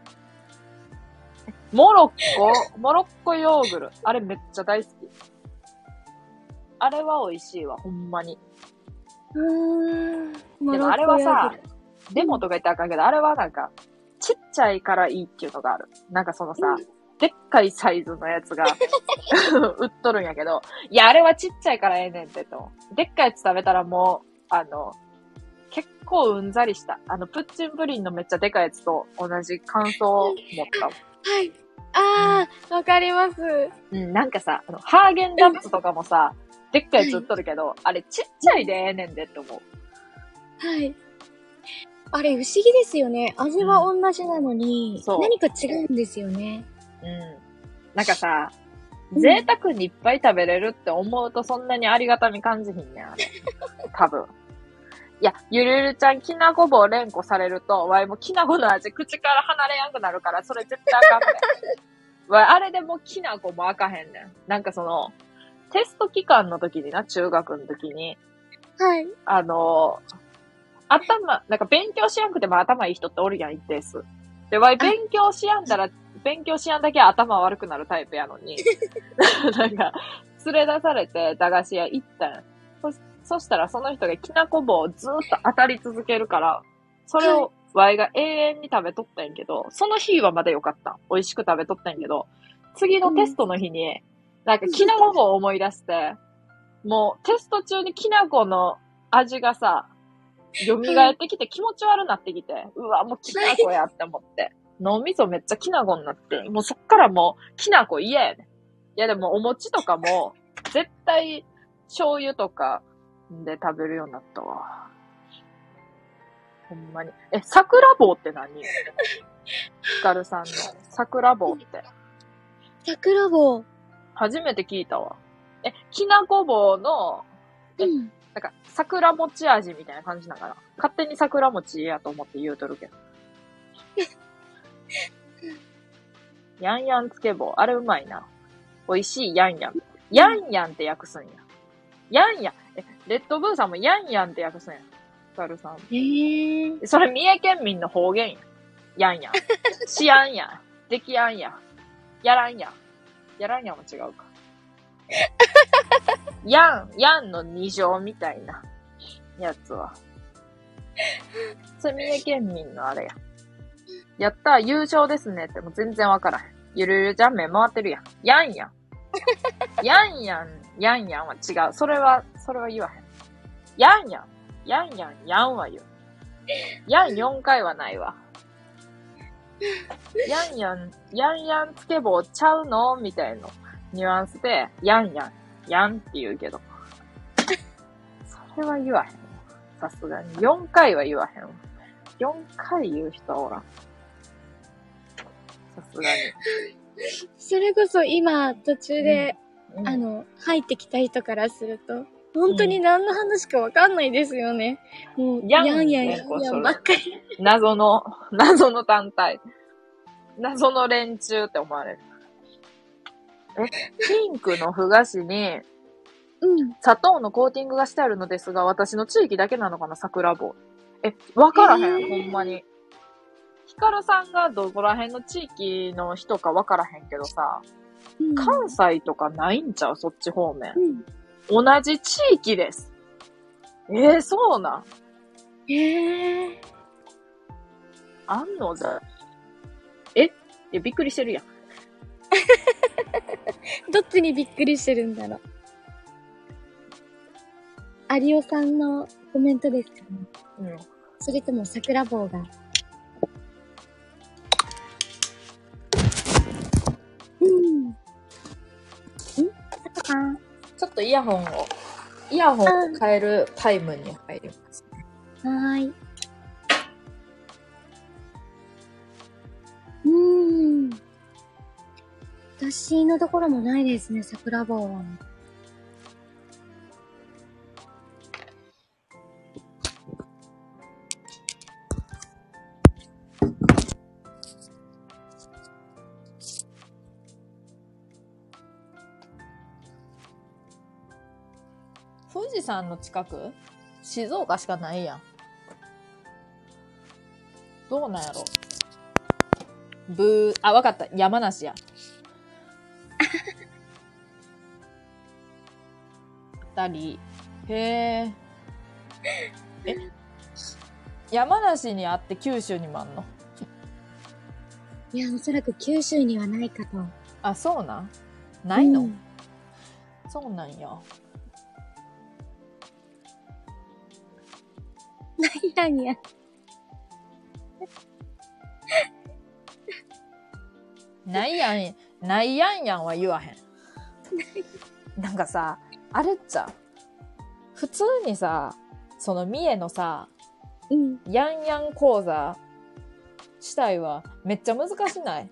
モロッコヨーグル。あれめっちゃ大好き。あれは美味しいわ、ほんまに。でもあれはさ、デモとか言ったらあかんけど、あれはなんか、ちっちゃいからいいっていうのがある。なんかそのさ、でっかいサイズのやつが売っとるんやけど、いや、あれはちっちゃいからええねんってと。でっかいやつ食べたらもう、結構うんざりした。プッチンプリンのめっちゃでかいやつと同じ感想を持ったもん。 はい。わかります。 なんかさ、ハーゲンダッツとかもさ、でっかいやつ売っとるけど、あれちっちゃいでええねんでって思う。 はい。あれ不思議ですよね。味は同じなのに、何か違うんですよね。 なんかさ、贅沢にいっぱい食べれるって思うとそんなにありがたみ感じひんねん、あれ。多分。いや、ゆるゆるちゃんきなこ棒連呼されると、わいもきなこの味口から離れやんくなるから、それ絶対あかんねん。わい、あれでもきなこもあかへんねん。なんかテスト期間の時にな、中学の時に。 はい。 なんか勉強しやんくても頭いい人っておるやん、一定数。で、わい勉強しやんだけ頭悪くなるタイプやのに。なんか、連れ出されて駄菓子屋行ったん。そしたらその人がきなこ棒をずーっと当たり続けるから、それをワイが永遠に食べとったんやけど、その日はまだよかった。美味しく食べとったんやけど、次のテストの日に、なんかきなこ棒を思い出して、もうテスト中にきなこの味がさ、蘇ってきて気持ち悪なってきて、うわ、もうきなこやって思って。脳みそめっちゃきなこになって、もうそっからもうきなこ嫌やね。いやでもお餅とかも、絶対醤油とかで食べるようになったわ。ほんまに。桜棒って何？ヒカルさんの桜棒って。 桜棒。 初めて聞いたわ。きなこ棒の、なんか、桜餅味みたいな感じだから。勝手に桜餅やと思って言うとるけど。ヤンヤンつけ棒。あれうまいな。美味しいヤンヤン。ヤンヤンって訳すんや。ヤンヤン。レッドブーさんもヤンヤンって訳すんや。ヒカルさん。それ三重県民の方言や。ヤンヤン。しやんや。できやんや。やらんや。やらんやも違うか。ヤンの二乗みたいなやつは。それ三重県民のあれや。やったー優勝ですねってもう全然わからん。ゆるゆるちゃん目回ってるやん。ヤンヤンは違う。それは言わへん。ヤンヤン。 やんやん、やんは言う。やん4回はないわ。やんやん、やんやんつけ棒ちゃうのみたいなニュアンスで、やんやん、やんって言うけど。それは言わへんわ。さすがに。4回は言わへんわ。4回言う人はおらん。さすがに。 それこそ今途中で、入ってきた人からすると、本当に何の話かわかんないですよね。もう、やんやんやんやんばっかり。 謎の単体。謎の連中って思われる。ピンクのふ菓子に、砂糖のコーティングがしてあるのですが、私の地域だけなのかな、桜棒。わからへん、ほんまに。ヒカルさんがどこら辺の地域の人かわからへんけどさ、関西とかないんちゃう、そっち方面。同じ地域です。そうなん。あんのじゃ。びっくりしてるやん。 どっちにびっくりしてるんだろう。有尾さんのコメントですかね。それとも桜棒が。あとかちょっとイヤホンを変えるタイムに入りますね。 はーい。私のところもないですね、桜棒は。 富士山の近く？静岡しかないやん。どうなんやろ。わかった。山梨や。二人。山梨にあって九州にもあんの？ いや、おそらく九州にはないかと。 あ、そうなん？ないの？そうなんや。 ないやんや。 ないやんやんは言わへん。なんかさ、あれっちゃ、普通にさ、その三重のさ、やんやん講座したいはめっちゃ難しない？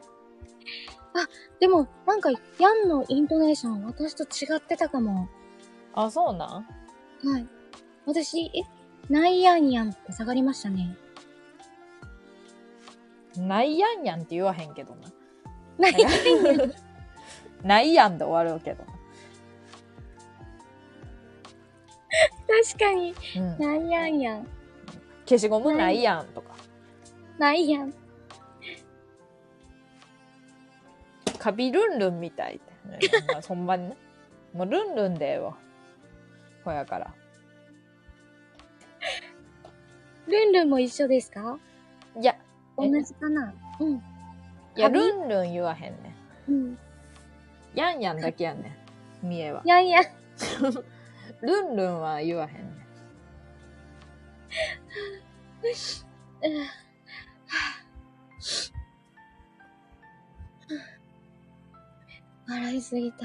でも、なんか、やんのイントネーション、私と違ってたかも。 あ、そうなん？ はい。私、ないやんやんって下がりましたね。 ないやんやんって言わへんけどな。 ないやんやん。 ないやんで終わるけどな。 確かに。ないやんやん。 消しゴムないやんとか。 ないやん。 カビルンルンみたいって。まあ、ほんまにね。もうルンルンでええわ。ほやから。 ルンルンも一緒ですか？ いや。 同じかな？ いや、ルンルン言わへんね。やんやんだけやねん。三重は。 やんやん。 ルンルンは言わへんね。 笑いすぎた。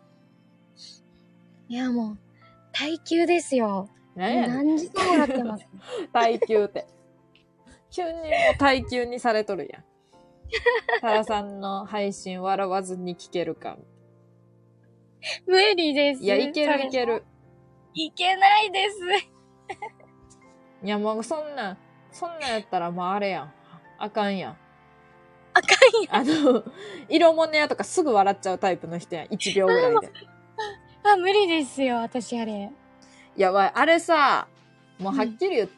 いや、もう、耐久ですよ。何時間笑ってます。 耐久って。急にもう耐久にされとるやん。タラさんの配信笑わずに聞けるか。 無理です。 いや、いけるいける。 いけないです。 いや、もうそんなんやったらもうあれやん。あかんやん。 あかんやん。 色物屋とかすぐ笑っちゃうタイプの人やん。1秒ぐらいで。 無理ですよ、私あれ。 いや、あれさ、もうはっきり言って、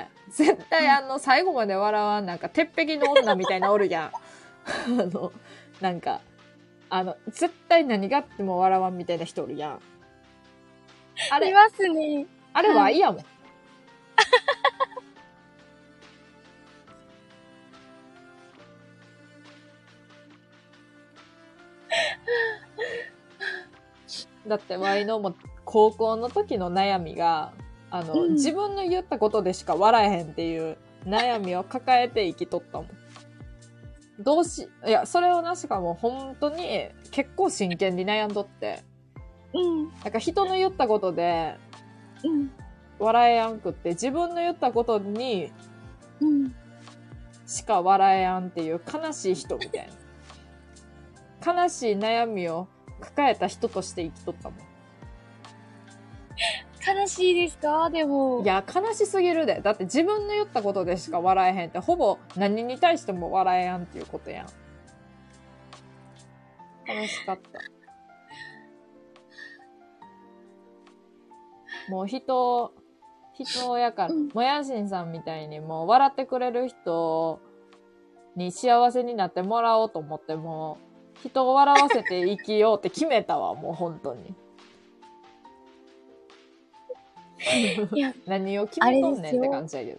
絶対最後まで笑わん、なんか、鉄壁の女みたいなおるやん。なんか、絶対何があっても笑わんみたいな人おるやん。あれ、 いますね。 あれはいいやもん。だってワイのも高校の時の悩みが、 自分の言ったことでしか笑えへんっていう悩みを抱えて生きとったもん。いや、それをなしかも本当に結構真剣に悩んどって。なんか人の言ったことで、笑えやんくって、自分の言ったことに、しか笑えやんっていう悲しい人みたいな。悲しい悩みを抱えた人として生きとったもん。 悲しいですか？でも。 いや、悲しすぎるで。だって自分の言ったことでしか笑えへんって、ほぼ何に対しても笑えやんっていうことやん。楽しかった。もう人やから、もやしんさんみたいにもう笑ってくれる人に幸せになってもらおうと思っても、人を笑わせて生きようって決めたわ、もう本当に。いや何を決めとんねんって感じやけど。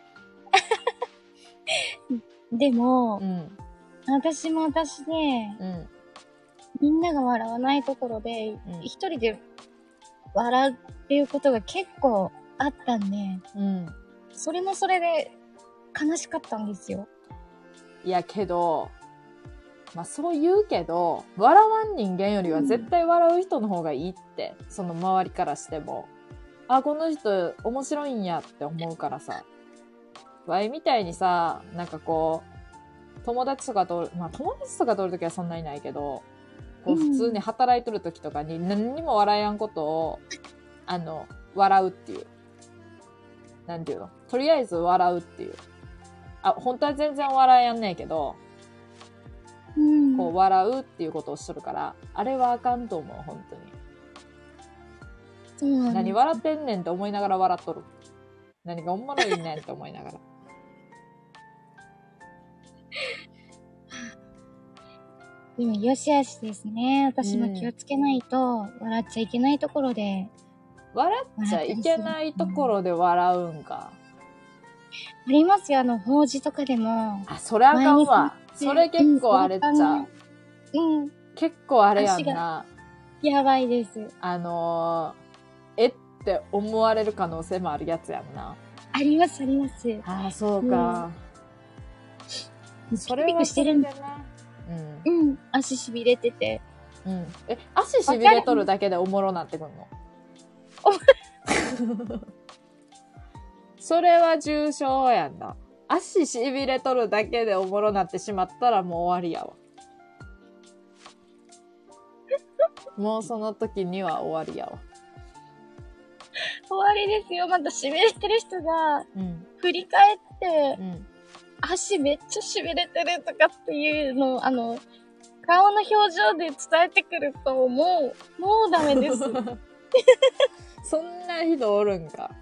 でも、私も私で、みんなが笑わないところで、一人で笑うっていうことが結構あったんで、それもそれで悲しかったんですよ。 いやけど、まあそう言うけど、笑わん人間よりは絶対笑う人の方がいいって、その周りからしても。あ、この人面白いんやって思うからさ。わいみたいにさ、なんかこう、友達とかとおるときはそんなにないけど、こう普通に働いとるときとかに何にも笑えやんことを、笑うっていう。なんていうの？とりあえず笑うっていう。あ、本当は全然笑えやんねえけど、こう笑うっていうことをしとるから、あれはあかんと思う、本当に。何笑ってんねんって思いながら笑っとる。何がおもろいねんって思いながら。 でも、よしあしですね。私も気をつけないと、笑っちゃいけないところで。 笑っちゃいけないところで笑うんか。 ありますよ、法事とかでも。 あ、それあかんわ。それ結構あれっちゃ。結構あれやんな。 やばいです。 って思われる可能性もあるやつやんな。 あります、あります。 ああ、そうか。 それはしてるんだよな。足しびれてて。 足しびれとるだけでおもろなってくんの？それは重症やんな。足しびれとるだけでおもろなってしまったらもう終わりやわ。もうその時には終わりやわ。 終わりですよ。またしびれてる人が、振り返って、足めっちゃしびれてるとかっていうのを、顔の表情で伝えてくると、もうダメです。 そんな人おるんか。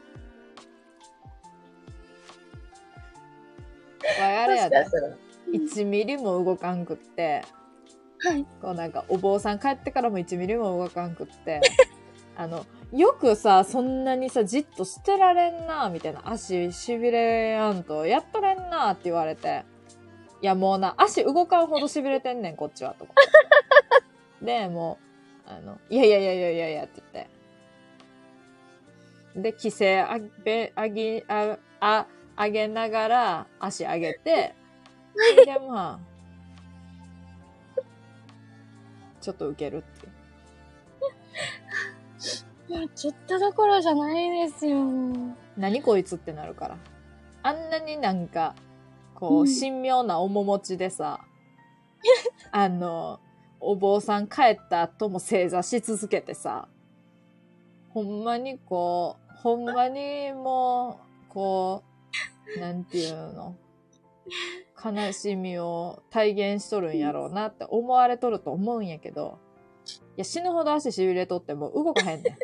あれやで。1ミリも動かんくって、こうなんかお坊さん帰ってからも1ミリも動かんくって、よくさ、そんなにさ、じっとしてられんな、みたいな。足しびれやんと、やっとれんな、って言われて。いや、もうな、足動かんほどしびれてんねん、こっちは、とか。で、もう、いや、って言って。で、規制上げながら、足上げて、で、まあ、ちょっと受けるっていう。 ちょっとどころじゃないですよ。 何こいつってなるから。あんなになんか、こう、神妙な面持ちでさ、お坊さん帰った後も正座し続けてさ、ほんまにもう、こう、なんていうの、悲しみを体現しとるんやろうなって思われとると思うんやけど、いや、死ぬほど足しびれとっても動かへんねん。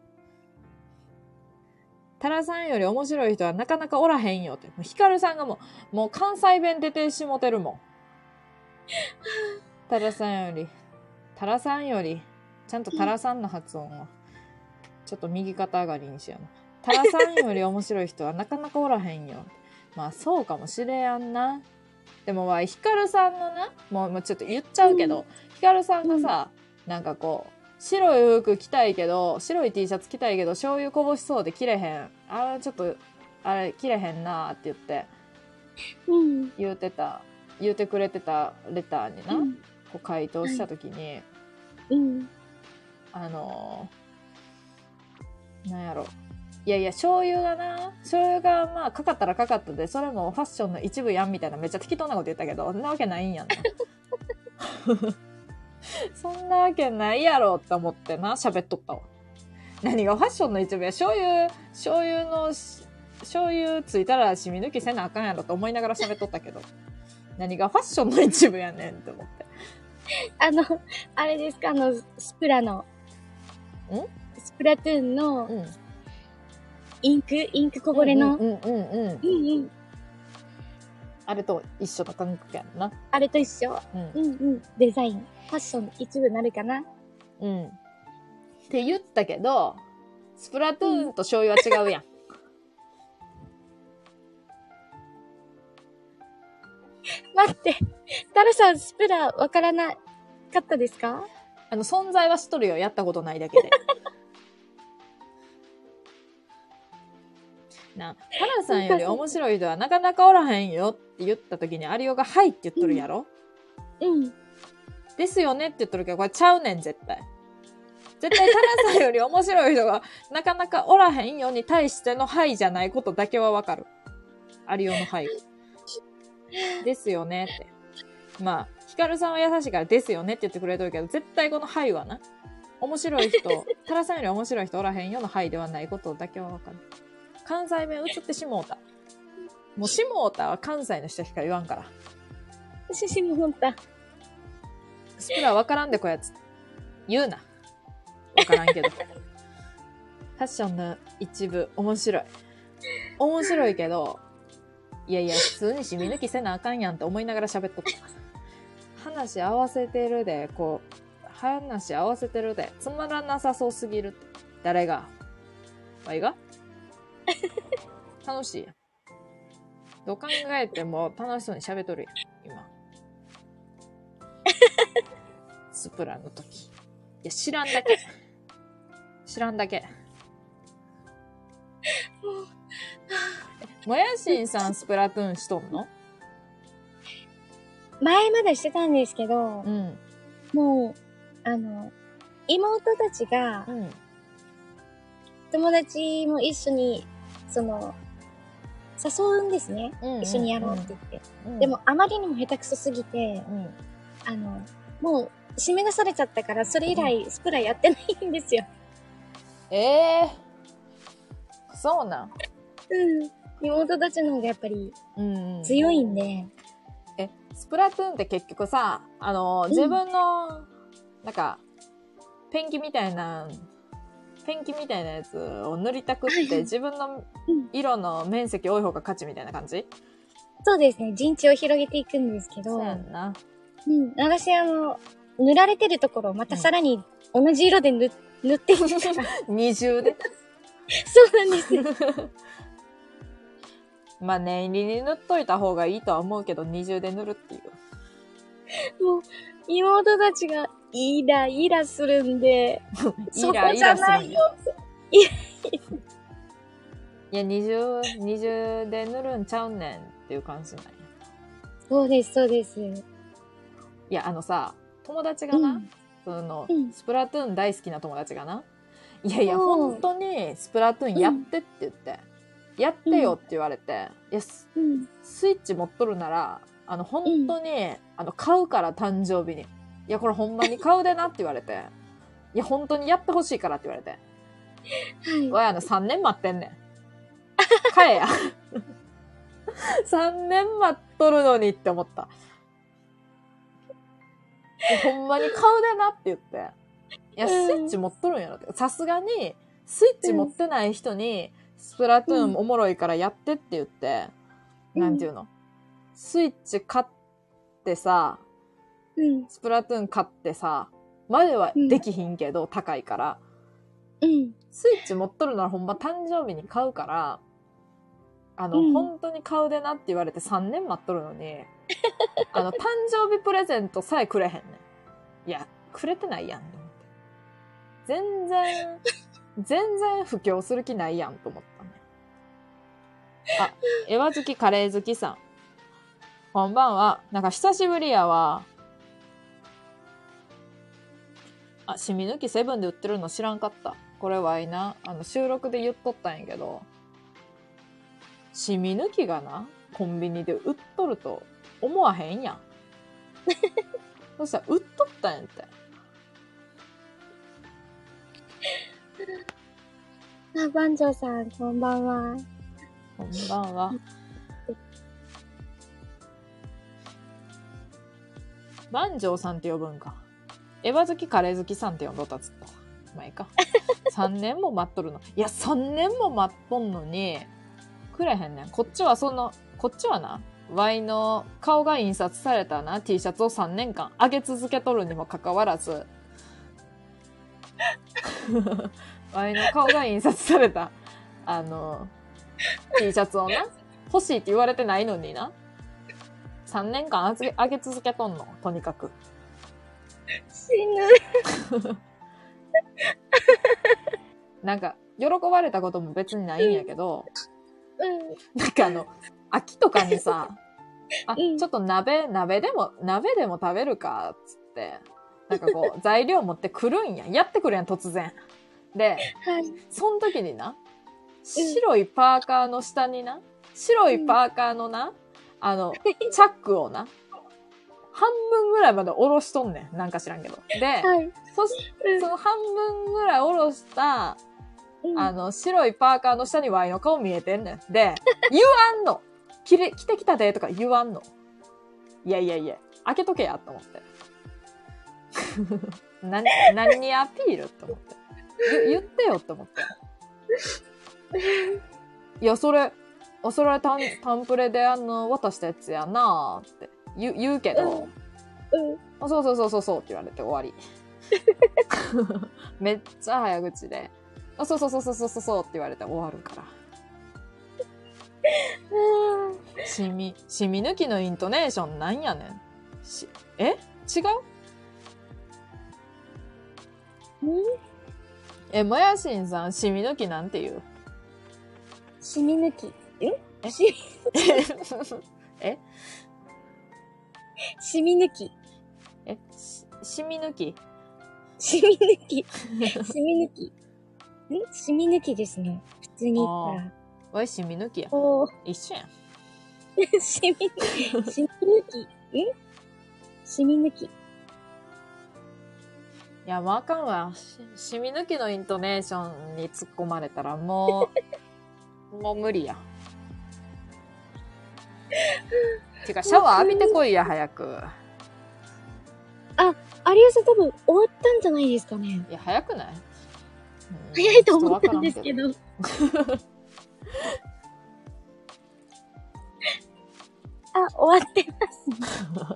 タラさんより面白い人はなかなかおらへんよって。ヒカルさんがもう関西弁出てしもてるもん。タラさんより、ちゃんとタラさんの発音を、ちょっと右肩上がりにしような。タラさんより面白い人はなかなかおらへんよ。まあそうかもしれやんな。でもヒカルさんのな、もうちょっと言っちゃうけど、ヒカルさんがさ、なんかこう、 白い服着たいけど、白い T シャツ着たいけど、醤油こぼしそうで着れへん。ちょっと、着れへんなーって言って、言うてくれてたレターにな、こう回答したときに、なんやろ。いやいや、醤油がまあかかったらかかったで、それもファッションの一部やんみたいなめっちゃ適当なこと言ったけど、そんなわけないんやんな。そんなわけないやろって思ってな、喋っとったわ。何がファッションの一部や、醤油ついたら染み抜きせなあかんやろと思いながら喋っとったけど、何がファッションの一部やねんって思って。 あれですか、スプラの、スプラトゥーンの、インクこぼれの。 あれと一緒の感覚やんな。 あれと一緒。デザイン。ファッションの一部なるかな。 って言ったけど、スプラトゥーンと醤油は違うやん。 待って、タラさんスプラわからなかったですか？ 存在は知っとるよ。やったことないだけで。タラさんより面白い人はなかなかおらへんよって言った時に、有オがはいって言っとるやろ？ですよねって言っとるけど、これちゃうねん、絶対。絶対タラさんより面白い人がなかなかおらへんよに対してのはいじゃないことだけはわかる。有オのはい。ですよねって。まあ、ヒカルさんは優しいからですよねって言ってくれとるけど、絶対このはいはな、面白い人、タラさんより面白い人おらへんよのはいではないことだけはわかる。関西弁映ってしもうた。もうしもうたは関西の人しか言わんから。 しもうた。 スプラわからんでこやつ。言うな。わからんけど。ファッションの一部、面白い。面白いけど、いやいや、普通に染み抜きせなあかんやんって思いながら喋っとった。話合わせてるで、話合わせてるで、つまらなさそうすぎる。誰が？わいが？楽しいやん。どう考えても楽しそうに喋っとるやん、今。スプラの時。いや、知らんだけ。知らんだけ。もやしんさんスプラトゥーンしとんの？ 前までしてたんですけど、もう、妹たちが、友達も一緒に、誘うんですね。一緒にやろうって言って。でも、あまりにも下手くそすぎて、もう、締め出されちゃったから、それ以来、スプラやってないんですよ。 そうなん？ 妹たちの方がやっぱり、強いんで。 スプラトゥーンって結局さ、自分の、なんか、ペンキみたいなやつを塗りたくって、自分の色の面積多い方が勝ちみたいな感じ？ そうですね。陣地を広げていくんですけど。 そうやんな。 私塗られてるところをまたさらに同じ色で塗っていくから。 二重で。 そうなんですよ。 まあ念入りに塗っといた方がいいとは思うけど、二重で塗るっていう。 もう、妹たちがイライラするんで、そこじゃないよ。 いや、二重で塗るんちゃうねんっていう感じなんや。 そうです、そうです。 いや、友達がな、スプラトゥーン大好きな友達がな、いやいや、本当にスプラトゥーンやってって言って、やってよって言われて、いや、スイッチ持っとるなら、本当に、買うから誕生日に。いや、これほんまに買うでなって言われて、いや、本当にやってほしいからって言われて。わや3年待ってんねん。買えや。3年待っとるのにって思った。ほんまに買うでなって言って。いや、スイッチ持っとるんやろって。さすがに、スイッチ持ってない人に、スプラトゥーンおもろいからやってって言って、なんていうの？スイッチ買ってさ、スプラトゥーン買ってさ、まではできひんけど、高いから。スイッチ持っとるならほんま誕生日に買うから、本当に買うでなって言われて3年待っとるのに、誕生日プレゼントさえくれへんねん。いや、くれてないやん。 全然布教する気ないやんと思ったね。あ、エワ好きカレー好きさん。こんばんは。なんか久しぶりやわ。あ、シミ抜きセブンで売ってるの知らんかった。これはいな、収録で言っとったんやけど、シミ抜きがな、コンビニで売っとると思わへんやん。そしたら売っとったんやって。 あ、番長さん、こんばんは。 こんばんは。番長さんって呼ぶんか。エヴァ好きカレー好きさんって呼んどったっつった。まあいいか。3年も待っとるの。いや、3年も待っとんのに、くれへんねん。こっちはな、ワイの顔が印刷されたな、T シャツを3年間上げ続けとるにもかかわらず、ワイの顔が印刷された、T シャツをな、欲しいって言われてないのにな、3年間上げ続けとんの、とにかく。 死ぬ。 なんか、喜ばれたことも別にないんやけど、なんか秋とかにさ、ちょっと鍋でも食べるか、つって、なんかこう、材料持ってくるんや。やってくるやん、突然。で、はい、その時にな、白いパーカーの下にな、白いパーカーのな、チャックをな、半分ぐらいまで下ろしとんねん。なんか知らんけど。で、はい、その半分ぐらい下ろした、白いパーカーの下にワイの顔見えてんねん。で、言わんの。着てきたでとか言わんの。いや、開けとけや、と思って。何にアピールって思って。言ってよって思って。いや、それタンプレで渡したやつやなーって言うけど、そうって言われて終わり。めっちゃ早口で、そうって言われて終わるから。シミ抜きのイントネーションなんやねん。違う？もやしんさん、シミ抜きなんて言う？ シミ抜き。シミ抜き。 シミ抜き。 シミ抜き。シミ抜き。シミ抜きですね。普通に言ったら。 わい、シミ抜きや。一緒やん。 シミ抜き。シミ抜き。いや、もうあかんわ。シミ抜きのイントネーションに突っ込まれたらもう無理や。てか、シャワー浴びてこいや、早く。 有吉さん多分終わったんじゃないですかね。 いや、早くない？ 早いと思ったんですけど。終わってます。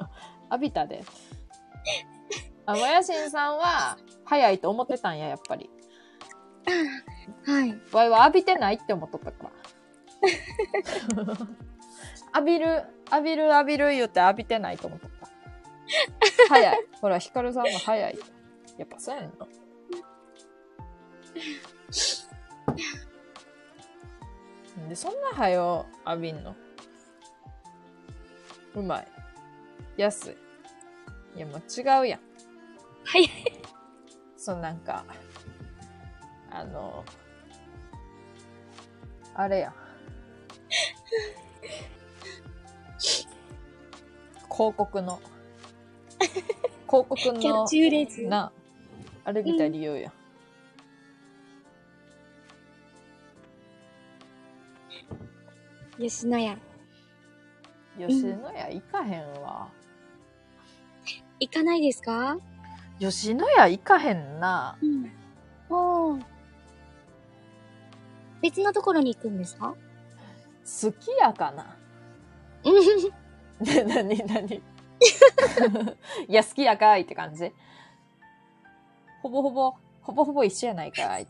浴びたで。もやしんさんは、早いと思ってたんや、やっぱり。 はい。 わいは浴びてないって思っとったから。浴びる言って浴びてないと思っとった。早い。ほら、ヒカルさんが早い。やっぱそうやんの。で、そんな早浴びんの？うまい。安い。いや、もう違うやん。 早い。 なんか、あれやん。広告のキャッチフレーズな、あれみたいに言うやん。 吉野家。 吉野家行かへんわ。 行かないですか？ 吉野家行かへんな。 別のところに行くんですか？ 好きやかな。何いや、好きやかいって感じ。ほぼほぼ一緒やないかいって。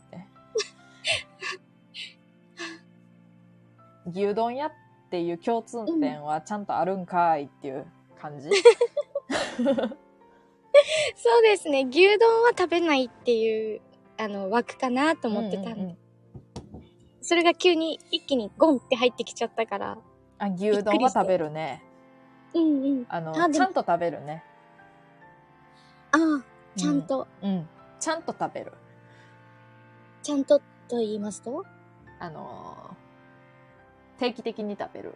牛丼屋っていう共通点はちゃんとあるんかいっていう感じ。 そうですね。牛丼は食べないっていう、 湧くかなと思ってたんで。 うんうんうん、 それが急に一気にゴンって入ってきちゃったから。 あ、牛丼は食べるね。 うんうん。 ちゃんと食べるね。 ああ、ちゃんと、 うん。ちゃんと食べる。 ちゃんとと言いますと定期的に食べる。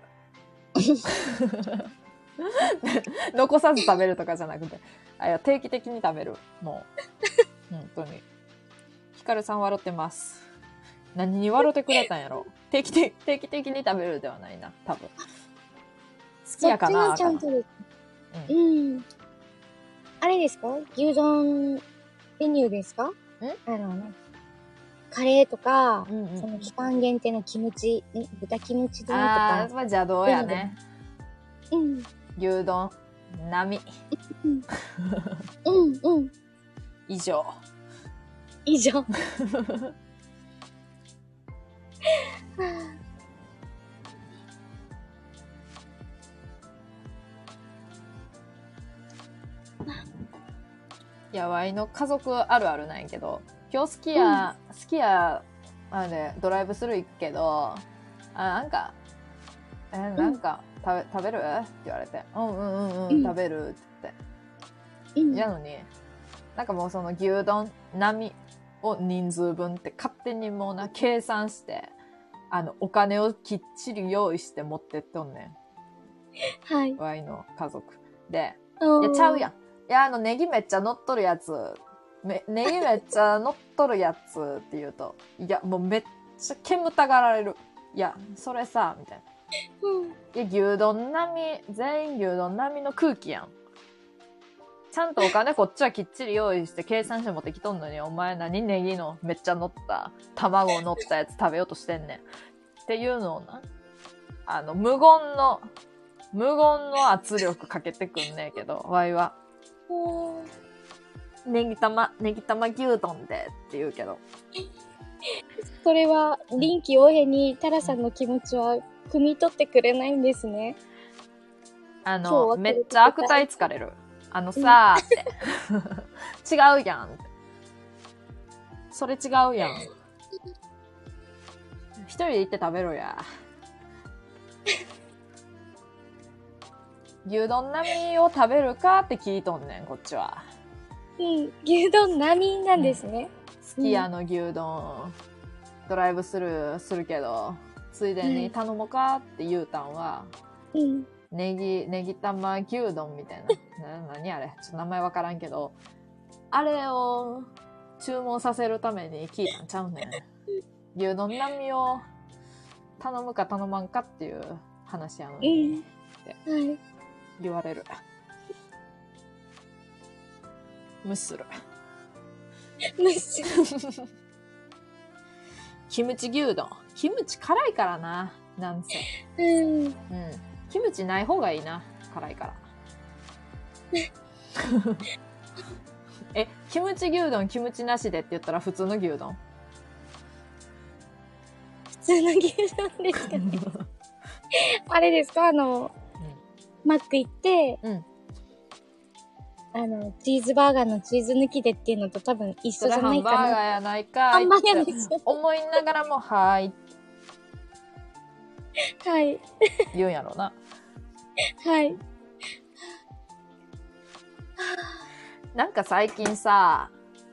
残さず食べるとかじゃなくて。いや、定期的に食べる。もう。本当に。ヒカルさん笑ってます。何に笑ってくれたんやろ。定期的に食べるではないな、多分。好きやかな。 そっちはちゃんとです。うん。あれですか？牛丼メニューですか？カレーとか、その期間限定のキムチ、豚キムチ丼とか。 ああ、邪道やね。 うん。 牛丼、並。 うん。 以上。いや、ワイの家族あるあるなんやけど、今日好きや、ドライブスルー行くけど、なんか食べるって言われて、食べるって言って。やのに、なんかもうその牛丼並みを人数分って勝手にもうな、計算して、お金をきっちり用意して持ってっとんねん。はい。 ワイの家族。で、いや、ちゃうやん。いや、ネギめっちゃ乗っとるやつ、ネギめっちゃ乗っとるやつって言うと、いや、もうめっちゃ煙たがられる。いや、それさ、みたいな。いや、牛丼並み、全員牛丼並みの空気やん。ちゃんとお金こっちはきっちり用意して計算して持ってきとんのに、お前何ネギのめっちゃ乗った、卵乗ったやつ食べようとしてんねん。っていうのをな、無言の圧力かけてくんねんけど、ワイは。ネギ玉牛丼でって言うけど。 それは、臨機応変にタラさんの気持ちは汲み取ってくれないんですね。 めっちゃ悪態つかれる。さーって。違うやん。それ違うやん。一人で行って食べろや。牛丼並みを食べるかって聞いとんねん、こっちは。 牛丼並みなんですね。 好き家の牛丼、ドライブスルーするけど、ついでに頼もうかって言うたんは、ネギ玉牛丼みたいな。何あれちょっと名前わからんけど、あれを注文させるために聞いたんちゃうねん。牛丼並みを頼むか頼まんかっていう話やのに、って言われる。無視する。キムチ牛丼。キムチ辛いからな。なんせ。キムチない方がいいな。辛いから。キムチ牛丼、キムチなしでって言ったら普通の牛丼？ 普通の牛丼ですかね。あれですかマック行って、チーズバーガーのチーズ抜きでっていうのと多分一緒じゃないかな。 ハンバーガーやないか。 ハンバーガーです。 思いながらも、はい。言うんやろうな。なんか最近さ、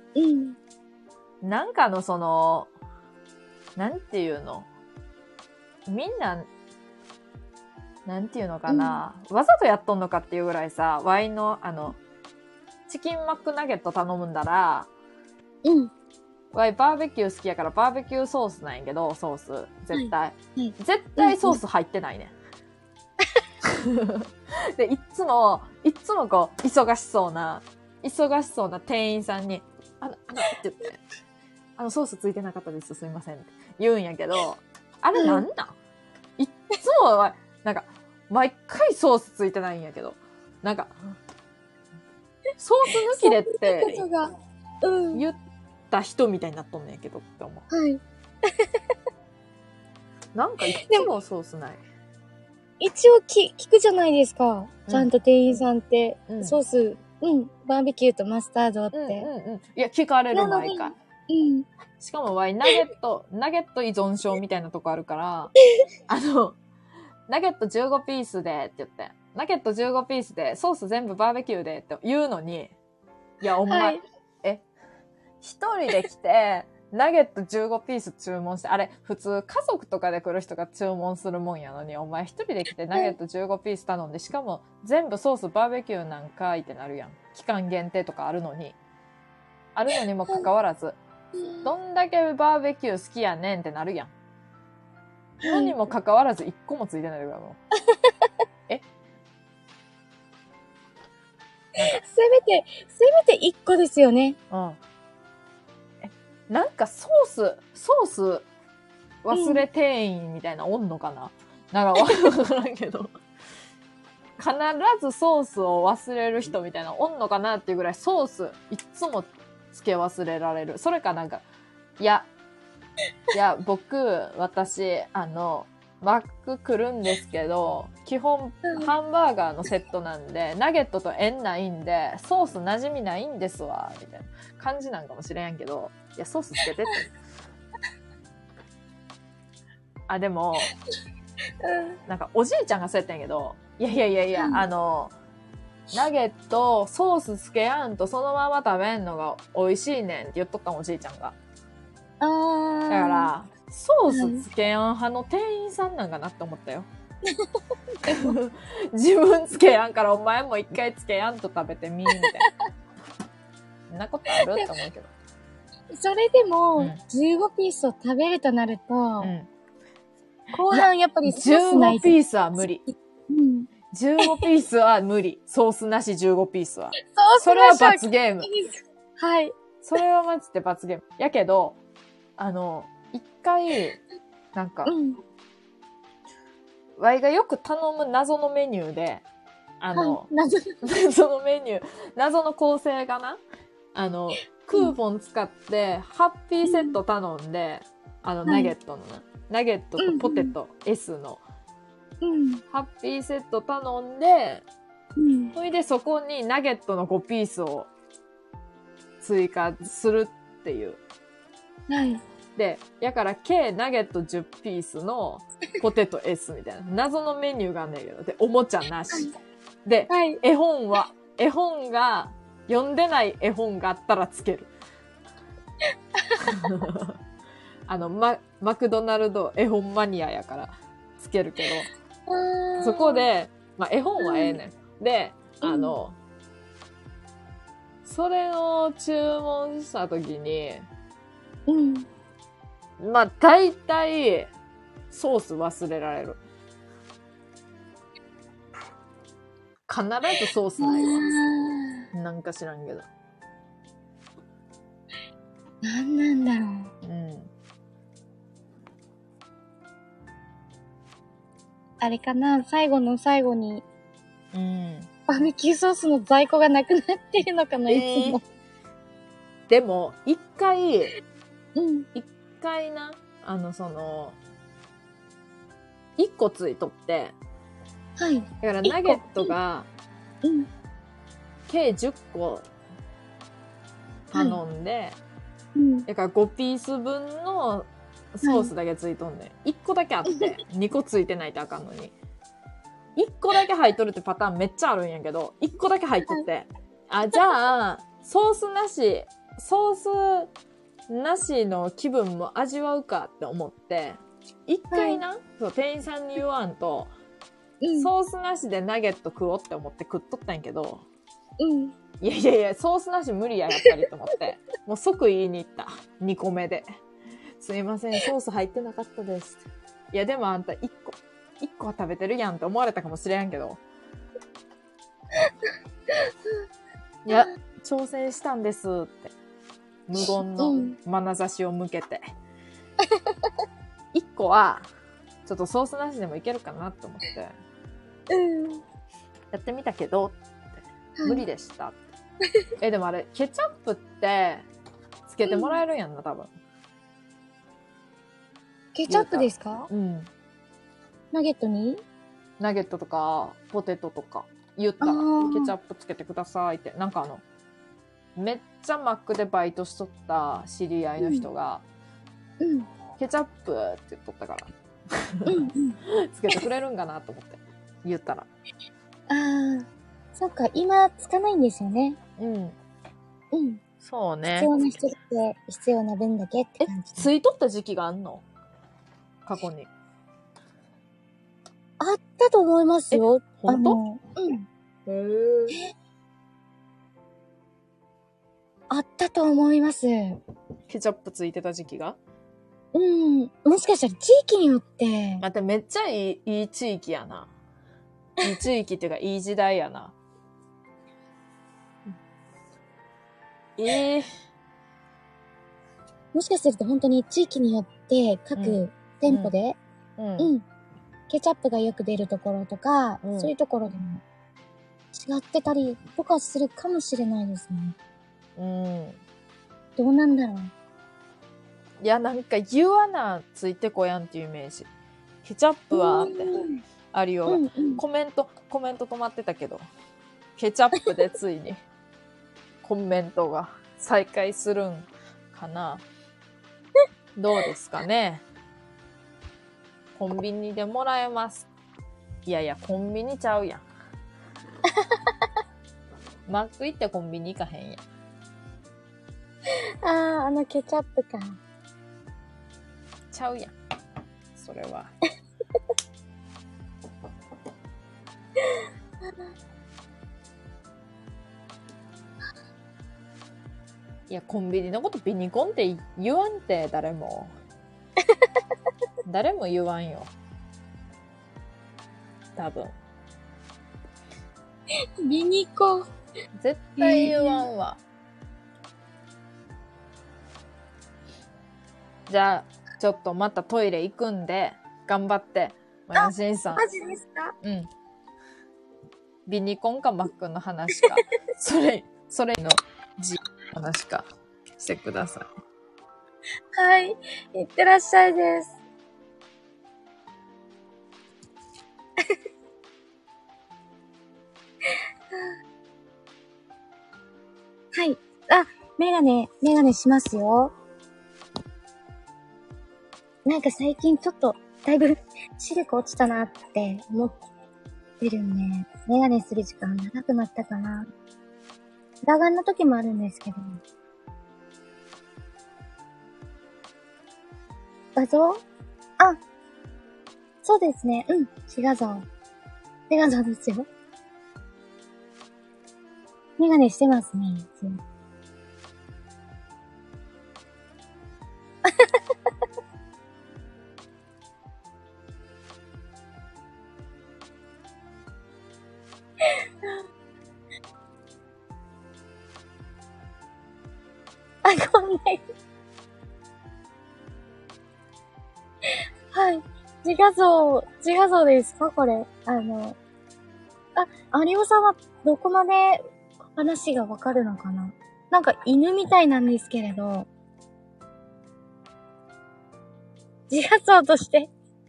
なんかのその、なんていうの？みんな、なんていうのかな、わざとやっとんのかっていうぐらいさ、ワインのチキンマックナゲット頼むんだら、ワイバーベキュー好きやからバーベキューソースなんやけど、ソース。絶対。絶対ソース入ってないね。で、いつもこう、忙しそうな店員さんに、って言って、ソースついてなかったです、すいませんって言うんやけど、あれなんなん？いっつもは、なんか、毎回ソースついてないんやけど、なんか、ソース抜きでって、言った人みたいになっとんねんけどって思う。なんかいつもソースない。 一応聞くじゃないですか。ちゃんと店員さんって、ソース、バーベキューとマスタードって。 いや、聞かれる毎回。 ん。 しかもナゲット依存症みたいなとこあるから、ナゲット15ピースでって言って、ナゲット15ピースでソース全部バーベキューでって言うのに、いや、お前、 はい、 一人で来て、ナゲット15ピース注文して、あれ、普通家族とかで来る人が注文するもんやのに、お前一人で来てナゲット15ピース頼んで、しかも全部ソースバーベキューなんかいってなるやん。期間限定とかあるのにもかかわらず、どんだけバーベキュー好きやねんってなるやん。のにもかかわらず一個もついてないからもう。 せめて1個ですよね。 うん。なんかソース忘れ店員みたいなおんのかな、なんかわからんけど。必ずソースを忘れる人みたいなおんのかなっていうぐらいソースいつもつけ忘れられる。それかなんか、いや、私、マック来るんですけど、基本ハンバーガーのセットなんで、ナゲットと縁ないんで、ソース馴染みないんですわ、みたいな感じなんかもしれんけど、いや、ソースつけてって。あ、でも、なんかおじいちゃんがそうやったんやけど、いや、ナゲット、ソースつけやんとそのまま食べんのが美味しいねんって言っとったんおじいちゃんが。だから、ソースつけやん派の店員さんなんかなって思ったよ。自分つけやんからお前も一回つけやんと食べてみ、みたいな。そんなことあるって思うけど。 それでも、15ピースを食べるとなると、後半やっぱりソースない 15ピースは無理。15ピースは無理。ソースなし15ピースは。それは罰ゲーム。 はい。 それはマジで罰ゲーム。やけど、一回、なんか、ワイがよく頼む謎のメニューで、謎のメニュー、謎の構成がな、クーポン使って、ハッピーセット頼んで、ナゲットのな、ナゲットとポテト S の、ハッピーセット頼んで、それでそこにナゲットの5ピースを追加するっていう。 はい。 で、やから計ナゲット10ピースのポテト S みたいな謎のメニューがあんねんけど、で、おもちゃなし。で、絵本が、読んでない絵本があったらつける。マクドナルド絵本マニアやからつけるけど、そこで、まあ、絵本はええねん。で、それを注文したときに、まあ、大体、ソース忘れられる。必ずソースないわ。なんか知らんけど。 なんなんだろう。あれかな、最後の最後に、バーベキューソースの在庫がなくなってるのかな、いつも。 でも、一回な、一個ついとって、 はい。 だからナゲットが、計10個頼んで、だから5ピース分のソースだけついとんねん。1個だけあって、2個ついてないとあかんのに。1個だけ入っとるってパターンめっちゃあるんやけど、1個だけ入っとって、じゃあ、ソースなしの気分も味わうかって思って、一回な、そう店員さんに言わんと、ソースなしでナゲット食おうって思って食っとったんやけど、いや、ソースなし無理や、やっぱりと思って、もう即言いに行った。2個目で。すいません、ソース入ってなかったです。いや、でもあんた1個は食べてるやんって思われたかもしれんけど。いや、挑戦したんですって。無言の眼差しを向けて。1個は、ちょっとソースなしでもいけるかなって思って。やってみたけど、って無理でした。でもあれ、ケチャップって、つけてもらえるんやんな、多分。 ケチャップですか？ナゲットに？ ナゲットとか、ポテトとか、言ったら、ケチャップつけてくださいって。なんかめっちゃマックでバイトしとった知り合いの人が、ケチャップって言っとったから、つけてくれるんかなと思って言ったら。 ああ、そっか、今つかないんですよね。 そうね。 必要な人って必要な分だけって感じ。 ついとった時期があんの？過去に。 あったと思いますよ。 本当？へえ。 あったと思います。 ケチャップついてた時期が？ もしかしたら地域によって。 待って、めっちゃいい地域やな。いい地域っていうか、いい時代やな。 もしかすると本当に地域によって各店舗で、ケチャップがよく出るところとか、そういうところでも違ってたりとかするかもしれないですね。どうなんだろう。 いや、なんか言わなついてこやんっていうイメージ。ケチャップはってあるよ。コメント止まってたけど、ケチャップでついにコメントが再開するんかな。どうですかね。コンビニでもらえます。いやいや、コンビニちゃうやん。マック行ってコンビニ行かへんやん。 ケチャップか。 ちゃうやん。それは。いや、コンビニのことビニコンって言わんって、誰も。誰も言わんよ。多分。 ビニコ。 絶対言わんわ。じゃあ、ちょっとまたトイレ行くんで、頑張って。マヤシンさん。 マジですか？ ビニコンかマックの話か。それの話かしてください。 はい。いってらっしゃいです。はい。メガネしますよ。なんか最近ちょっと、だいぶ視力落ちたなって思ってるんで、メガネする時間長くなったかな。裸眼の時もあるんですけど。画像？そうですね。自画像。自画像ですよ。メガネしてますね。ごめんない。はい。自画像ですかこれ。有尾さんはどこまで話がわかるのかな？なんか犬みたいなんですけれど。自画像として。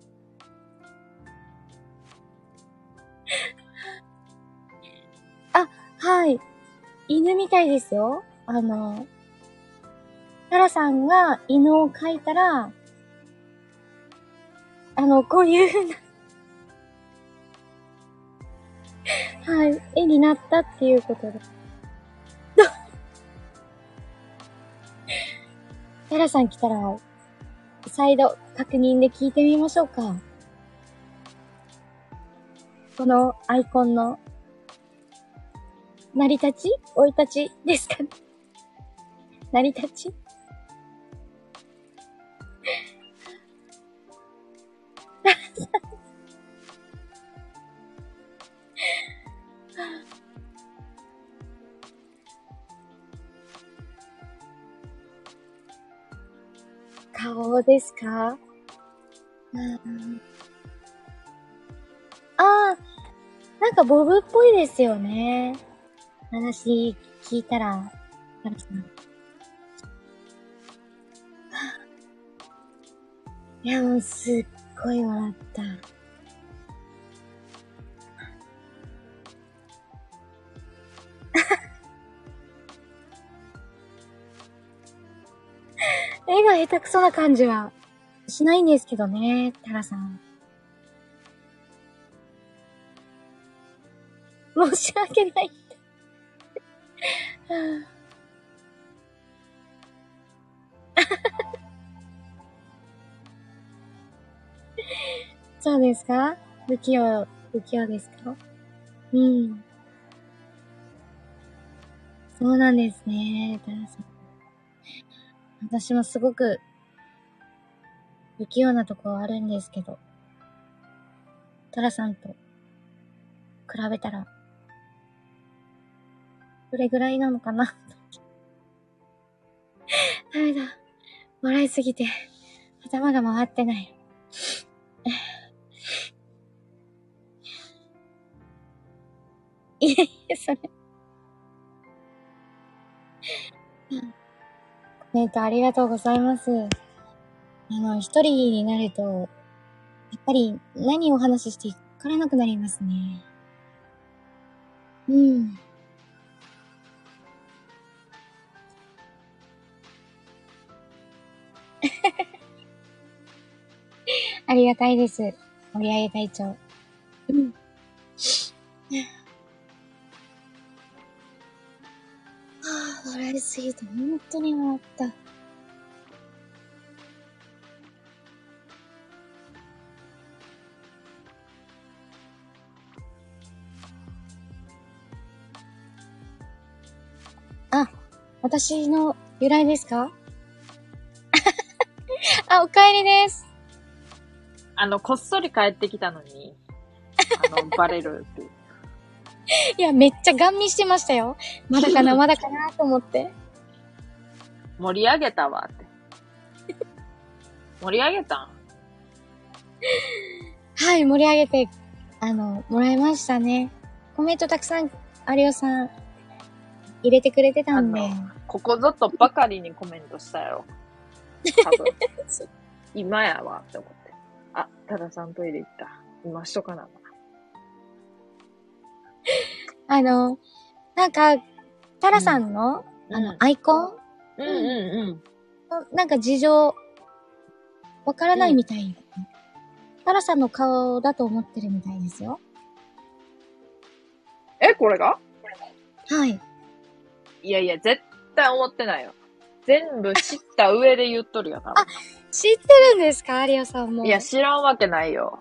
はい。犬みたいですよ。タラさんが犬を描いたら、こういう風なはい、絵になったっていうことで。タラさん来たら、再度確認で聞いてみましょうか。このアイコンの、成り立ち？生い立ちですかね。成り立ち？顔ですか？なんかボブっぽいですよね。話聞いたら、いやもうすっごい笑った。 絵が下手くそな感じはしないんですけどね、タラさん。申し訳ないって。そうですか？不器用ですか？うん。そうなんですね、タラさん。私もすごく不器用なところあるんですけど、タラさんと比べたら、どれぐらいなのかな。ダメだ。笑いすぎて、頭が回ってない。いえいえ、それ。コメントありがとうございます。一人になると、やっぱり何をお話ししていいかわからなくなりますね。うん。ありがたいです。盛り上げ隊長。うん。笑いすぎて本当に笑った。あ、私の由来ですか？あ、お帰りです。 こっそり帰ってきたのに、バレるっていう。 いや、めっちゃガン見してましたよ。まだかな、まだかなと思って。 盛り上げたわって。盛り上げたん？ はい、盛り上げて、もらいましたね。コメントたくさん、有吉さん、入れてくれてたんで。 ここぞとばかりにコメントしたよ。多分。今やわって思って。あ、タラさんトイレ行った。今しとかな。 なんか、タラさんの、アイコン、なんか事情、わからないみたい。タラさんの顔だと思ってるみたいですよ。 これが？ はい。 いやいや、絶対思ってないよ。全部知った上で言っとるよ、多分。 あ、知ってるんですか？有吉さんも。 いや、知らんわけないよ。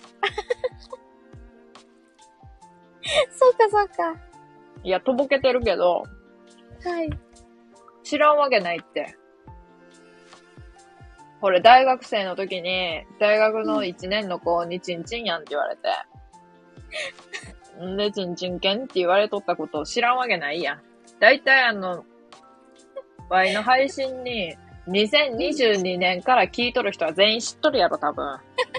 そうか、そうか。 いや、とぼけてるけど。 はい。 知らんわけないって。これ、大学生の時に、大学の1年の子にチンチンやんって言われて。んで、チンチン犬って言われとったことを知らんわけないやん。だいたいワイの配信に、2022年から聞いとる人は全員知っとるやろ、多分。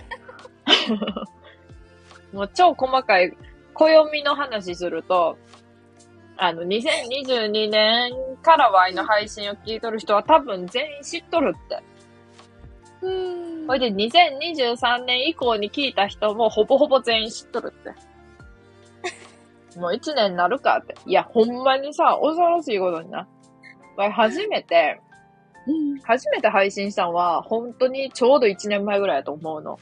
もう超細かい、暦の話すると、2022年からワイの配信を聞いとる人は多分全員知っとるって。ほいで、2023年以降に聞いた人もほぼほぼ全員知っとるって。もう1年になるかって。いや、ほんまにさ、恐ろしいことにな。ワイ初めて配信したのは、本当にちょうど1年前ぐらいだと思うの。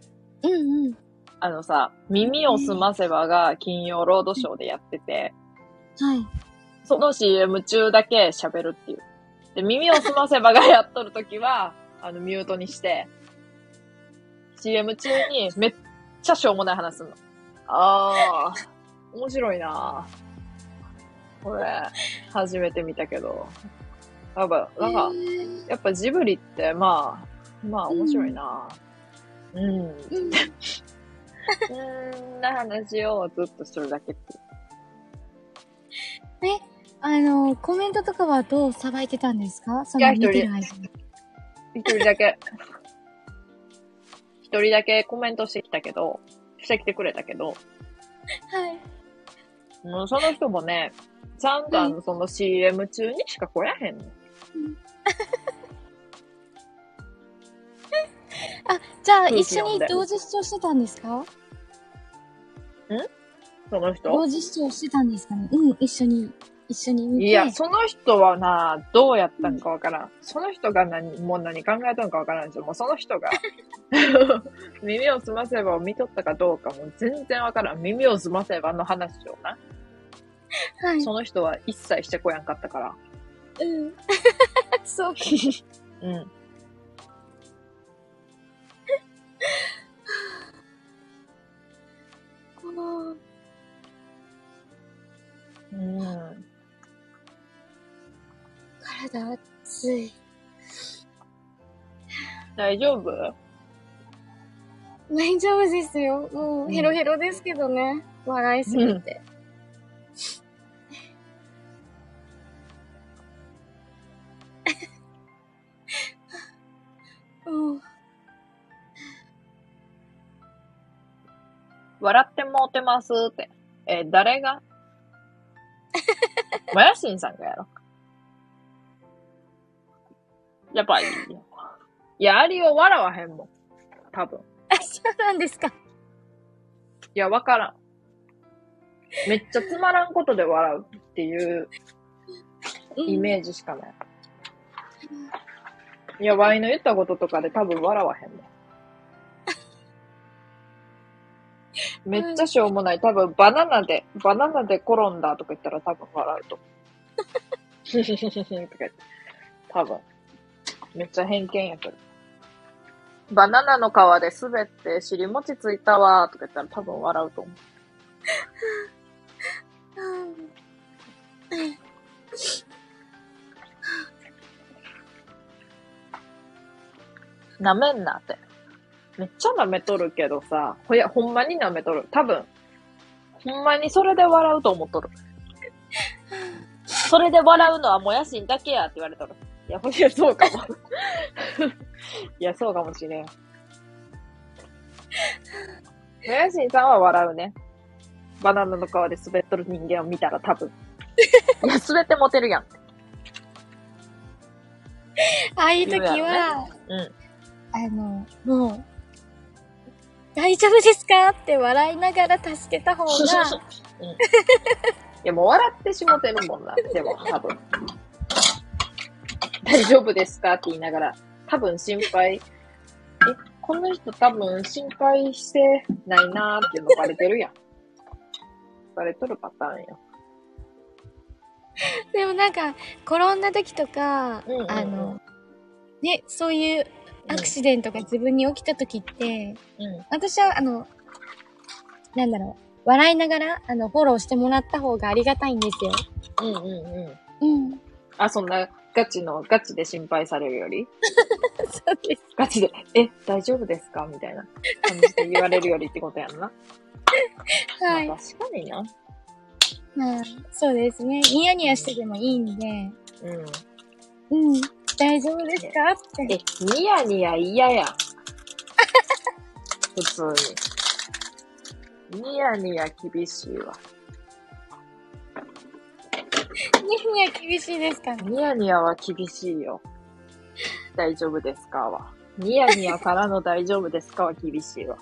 耳をすませばが金曜ロードショーでやってて、 はい。 その CM 中だけ喋るっていう。で、耳をすませばがやっとるときは、ミュートにして、CM 中にめっちゃしょうもない話すんの。面白いなぁ。これ、初めて見たけど。なんか、やっぱジブリって、まあ面白いなぁ。そんな話をずっとするだけっていう。 コメントとかはどうさばいてたんですか？ いや、一人だけ。一人だけコメントしてきてくれたけど。 はい。 もうその人もね、ちゃんとその CM 中にしか来やへんの。 あ、じゃあ一緒に同時視聴してたんですか？ その人？ 同時視聴してたんですかね？一緒に。 一緒に見て。 いや、その人はな、どうやったんかわからん。その人が何考えたのかわからんし、もうその人が耳をすませばを見とったかどうかも全然わからん。耳をすませばの話をな。 はい。 その人は一切してこやんかったから。 うん。そうか。 うん。うん。 体熱い。 大丈夫？ 大丈夫ですよ。もうヘロヘロですけどね。笑いすぎて。うん。 笑ってもうてますって。誰がもやしんさんがやろ。やっぱいいよ。いや、アリを笑わへんもん。多分。 あ、そうなんですか。 いや、わからん。めっちゃつまらんことで笑うっていうイメージしかない。いや、ワイの言ったこととかで多分笑わへんもん。めっちゃしょうもない。多分バナナで転んだとか言ったら多分笑うと。とか言って。多分。めっちゃ偏見やけど。バナナの皮で滑って尻餅ついたわとか言ったら多分笑うと思う。舐めんなって。めっちゃ舐めとるけどさ、ほんまに舐めとる。多分、ほんまにそれで笑うと思っとる。それで笑うのはもやしんだけやって言われとる。いや、ほんとにそうかも。いや、そうかもしれん。もやしんさんは笑うね。バナナの皮で滑っとる人間を見たら多分。いや、滑ってモテるやん。 ああいう時は、 ね、 もう、大丈夫ですかって笑いながら助けた方が、 いや、もう笑ってしもてるもんな。でも、多分。大丈夫ですかって言いながら、多分心配。この人多分心配してないなーっていうのバレてるやん。バレとるパターンよ。 でもなんか、転んだ時とか、ね、そういうアクシデントが自分に起きた時って、私はなんだろう、笑いながら、フォローしてもらった方がありがたいんですよ。 あ、そんな、ガチで心配されるよりそうです。 ガチで、大丈夫ですかみたいな感じで言われるよりってことやんな。はい。まあ、確かにな。 まあ、そうですね。ニヤニヤしてでもいいんで。大丈夫ですかって。 ニヤニヤ嫌やん。普通に。ニヤニヤ厳しいわ。 ニヤニヤ厳しいですかね。 ニヤニヤは厳しいよ。大丈夫ですかは。ニヤニヤからの大丈夫ですかは厳しいわ。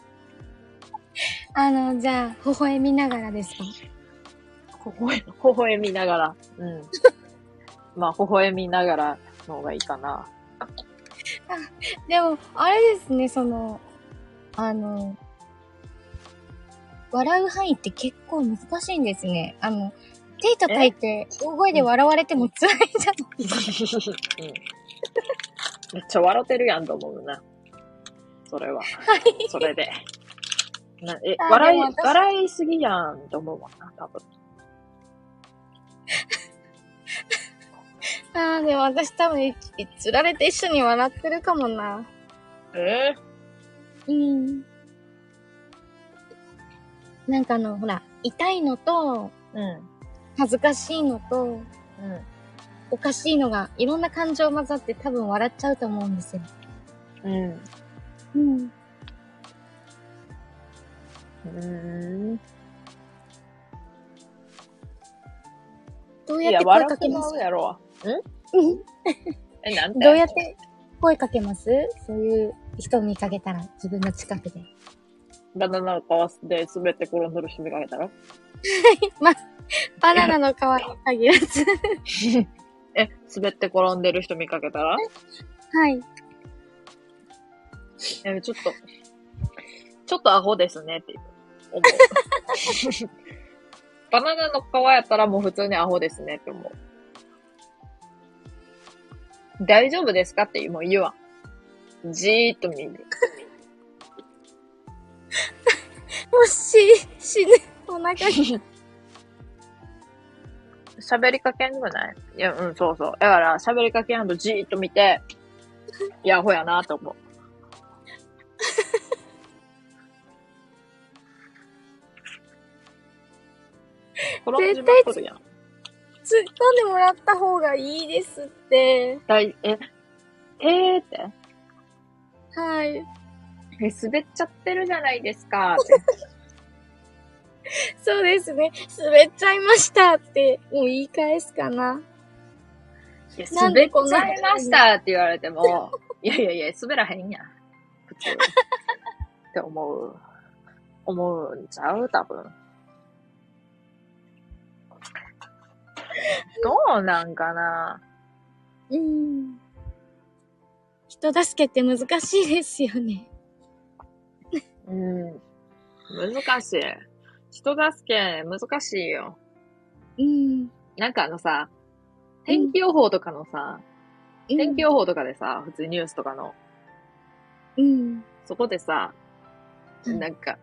じゃあ、微笑みながらですか？ 微笑みながら。まあ、微笑みながらの方がいいかな。 でも、あれですね、笑う範囲って結構難しいんですね。手叩いて、大声で笑われても辛いじゃないですか。 めっちゃ笑ってるやんと思うな。それは。それで。笑いすぎやんと思うもんな、多分。 でも私多分、釣られて一緒に笑ってるかもな。なんかほら、痛いのと、恥ずかしいのと、おかしいのが、いろんな感情混ざって多分笑っちゃうと思うんですよ。どうやって声かけます？ やろなんて？ どうやって声かけます？そういう人を見かけたら、自分の近くで。 バナナの皮で滑って転んでる人見かけたらバナナの皮に限らず。 滑って転んでる人見かけたらはい。 ちょっとアホですねって思う。バナナの皮やったらもう普通にアホですねって思う。大丈夫ですかってもう言わん。じーっと見る。 もし、死ぬ。お腹に。 喋りかけんくないいや、うん、そうそう。だから喋りかけんとじーっと見て、いや、アホやなと思う。 絶対突っ込んでもらった方がいいですって。 ってはい。 滑っちゃってるじゃないですかって。 そうですね。滑っちゃいましたって、もう言い返すかな。 いや、滑っちゃいましたって言われても、いや、滑らへんやん。普通。って思うんちゃう多分。どうなんかな。 人助けって難しいですよね。 難しい。人助け難しいよ。なんかさ、天気予報とかのさ、天気予報とかでさ、普通にニュースとかの、そこでさ、なんか、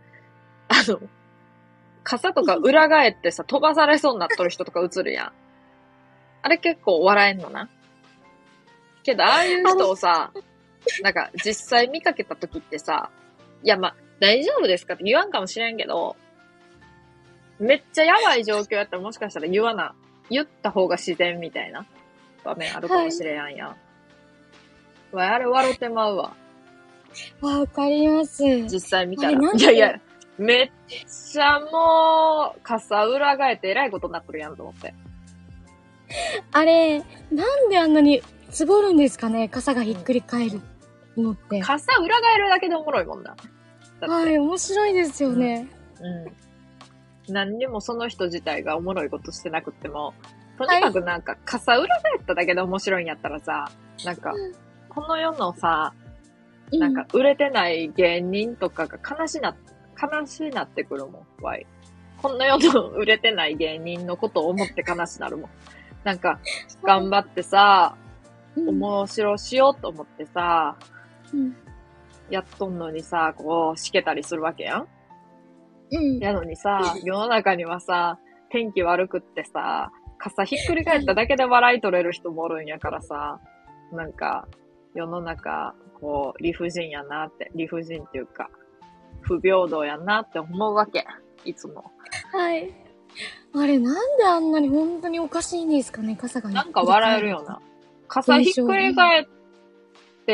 傘とか裏返ってさ、飛ばされそうになっとる人とか映るやん。あれ結構笑えんのな。けど、ああいう人をさ、なんか実際見かけた時ってさ、いや、大丈夫ですかって言わんかもしれんけど、めっちゃやばい状況やったらもしかしたら言った方が自然みたいな場面あるかもしれんやん。あれ笑ってまうわ。 わかります。 実際見たら。いや、めっちゃもう、傘裏返ってえらいことになってるやんと思って。 あれ、なんであんなにつぼるんですかね、傘がひっくり返るのって。 傘裏返るだけでおもろいもんな。 はい、面白いですよね。 何にもその人自体がおもろいことしてなくても、とにかくなんか傘裏返っただけで面白いんやったらさ、なんか、この世のさ、なんか売れてない芸人とかが悲しなってくるもん、わい。この世の売れてない芸人のことを思って悲しなるもん。なんか、頑張ってさ、面白しようと思ってさ、やっとんのにさ、こう、しけたりするわけやん。やのにさ、世の中にはさ、天気悪くってさ、傘ひっくり返っただけで笑い取れる人もおるんやからさ、なんか、世の中、こう、理不尽やなって、理不尽っていうか、不平等やなって思うわけ。いつも。 はい。あれ、なんであんなに本当におかしいんですかね、傘が。 なんか笑えるよな。傘ひっくり返って、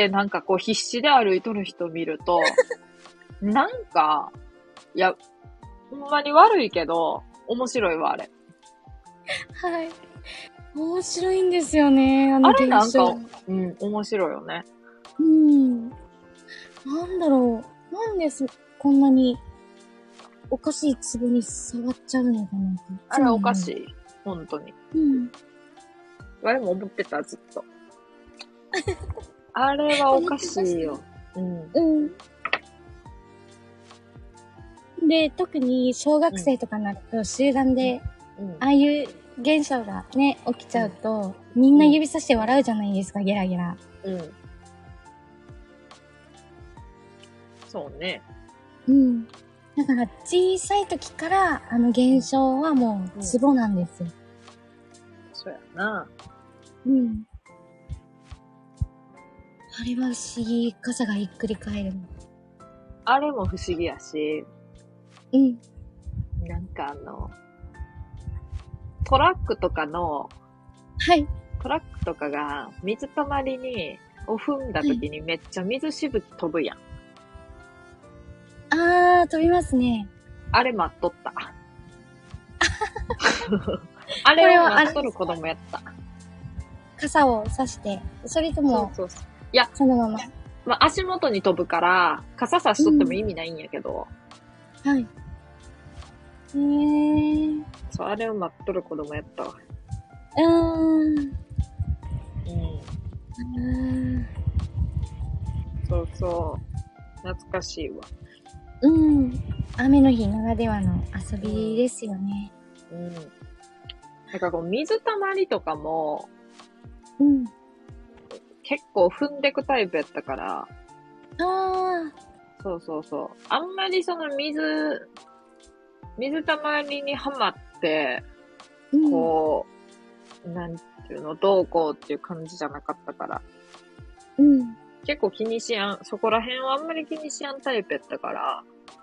なんかこう必死で歩いとる人見ると、なんか、いや、ほんまに悪いけど、面白いわ、あれ。 はい。面白いんですよね、 あれなんか、面白いよね。 なんだろう。なんでこんなに、おかしいツボに触っちゃうのかなって。 あれおかしい。本当に。我も思ってた、ずっと。あれはおかしいよ。 で、特に小学生とかになると集団で、ああいう現象がね、起きちゃうと、みんな指さして笑うじゃないですか、ゲラゲラ。 そうね。 だから小さい時からあの現象はもうツボなんですよ。 そうやな。 あれは不思議、傘がひっくり返るの。 あれも不思議やし、なんかトラックとかの、トラックとかが水たまりを踏んだ時にめっちゃ水しぶき飛ぶやん。 飛びますね。 あれ待っとった。あれを待っとる子供やった。 傘を差して、それとも、 そう。いや、 そのまま。 足元に飛ぶから、傘差しとっても意味ないんやけど。 そう、あれを待っとる子供やったわ。そうそう。懐かしいわ。 雨の日ならではの遊びですよね。 なんかこう、水たまりとかも、結構踏んでくタイプやったから、そうそうそう。あんまりその水たまりにはまって、こう、なんていうの、どうこうっていう感じじゃなかったから。結構気にしやん、そこら辺はあんまり気にしやんタイプやったから、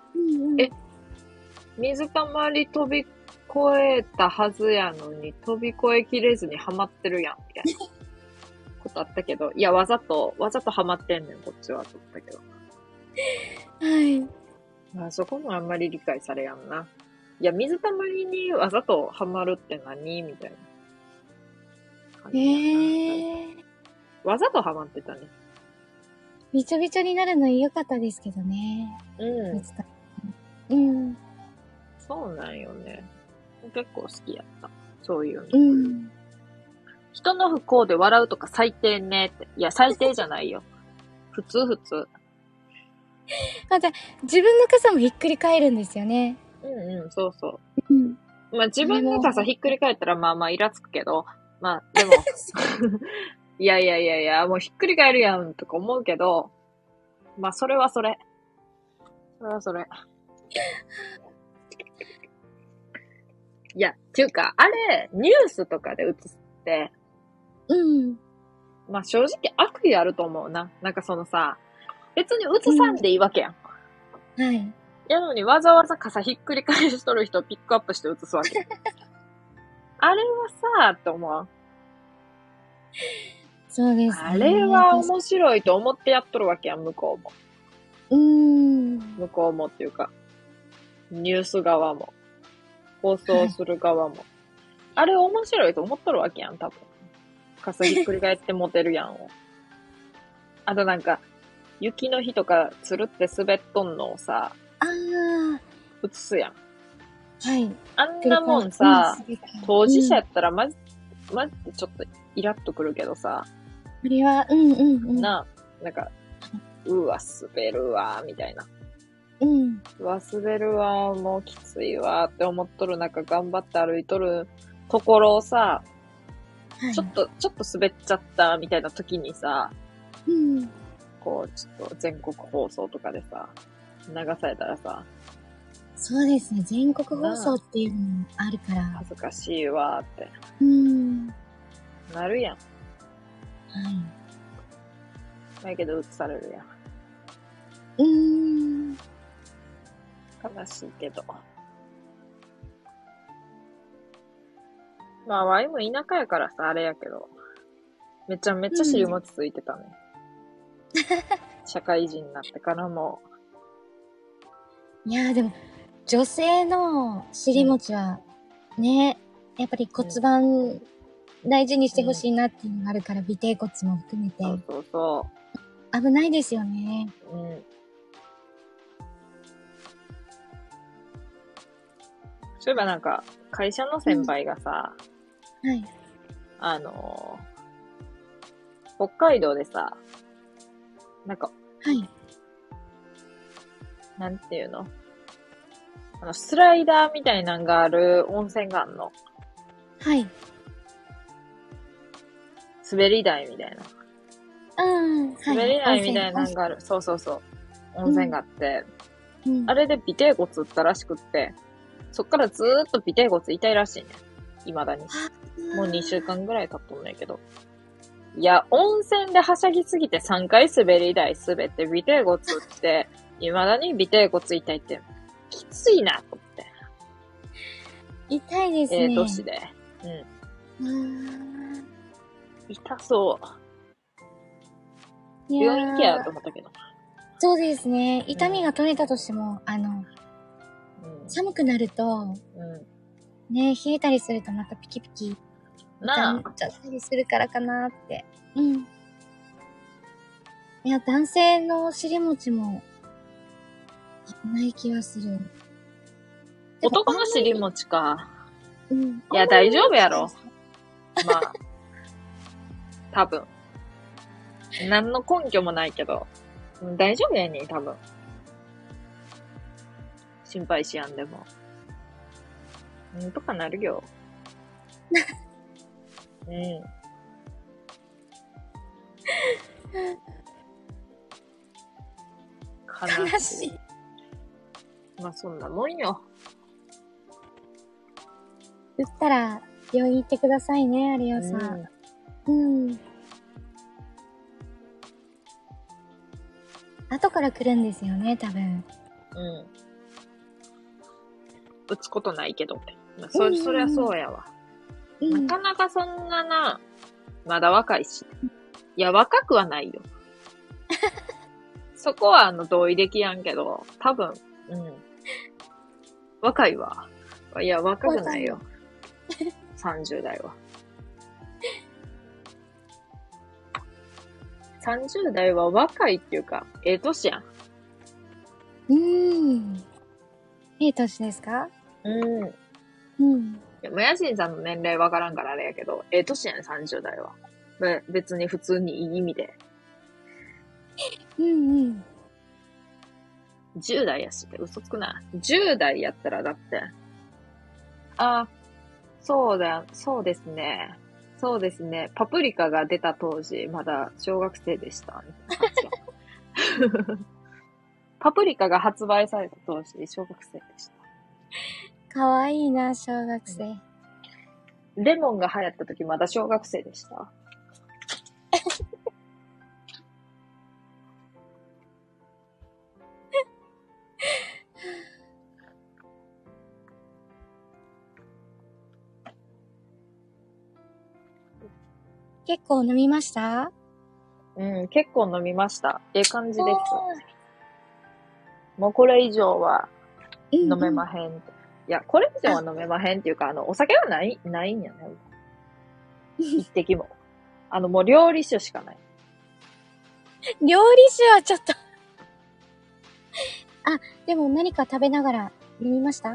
水たまり飛び越えたはずやのに、飛び越えきれずにはまってるやん、みたいなことあったけど、いや、わざとはまってんねん、こっちは、と思ったけど。そこもあんまり理解されやんな。いや、水たまりにわざとはまるって何みたいな。わざとはまってたね。 びちょびちょになるの良かったですけどね。 そうなんよね。結構好きやった。そういうの。人の不幸で笑うとか最低ねって。いや、最低じゃないよ。普通。 また、自分の傘もひっくり返るんですよね。 そうそう。まあ自分の傘ひっくり返ったらまあまあイラつくけど、まあでも、いや、もうひっくり返るやんとか思うけど、まあそれはそれ。いや、っていうか、あれ、ニュースとかで映って、まあ正直悪意あると思うな。なんかそのさ、別に映さんでいいわけやん。やのにわざわざ傘ひっくり返しとる人をピックアップして映すわけ。あれはさ、って思う。 そうですね。 あれは面白いと思ってやっとるわけやん、向こうも。向こうもっていうか、ニュース側も、放送する側も。あれ面白いと思っとるわけやん、多分。傘ひっくり返ってモテるやんを。あとなんか、雪の日とかつるって滑っとんのをさ、映すやん。あんなもんさ、当事者やったらマジでちょっとイラッとくるけどさ。 あれは、 なんか、うわ、滑るわ、みたいな。うわ、滑るわ、もうきついわ、って思っとる中、頑張って歩いとるところをさ、ちょっと滑っちゃった、みたいな時にさ、こう、ちょっと全国放送とかでさ、流されたらさ、 そうですね、全国放送っていうのもあるから。 恥ずかしいわ、って。なるやん。だけど映されるやん。悲しいけど。まあ、ワイも田舎やからさ、あれやけど。めちゃめちゃ尻餅ついてたね。社会人になってからも。 いやーでも、女性の尻餅は、ね、やっぱり骨盤大事にしてほしいなっていうのがあるから、尾てい骨も含めて。 そう。 危ないですよね。 そういえばなんか、会社の先輩がさ、北海道でさ、なんか、なんていうの？スライダーみたいなんがある温泉があんの。滑り台みたいな。滑り台みたいなんがある。そう。温泉があって、あれで尾てい骨打ったらしくって、そっからずーっと尾てい骨痛いらしいね。未だに。もう2週間ぐらい経っとんねんけど。いや、温泉ではしゃぎすぎて3回滑り台滑って尾てい骨打って、未だに尾てい骨痛いって、きついな、と思って。 痛いですね。 年で。痛そう。病院行けやと思ったけど。 そうですね。痛みが取れたとしても、寒くなると、ね、冷えたりするとまたピキピキ痛っちゃったりするからかなって。いや、男性の尻餅も危ない気がする。 男の尻餅か。 うん。 いや、大丈夫やろ。まあ。多分。何の根拠もないけど。大丈夫やねん、多分。心配しやんでも。なんとかなるよ。うん。悲しい。まあそんなもんよ。 打ったら病院行ってくださいね、有吉さん。うん。後から来るんですよね、多分。 うん。打つことないけど。まあ、そりゃそうやわ。なかなかそんなな、まだ若いし。いや、若くはないよ。そこは同意できやんけど、多分、若いわ。いや、若くないよ。30代は。30代は若いっていうか、ええ年やん。 いい年ですか？ うん。いや、もやしんさんの年齢わからんからあれやけど、ええ年やん、30代は。別に普通にいい意味で。10代やしって嘘つくな。10代やったらだって。そうですね。そうですね。パプリカが出た当時、まだ小学生でした。パプリカが発売された当時、小学生でした。 かわいいな、小学生。 レモンが流行った時、まだ小学生でした。 結構飲みました？ 結構飲みました。ええ感じです。もうこれ以上は飲めまへん。いや、これ以上は飲めまへんっていうか、お酒はないんやね。一滴も。もう料理酒しかない。 料理酒はちょっとでも何か食べながら飲みました？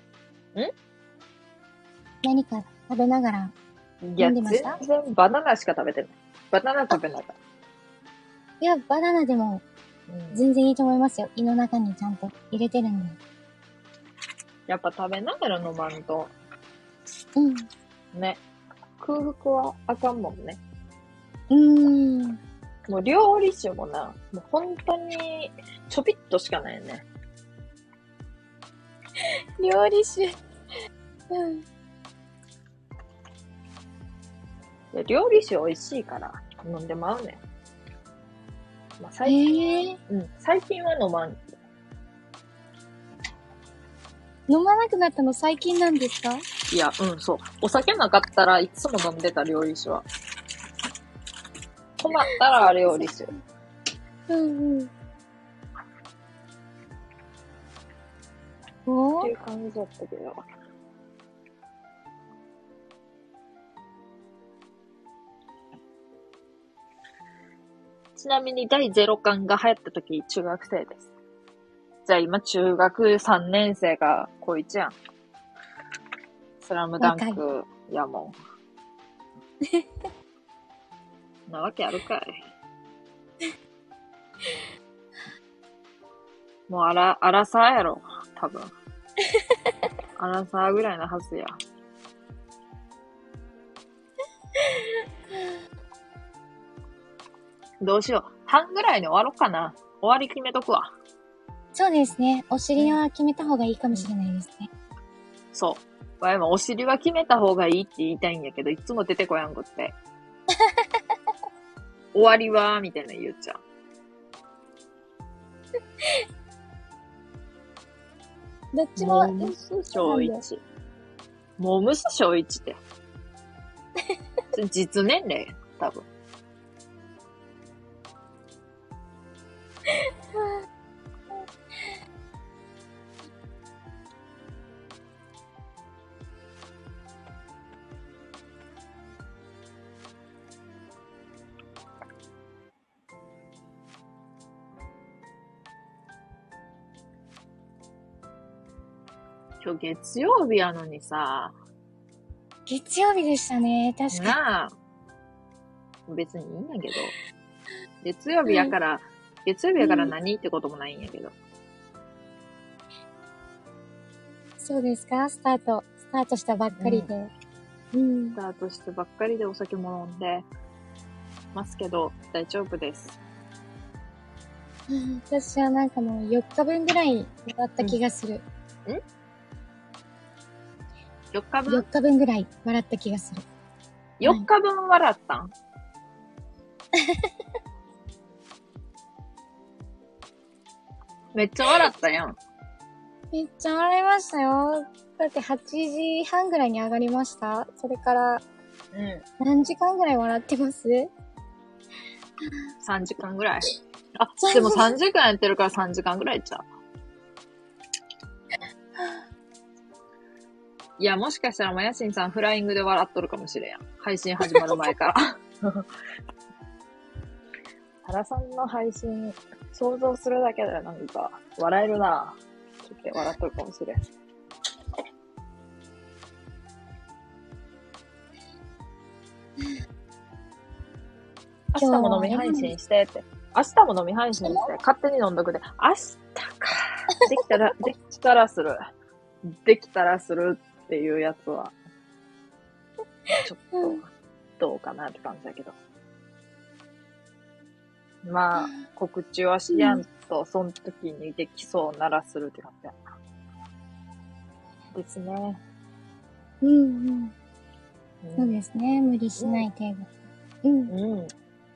何か食べながら飲んでました？ 全然バナナしか食べてない。バナナ食べなかった。 いや、バナナでも全然いいと思いますよ。胃の中にちゃんと入れてるんで。 やっぱ食べながら飲まんと。ね。空腹はあかんもんね。もう料理酒もな、もう本当にちょびっとしかないよね。 料理酒。 料理酒美味しいから飲んでまうねん。まあ、最近は飲まん。 飲まなくなったの最近なんですか？ いや、そう。お酒なかったらいつも飲んでた料理酒は。困ったら料理酒。っていう感じだったけど。ちなみに第0巻が流行った時、中学生です。じゃあ今中学3年生が高1やん。スラムダンクやもん。なわけあるかい。もうアラサーやろ、多分。アラサーぐらいのはずや。どうしよう。半ぐらいに終わろうかな。終わり決めとくわ。 そうですね。お尻は決めた方がいいかもしれないですね。 そう。わいもお尻は決めた方がいいって言いたいんやけど、いつも出てこやんくって。終わりはみたいな言っちゃう。 どっちも。 モームス小1。モームス小1って。実年齢多分。 今日月曜日やのにさ。 月曜日でしたね、確かに。 なあ。別にいいんやけど。月曜日やから、月曜日やから何ってこともないんやけど。 そうですか？スタートしたばっかりで。 スタートしてばっかりでお酒も飲んでますけど、大丈夫です。 私はなんかもう4日分ぐらい笑った気がする。 4日分 ?4 日分ぐらい笑った気がする。 4日分笑ったん、めっちゃ笑ったやん。 めっちゃ笑いましたよ。だって8時半ぐらいに上がりました。それから、何時間ぐらい笑ってます？ 3 時間ぐらい。あ、でも3時間やってるから3時間ぐらいちゃう。いや、もしかしたらまやしんさんフライングで笑っとるかもしれんやん。配信始まる前から。原さんの配信、想像するだけでなんか、笑えるなぁ。って笑っとるかもしれん。明日も飲み配信してって。明日も飲み配信して、勝手に飲んどくで。明日か。できたらする。できたらするっていうやつは、ちょっと、どうかなって感じだけど。まあ、告知はしやんと、その時にできそうならするって感じだな。ですね。 そうですね。無理しない程度。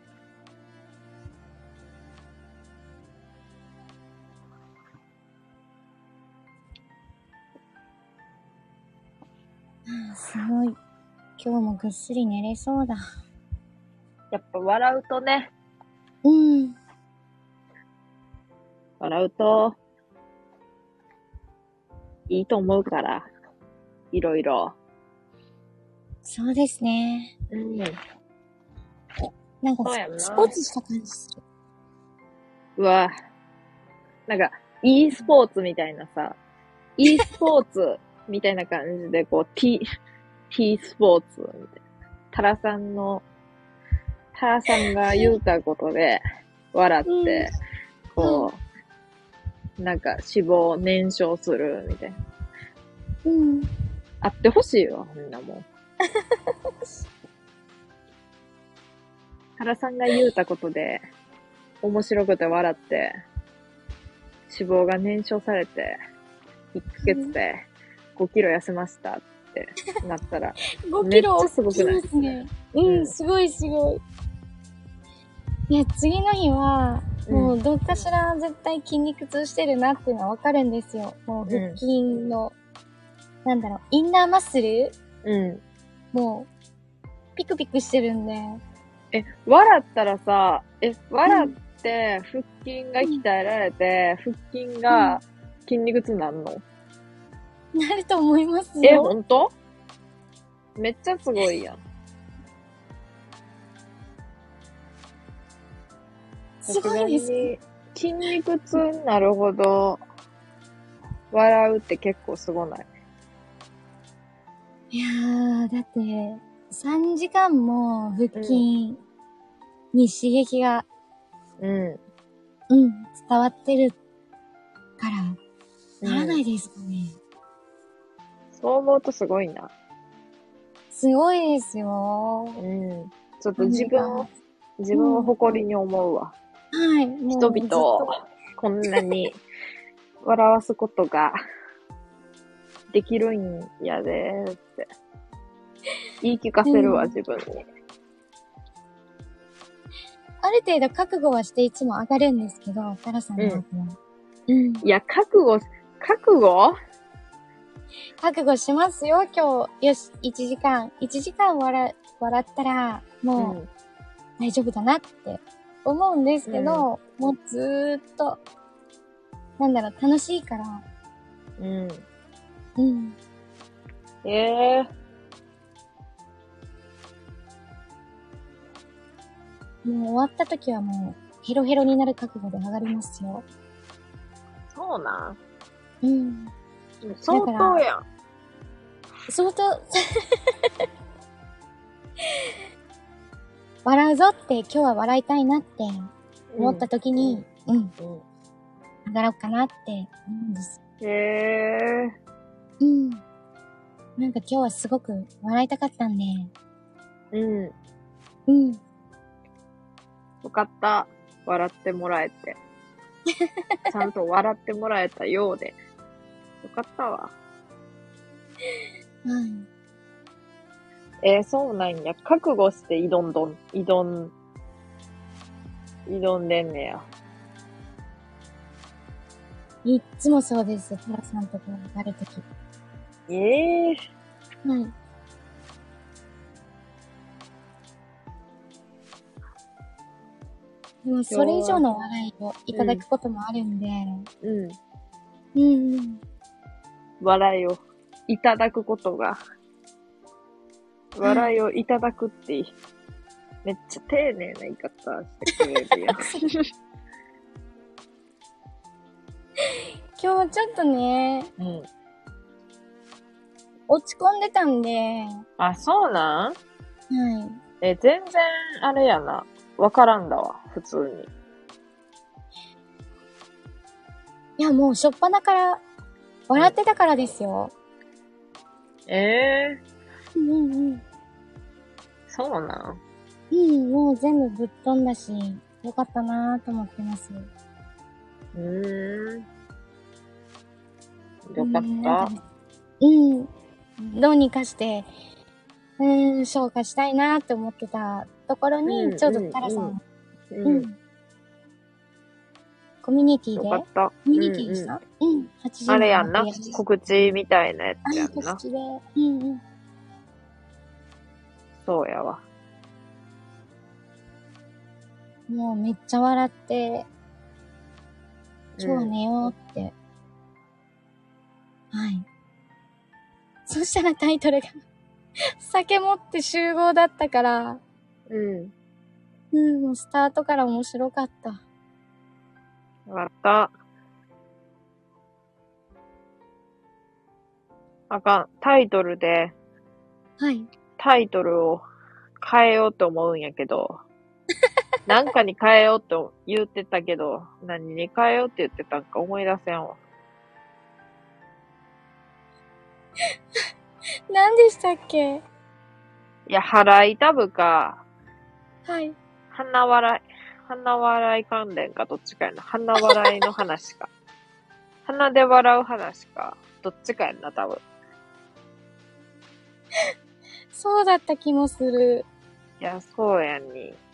すごい。今日もぐっすり寝れそうだ。 やっぱ笑うとね。笑うと、いいと思うから。いろいろ。 そうですね。なんか、スポーツした感じする。 うわ。なんか、e スポーツみたいなさ、e スポーツみたいな感じで、こう、t スポーツみたいな。タラさんが言うたことで、笑って、こう、なんか脂肪燃焼するみたいな。あってほしいわ、みんなもん。タラさんが言うたことで、面白くて笑って、脂肪が燃焼されて、1ヶ月で5キロ痩せましたってなったら、 5キロめっちゃすごくないですね。すごいすごい。いや、次の日は、もうどっかしら絶対筋肉痛してるなっていうのはわかるんですよ。もう腹筋の、なんだろう、インナーマッスルもう、ピクピクしてるんで。 笑ったらさ、笑って腹筋が鍛えられて、腹筋が筋肉痛になるの？ なると思いますよ。 ほんと？めっちゃすごいやん。 すごいです。 筋肉痛になるほど、笑うって結構すごない？ いやー、だって、3時間も腹筋に刺激が、伝わってるから、ならないですかね。 そう思うとすごいな。 すごいですよ。 ちょっと自分を誇りに思うわ。 はい。 人々をこんなに笑わすことができるんやでーって言い聞かせるわ、自分に。 ある程度覚悟はしていつも上がるんですけど、タラさんの後は。 いや、覚悟しますよ、今日。よし、1時間笑ったら、もう、大丈夫だなって思うんですけど、もうずーっと、なんだろう、楽しいから。もう終わった時はもう、ヘロヘロになる覚悟で上がりますよ。 そうなん？ 相当やん。 相当、笑うぞって今日は笑いたいなって思った時に、上がろうかなって思うんです。 へうん。なんか今日はすごく笑いたかったんで。 うん。 うん。 よかった。笑ってもらえて。ちゃんと笑ってもらえたようで。よかったわ。そうなんや。覚悟して挑んでんねや。 いっつもそうです。タラさんとこ上がるとき。はい。でもそれ以上の笑いをいただくこともあるんで。 笑いをいただくことが。笑いをいただくってめっちゃ丁寧な言い方してくれるやん。 今日ちょっとね、落ち込んでたんで。 あ、そうなん？ はい。 全然、あれやな。わからんだわ、普通に。 いや、もう、しょっぱなから、笑ってたからですよ。 そうなん？ もう全部ぶっ飛んだし、よかったなぁと思ってます。 よかった。 どうにかして、消化したいなって思ってたところに、ちょうどタラさん、コミュニティで、 よかった。 コミュニティでした？80 あれやんな。告知みたいなやつやんな。 告知で、 そうやわ。 もうめっちゃ笑って、今日は寝ようって。はい。そしたらタイトルが酒持って集合だったから。もうスタートから面白かった。 よかった。あかん。タイトルで。 はい。 タイトルを変えようと思うんやけど。なんかに変えようと言ってたけど、何に変えようって言ってたんか思い出せんわ。 何でしたっけ？ いや、払いタブか。 はい。 鼻笑い関連かどっちかやな。鼻笑いの話か。鼻で笑う話か。どっちかやんな、多分。 そうだった気もする。 いや、そうやんに。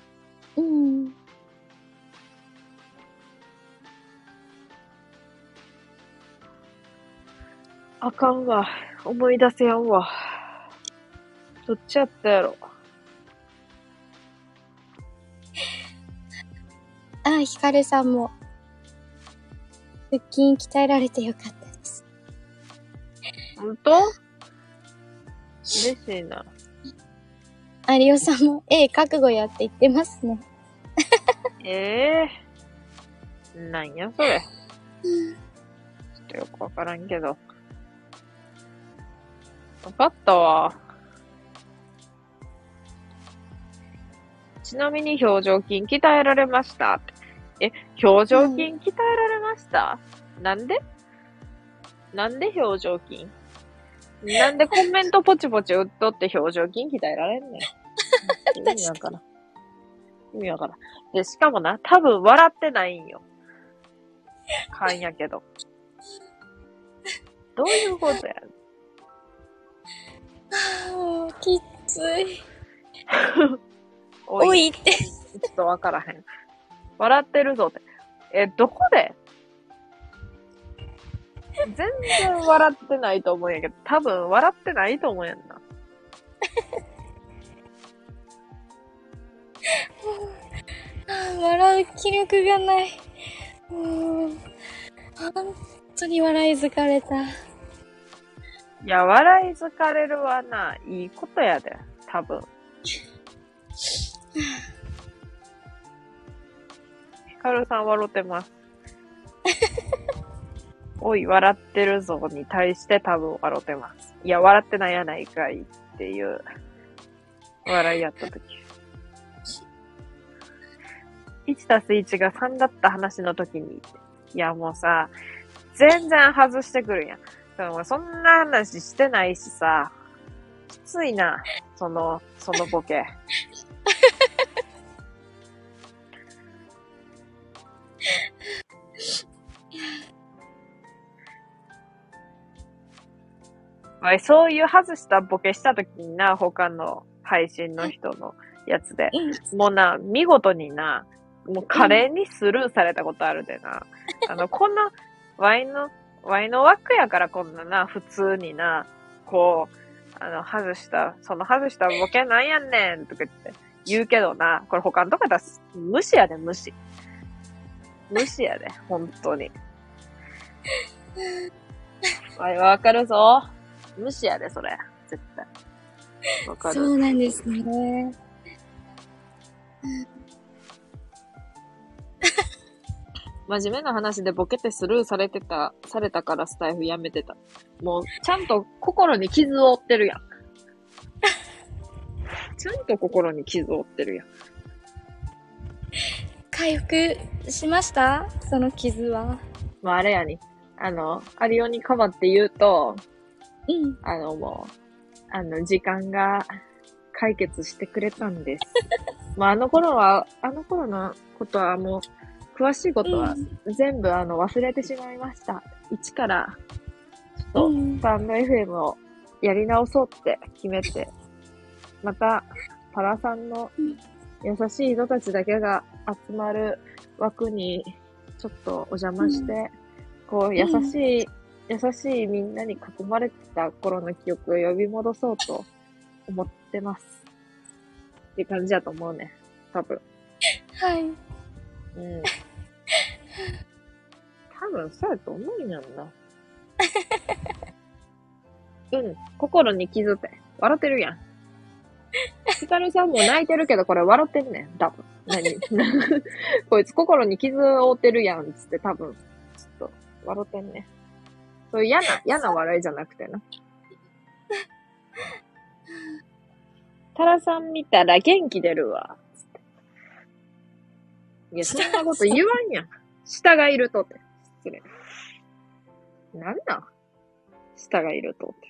あかんわ。思い出せやんわ。どっちやったやろ。 ヒカルさんも、腹筋鍛えられてよかったです。 ほんと？嬉しいな。 有吉さんも、覚悟やって言ってますね。 なんやそれ。ちょっとよくわからんけど。わかったわ。ちなみに表情筋鍛えられましたって。表情筋鍛えられました？なんで表情筋？なんでコメントポチポチ打っとって表情筋鍛えられんねん。意味わからん。意味わからん。で、しかもな、多分笑ってないんよ。勘やけど。どういうことやねん。きつい。 おいって。 ちょっとわからへん。笑ってるぞって。どこで？全然笑ってないと思うんやけど、多分笑ってないと思うんやんな。 笑う気力がない。本当に笑い疲れた。 いや、笑い疲れるはな、いいことやで、多分。ヒカルさん笑ってます。 おい、笑ってるぞに対して多分笑ってます。いや、笑ってないやないかいっていう笑いやったとき。1たす1が3だった話の時に、いやもうさ、全然外してくるやん。そんな話してないしさ、きついな、そのボケ。そういう外したボケしたときにな、他の配信の人のやつで、もうな、見事にな、もう華麗にスルーされたことあるでな。こんな、ワイの枠やからこんなな、普通にな、こう、外したボケなんやねんとか言うけどな、これ他のとこだったら無視やで、無視。無視やで、本当に。わかるぞ。無視やで、それ。絶対。わかる。 そうなんですね。 真面目な話でボケてスルーされたからスタイフやめてた。もう、ちゃんと心に傷を負ってるやん。ちゃんと心に傷を負ってるやん。 回復しましたその傷は。 まあ、あれやに。アリオにかばって言うと、もう、時間が解決してくれたんです。まあ、あの頃のことはもう、詳しいことは全部忘れてしまいました。一から、ちょっと、スタンド FM をやり直そうって決めて、また、パラさんの優しい人たちだけが集まる枠に、ちょっとお邪魔して、こう、優しいみんなに囲まれてた頃の記憶を呼び戻そうと思ってます。って感じだと思うね。多分。 はい。 多分そうやと思うんやんな。心に傷って。笑ってるやん。ヒカルさんも泣いてるけどこれ笑ってんねん。多分。こいつ心に傷を負ってるやん。つって多分、ちょっと笑ってんねん。そういう嫌な笑いじゃなくてな。タラさん見たら元気出るわ。つって。いや、そんなこと言わんやん。下がいるとって。失礼。なんなん下がいるとって。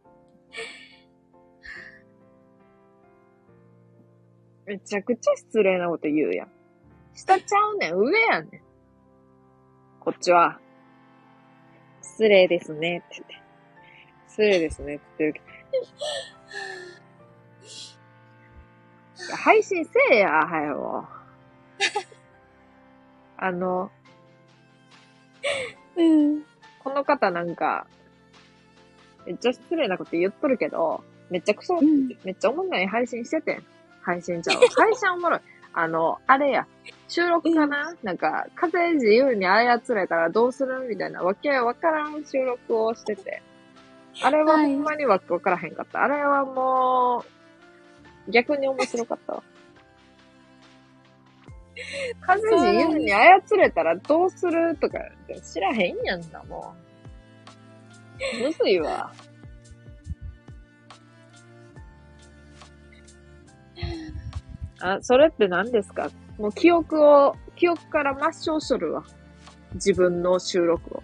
めちゃくちゃ失礼なこと言うやん。下ちゃうねん。上やねん。こっちは。失礼ですね。って言って。失礼ですね。って言ってるけど。配信せえや、はよ。この方なんか、めっちゃ失礼なこと言っとるけど、めっちゃおもんない配信しててん。配信ちゃう。配信おもろい。あれや。収録かな、なんか、風自由に操れたらどうするみたいなわけわからん収録をしてて。あれはほんまにわからへんかった。あれはもう、逆に面白かったわ。風自由に操れたらどうするとか知らへんやんな、もう。むずいわ。それって何ですか？もう記憶から抹消しとるわ。自分の収録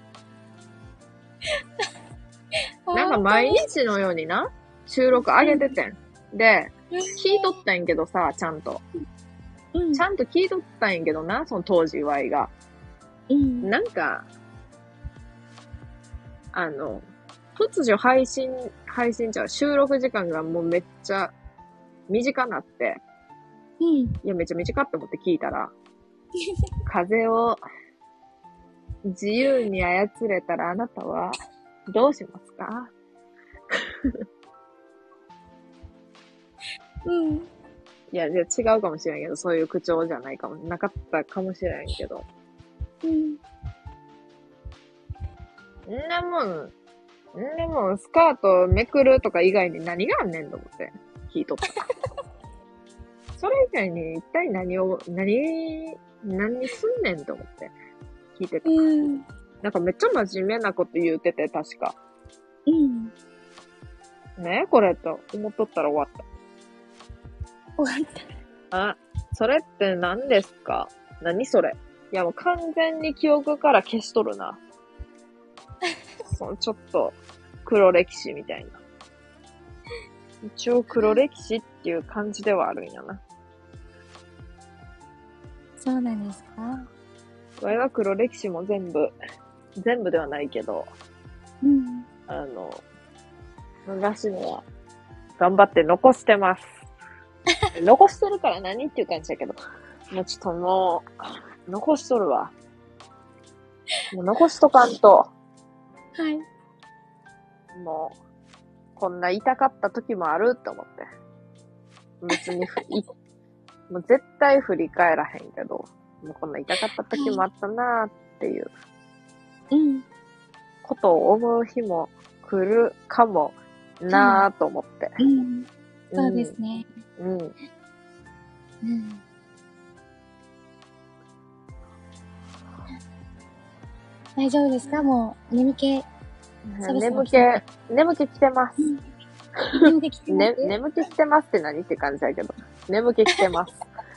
を。なんか毎日のようにな、収録上げててん。で、聞いとったんやけどさ、ちゃんと聞いとったんやけどな、その当時ワイが。なんか、突如配信収録時間がもうめっちゃ短なって、いや、めっちゃ短って思って聞いたら、風を自由に操れたらあなたはどうしますか？いや、違うかもしれんけど、そういう口調じゃなかったかもしれんけど。んなもん、スカートめくるとか以外に何があんねんと思って聞いとった。それ以外に一体何すんねんと思って聞いてた。 なんかめっちゃ真面目なこと言うてて、確か。 うん。 ねこれと思っとったら終わった。 終わった。 あ、それって何ですか？何それ？いやもう完全に記憶から消しとるな。ちょっと黒歴史みたいな。一応黒歴史っていう感じではあるんやな。 そうなんですか？ これは黒歴史も全部ではないけど、 うん。 昔のは頑張って残してます。残してるから何っていう感じだけど、もうちょっともう、残しとるわ。もう残しとかんと。 はい。 もう、こんな痛かった時もあるって思って。別にもう絶対振り返らへんけど、もうこんな痛かった時もあったなーっていう、ことを思う日も来るかもなーと思って。 うん。そうですね。 うん。うん。 大丈夫ですか？もう、眠気。 眠気来てます。 眠気来てます。 眠気来てますって何って感じだけど。眠気来てます。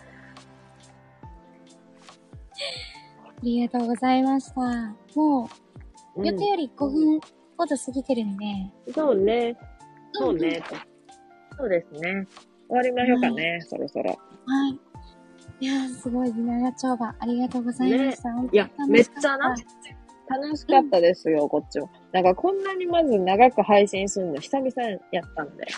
ありがとうございました。もう、予定より5分ほど過ぎてるんで。 そうね。そうね。そうですね。終わりましょうかね、そろそろ。 はい。いやー、すごい長丁場。ありがとうございました。 いや、めっちゃ楽しかったですよ、こっちも。なんかこんなにまず長く配信するの久々やったんで。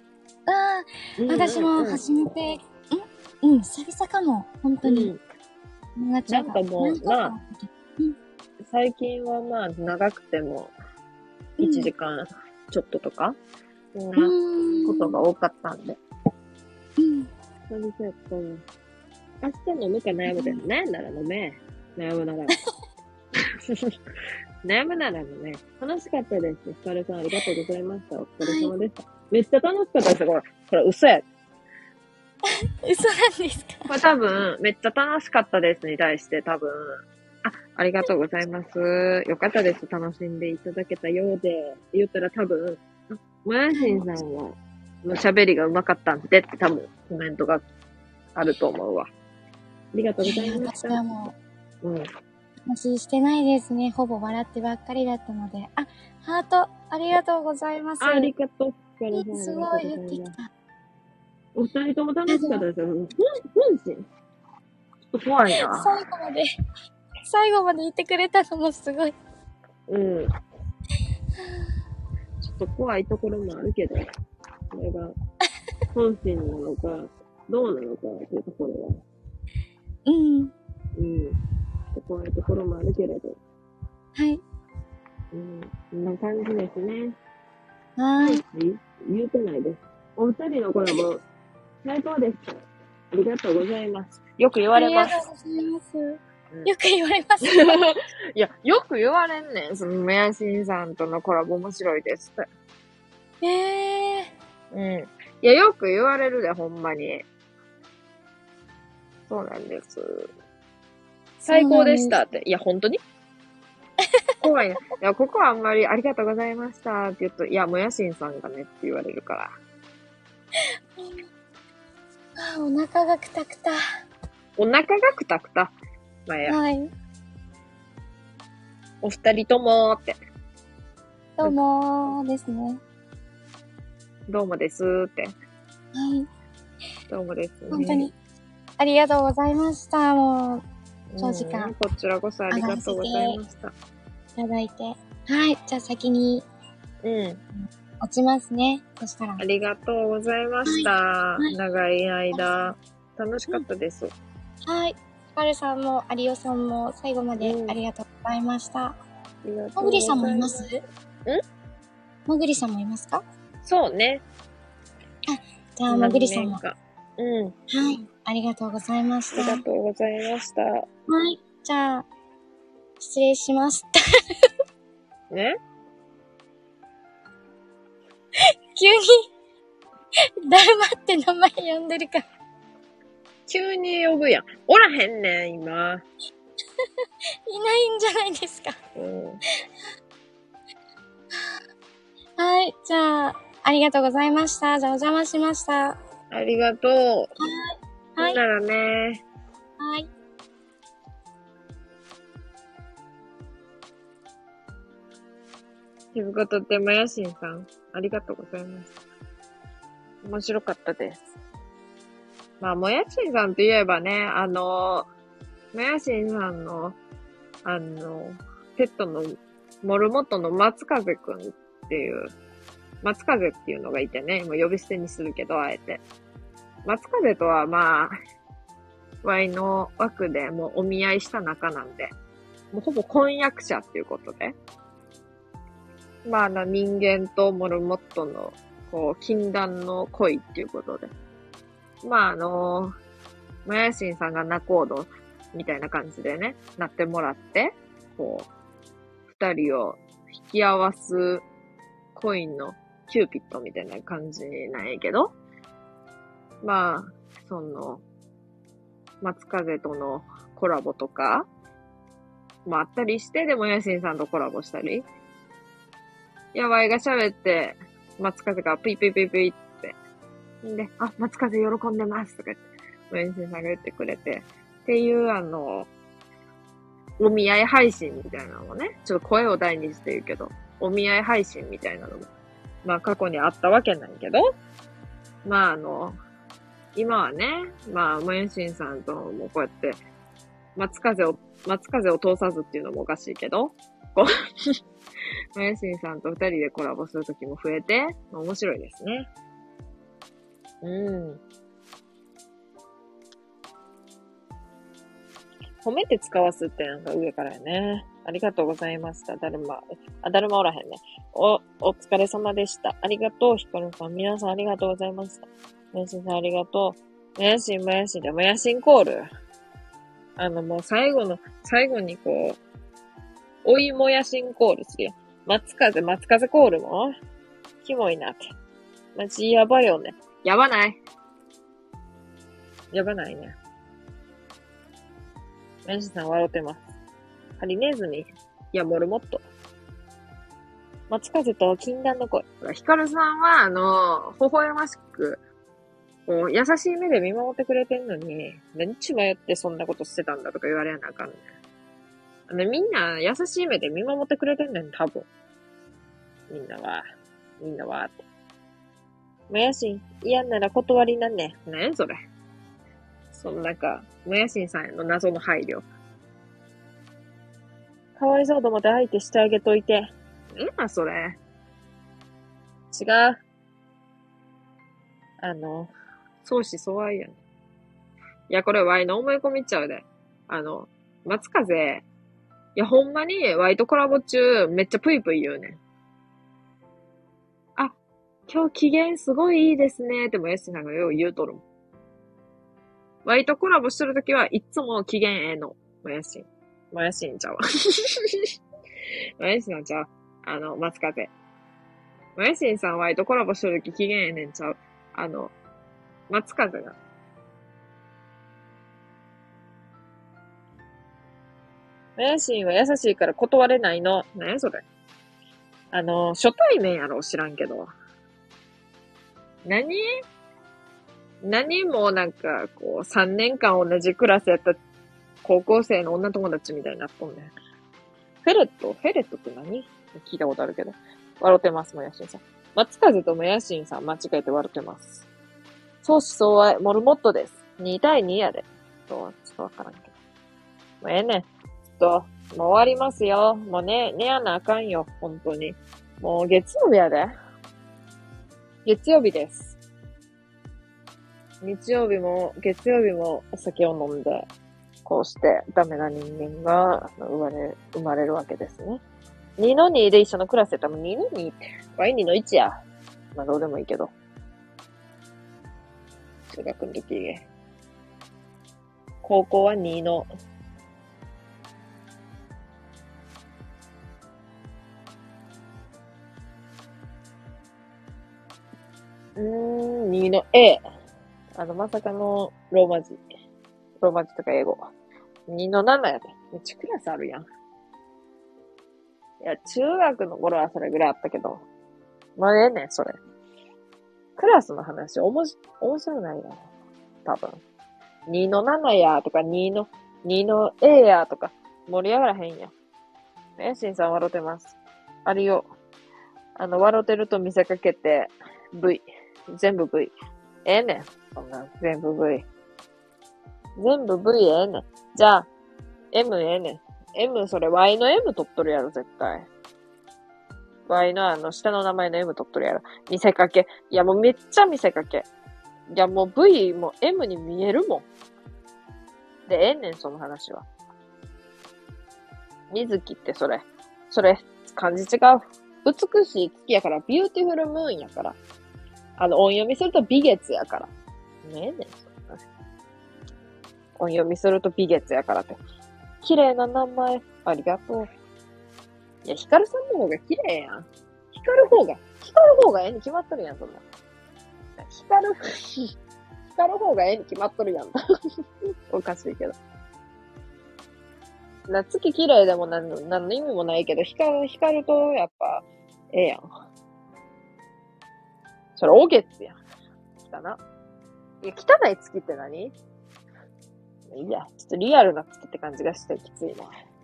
私も初めて、久々かも。本当に。 なんかもう、最近はまあ長くても1時間ちょっととか、そんなことが多かったんで。久々やったの。明日飲むか悩むで、悩んだら飲め。悩むなら。悩むならのね、楽しかったです。ヒカルさんありがとうございました。お疲れ様でした。めっちゃ楽しかったですよ、これ嘘や。 嘘なんですか？ これ多分、めっちゃ楽しかったですに対して多分、ありがとうございます。よかったです。楽しんでいただけたようで、言ったら多分、もやしんさんは、喋りが上手かったんでって多分コメントがあると思うわ。ありがとうございました。 私はもう、話してないですね。ほぼ笑ってばっかりだったので。ハート、ありがとうございます。 ありがとう。 すごい言ってきた。 お二人とも楽しかったですよ。本心ちょっと怖いな。 最後まで言ってくれたのもすごい。 ちょっと怖いところもあるけど、これが本心なのか、どうなのかっていうところは。怖いところもあるけれど。 はい。 こんな感じですね。 はい。 言うてないです。お二人のコラボ、最高です。ありがとうございます。よく言われます。 ありがとうございます。よく言われます。 いや、よく言われんねん。その、メアシンさんとのコラボ面白いですって。いや、よく言われるで、ほんまに。そうなんです。最高でしたって。いや、ほんとに怖いね。いや、ここはあんまりありがとうございましたって言うと、いや、もやしんさんがねって言われるから。 お腹がくたくた。 お腹がくたくた。まあ、 はい。 お二人ともって。 どうもですね。 どうもですって。 はい。 どうもですね。 本当に。ありがとうございました。もう、長時間。 こちらこそありがとうございました。 いただいて。はい。じゃあ先に。落ちますね。そしたら。 ありがとうございました。長い間。楽しかったです。 はい。ヒカルさんも、有オさんも最後までありがとうございました。もぐりさんもいます？もぐりさんもいますか？ そうね。 じゃあ、もぐりさんも。 はい。 ありがとうございました。 ありがとうございました。 はい。じゃあ、失礼しました。 ね？ 急に、だるまって名前呼んでるから。 急に呼ぶやん。おらへんねん、今。 いないんじゃないですか。 うん。 はい。じゃあ、ありがとうございました。じゃあ、お邪魔しました。 ありがとう。 はい。 ならね。 はい。 ということで、もやしんさん、ありがとうございます。面白かったです。まあ、もやしんさんといえばね、もやしんさんの、ペットの、モルモットの松風くんっていう、松風っていうのがいてね、もう呼び捨てにするけど、あえて。松風とはまあ、ワイの枠でもうお見合いした仲なんで、もうほぼ婚約者っていうことで。まあ、人間とモルモットの、こう、禁断の恋っていうことで。まあ、もやしんさんが仲人みたいな感じでね、なってもらって、こう、二人を引き合わすコインのキューピッドみたいな感じなんやけど、まあ、松風とのコラボとか、もあったりして、でもやしんさんとコラボしたり、やばいが喋って、松風がピーピーピーピーって、んで、あ、松風喜んでますとか言って、もやしんさんが言ってくれて、っていうお見合い配信みたいなのもね、ちょっと声を大にして言うけど、お見合い配信みたいなのも、まあ過去にあったわけなんやけど、まあ今はね、まあ、もやしんさんともこうやって、松風を通さずっていうのもおかしいけど、こう、もやしんさんと二人でコラボするときも増えて、面白いですね。うん。褒めて使わすってなんか上からやね。ありがとうございました。だるまおらへんね。お疲れ様でした。ありがとう、ひかるさん。皆さんありがとうございました。もやしんさんありがとう。もやしんで、もやしんコール。もう最後にこう、おいもやしんコールするよ。松風コールもキモいなって。マジやばいよね。やばないね。もやしさん笑ってます。ハリネズミ。いや、モルモット。松風と禁断の声。ヒカルさんは、微笑ましく、こう、優しい目で見守ってくれてんのに、何ち迷ってそんなことしてたんだとか言われなあかんねん。みんな優しい目で見守ってくれてんねん、多分。みんなはって。もやしん、嫌なら断りなんねん。何それ。もやしんさんへの謎の配慮。かわいそうと思って相手してあげといて。それ。違う。相思相愛やん。いや、これワイの思い込みちゃうで。松風、いや、ほんまにワイとコラボ中めっちゃぷいぷい言うねん。あ、今日機嫌すごいいいですねってもやしさんがよう言うとるもん。ワイとコラボしてるときはいつも機嫌ええの。もやしんちゃうわ。もやしんちゃう。松風。もやしんさんワイとコラボしてるとき機嫌ええねんちゃう。松風が。もやしんは優しいから断れないの。何やそれ。初対面やろ知らんけど。何もなんか、こう、3年間同じクラスやった高校生の女友達みたいになっとんねん。フェレットって何聞いたことあるけど。笑ってます、もやしんさん。松風ともやしんさん間違えて笑ってます。相思相愛、モルモットです。2対2やで。ちょっとわからんけど。もうええねん。もう終わりますよ。もう寝やなあかんよ。本当に。もう月曜日やで。月曜日です。月曜日もお酒を飲んで、こうしてダメな人間が生まれるわけですね。2の2で一緒のクラスやったら2の2って、ワイ2の1や。まあどうでもいいけど。中学の時、高校は2の、2の A。まさかのローマ字とか英語。2の7やで。 めっちゃクラスあるやん。いや、中学の頃はそれぐらいあったけど。まあええねん、それ。クラスの話、面白ないよ。多分。2の7やとか2の A やとか盛り上がらへんやん。エンシンさん笑ってます。あるよ。笑ってると見せかけて V。全部 V。ええねん。そんな、全部 V。全部 V ええねん。じゃあ、M ええねん。M、それ Y の M 取っとるやろ、絶対。Y の下の名前の M 取っとるやろ。見せかけ。いや、もうめっちゃ見せかけ。いや、もう V も M に見えるもん。で、ええねん、その話は。水木ってそれ、漢字違う。美しい月やから、ビューティフルムーンやから。音読みすると美月やから。ねえねん、そんな。音読みすると美月やからって。綺麗な名前、ありがとう。いや、ヒカルさんの方が綺麗やん。光る方が絵に決まっとるやん、そんな。光る方が絵に決まっとるやん。おかしいけど。月綺麗でも何の意味もないけど、光るとやっぱ、ええやん。それ、お月やん。汚な。いや、汚い月って何？いや、ちょっとリアルな月って感じがしてきついな。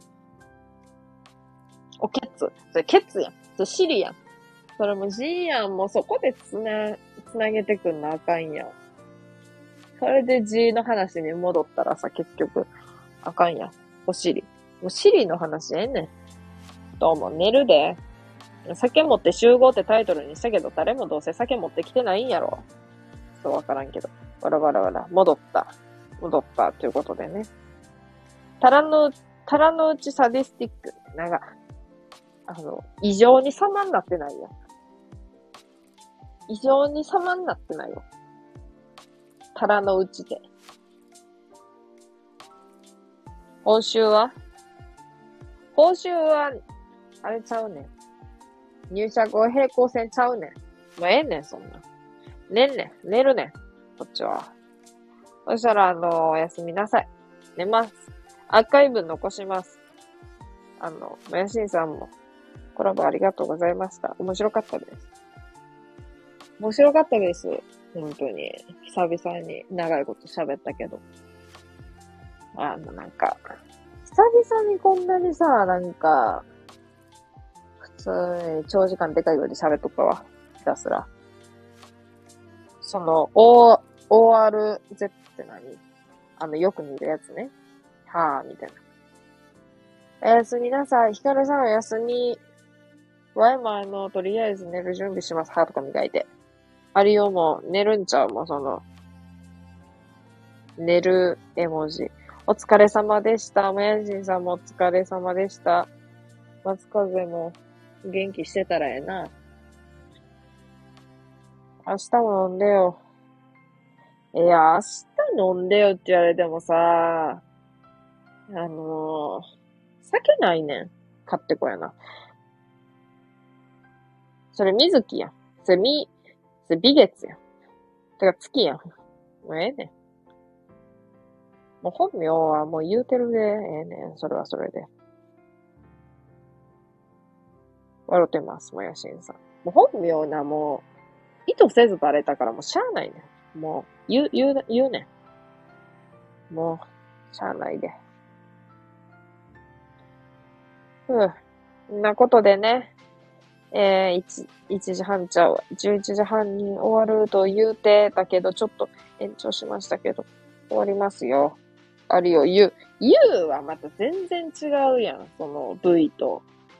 おケツ。それケツやん。それシリやん。それも G やん。もうそこでつなげてくんなあかんやん。それで G の話に戻ったらさ、結局、あかんやん。お尻。もう尻の話ええねん。どうも寝るで。酒持って集合ってタイトルにしたけど、誰もどうせ酒持ってきてないんやろ。ちょっとわからんけど。わら。戻ったということでね。タラのうちサディスティック。なんか、異常に様になってないよ。異常に様になってないよ。タラのうちで。報酬は、あれちゃうねん。入社後平行線ちゃうねん。もうええねん、そんな。寝るねん。こっちは。そしたら、おやすみなさい。寝ます。アーカイブ残します。もやしんさんも、コラボありがとうございました。面白かったです。本当に。久々に長いこと喋ったけど。なんか、久々にこんなにさ、なんか、普通に長時間でかいように喋っとったわ。ひたすら。その、ORZ って何？よく見るやつね。はぁ、みたいな。おやすみなさい。ヒカルさんおやすみ。ワイもとりあえず寝る準備します。歯とか磨いて。ありよもう寝るんちゃうもう寝る絵文字。お疲れ様でした。もやしんさんもお疲れ様でした。松風も元気してたらええな。明日も飲んでよ。いや、明日飲んでよって言われてもさ、酒ないねん。買ってこやな。それ水木やん。それ美月やん。てか月やん。もうええねん。もう本名はもう言うてるで、ええねん。それはそれで。笑ってます、もやしんさん。もう本名な、もう、意図せずバレたからもうしゃあないねん。もう、言うねん。もう、しゃあないで。んなことでね、1時半ちゃうわ。11時半に終わると言うてたけど、ちょっと延長しましたけど、終わりますよ。あるよ、U はまた全然違うやん。その V と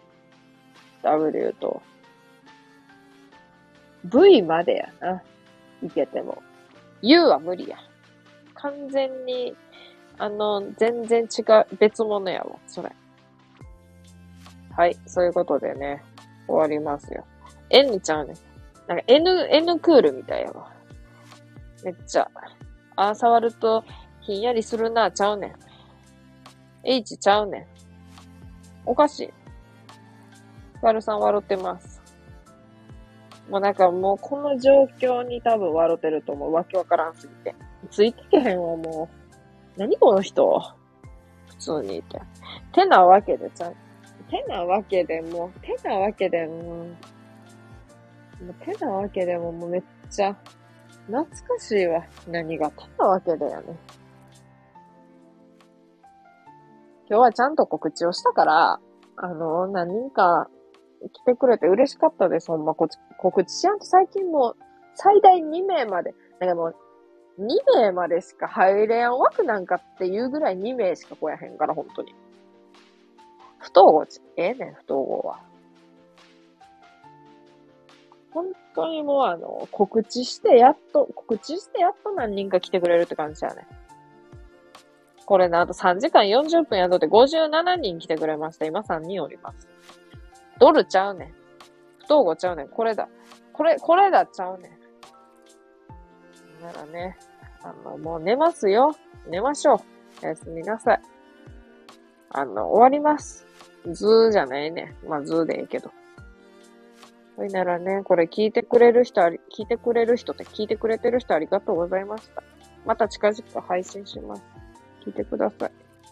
W と。V までやな。いけても。U は無理や。完全に、全然違う、別物やわ、それ。はい、そういうことでね、終わりますよ。N ちゃうね。なんか N クールみたいやわ。めっちゃ。触るとひんやりするな、ちゃうねん。H ちゃうねん。おかしい。ヒカルさん笑ってます。もうなんかもうこの状況に多分笑ってると思う。わけわからんすぎて。ついてけへんわ、もう。何この人。普通にいて。てなわけでももうめっちゃ懐かしいわ。何がてなわけだよね。今日はちゃんと告知をしたから、何人か来てくれて嬉しかったです。ほんま、告知しやんと最近もう最大2名まで、なんかもう2名までしか入れん枠なんかっていうぐらい2名しか来やへんから、本当に。不統合不統合は。本当にもう告知してやっと何人か来てくれるって感じだよね。これね、あと3時間40分やっとって57人来てくれました。今3人おります。ドルちゃうねん。不統合ちゃうねん。これだちゃうねん。ならね、もう寝ますよ。寝ましょう。おやすみなさい。終わります。ズーじゃないね。まあ、ズーでいいけど。それならね、これ聞いてくれてる人ありがとうございました。また近々配信します。聞いてください。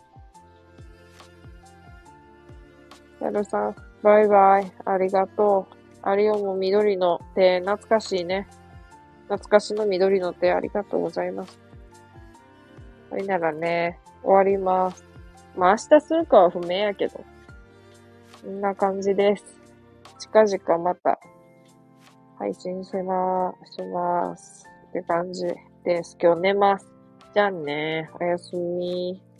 やるさん、バイバイ。ありがとう。アリオも緑の手、懐かしいね。懐かしの緑の手、ありがとうございます。それならね、終わります。まあ明日するかは不明やけど。こんな感じです。近々また配信します。って感じです。今日寝ます。じゃあね、おやすみ。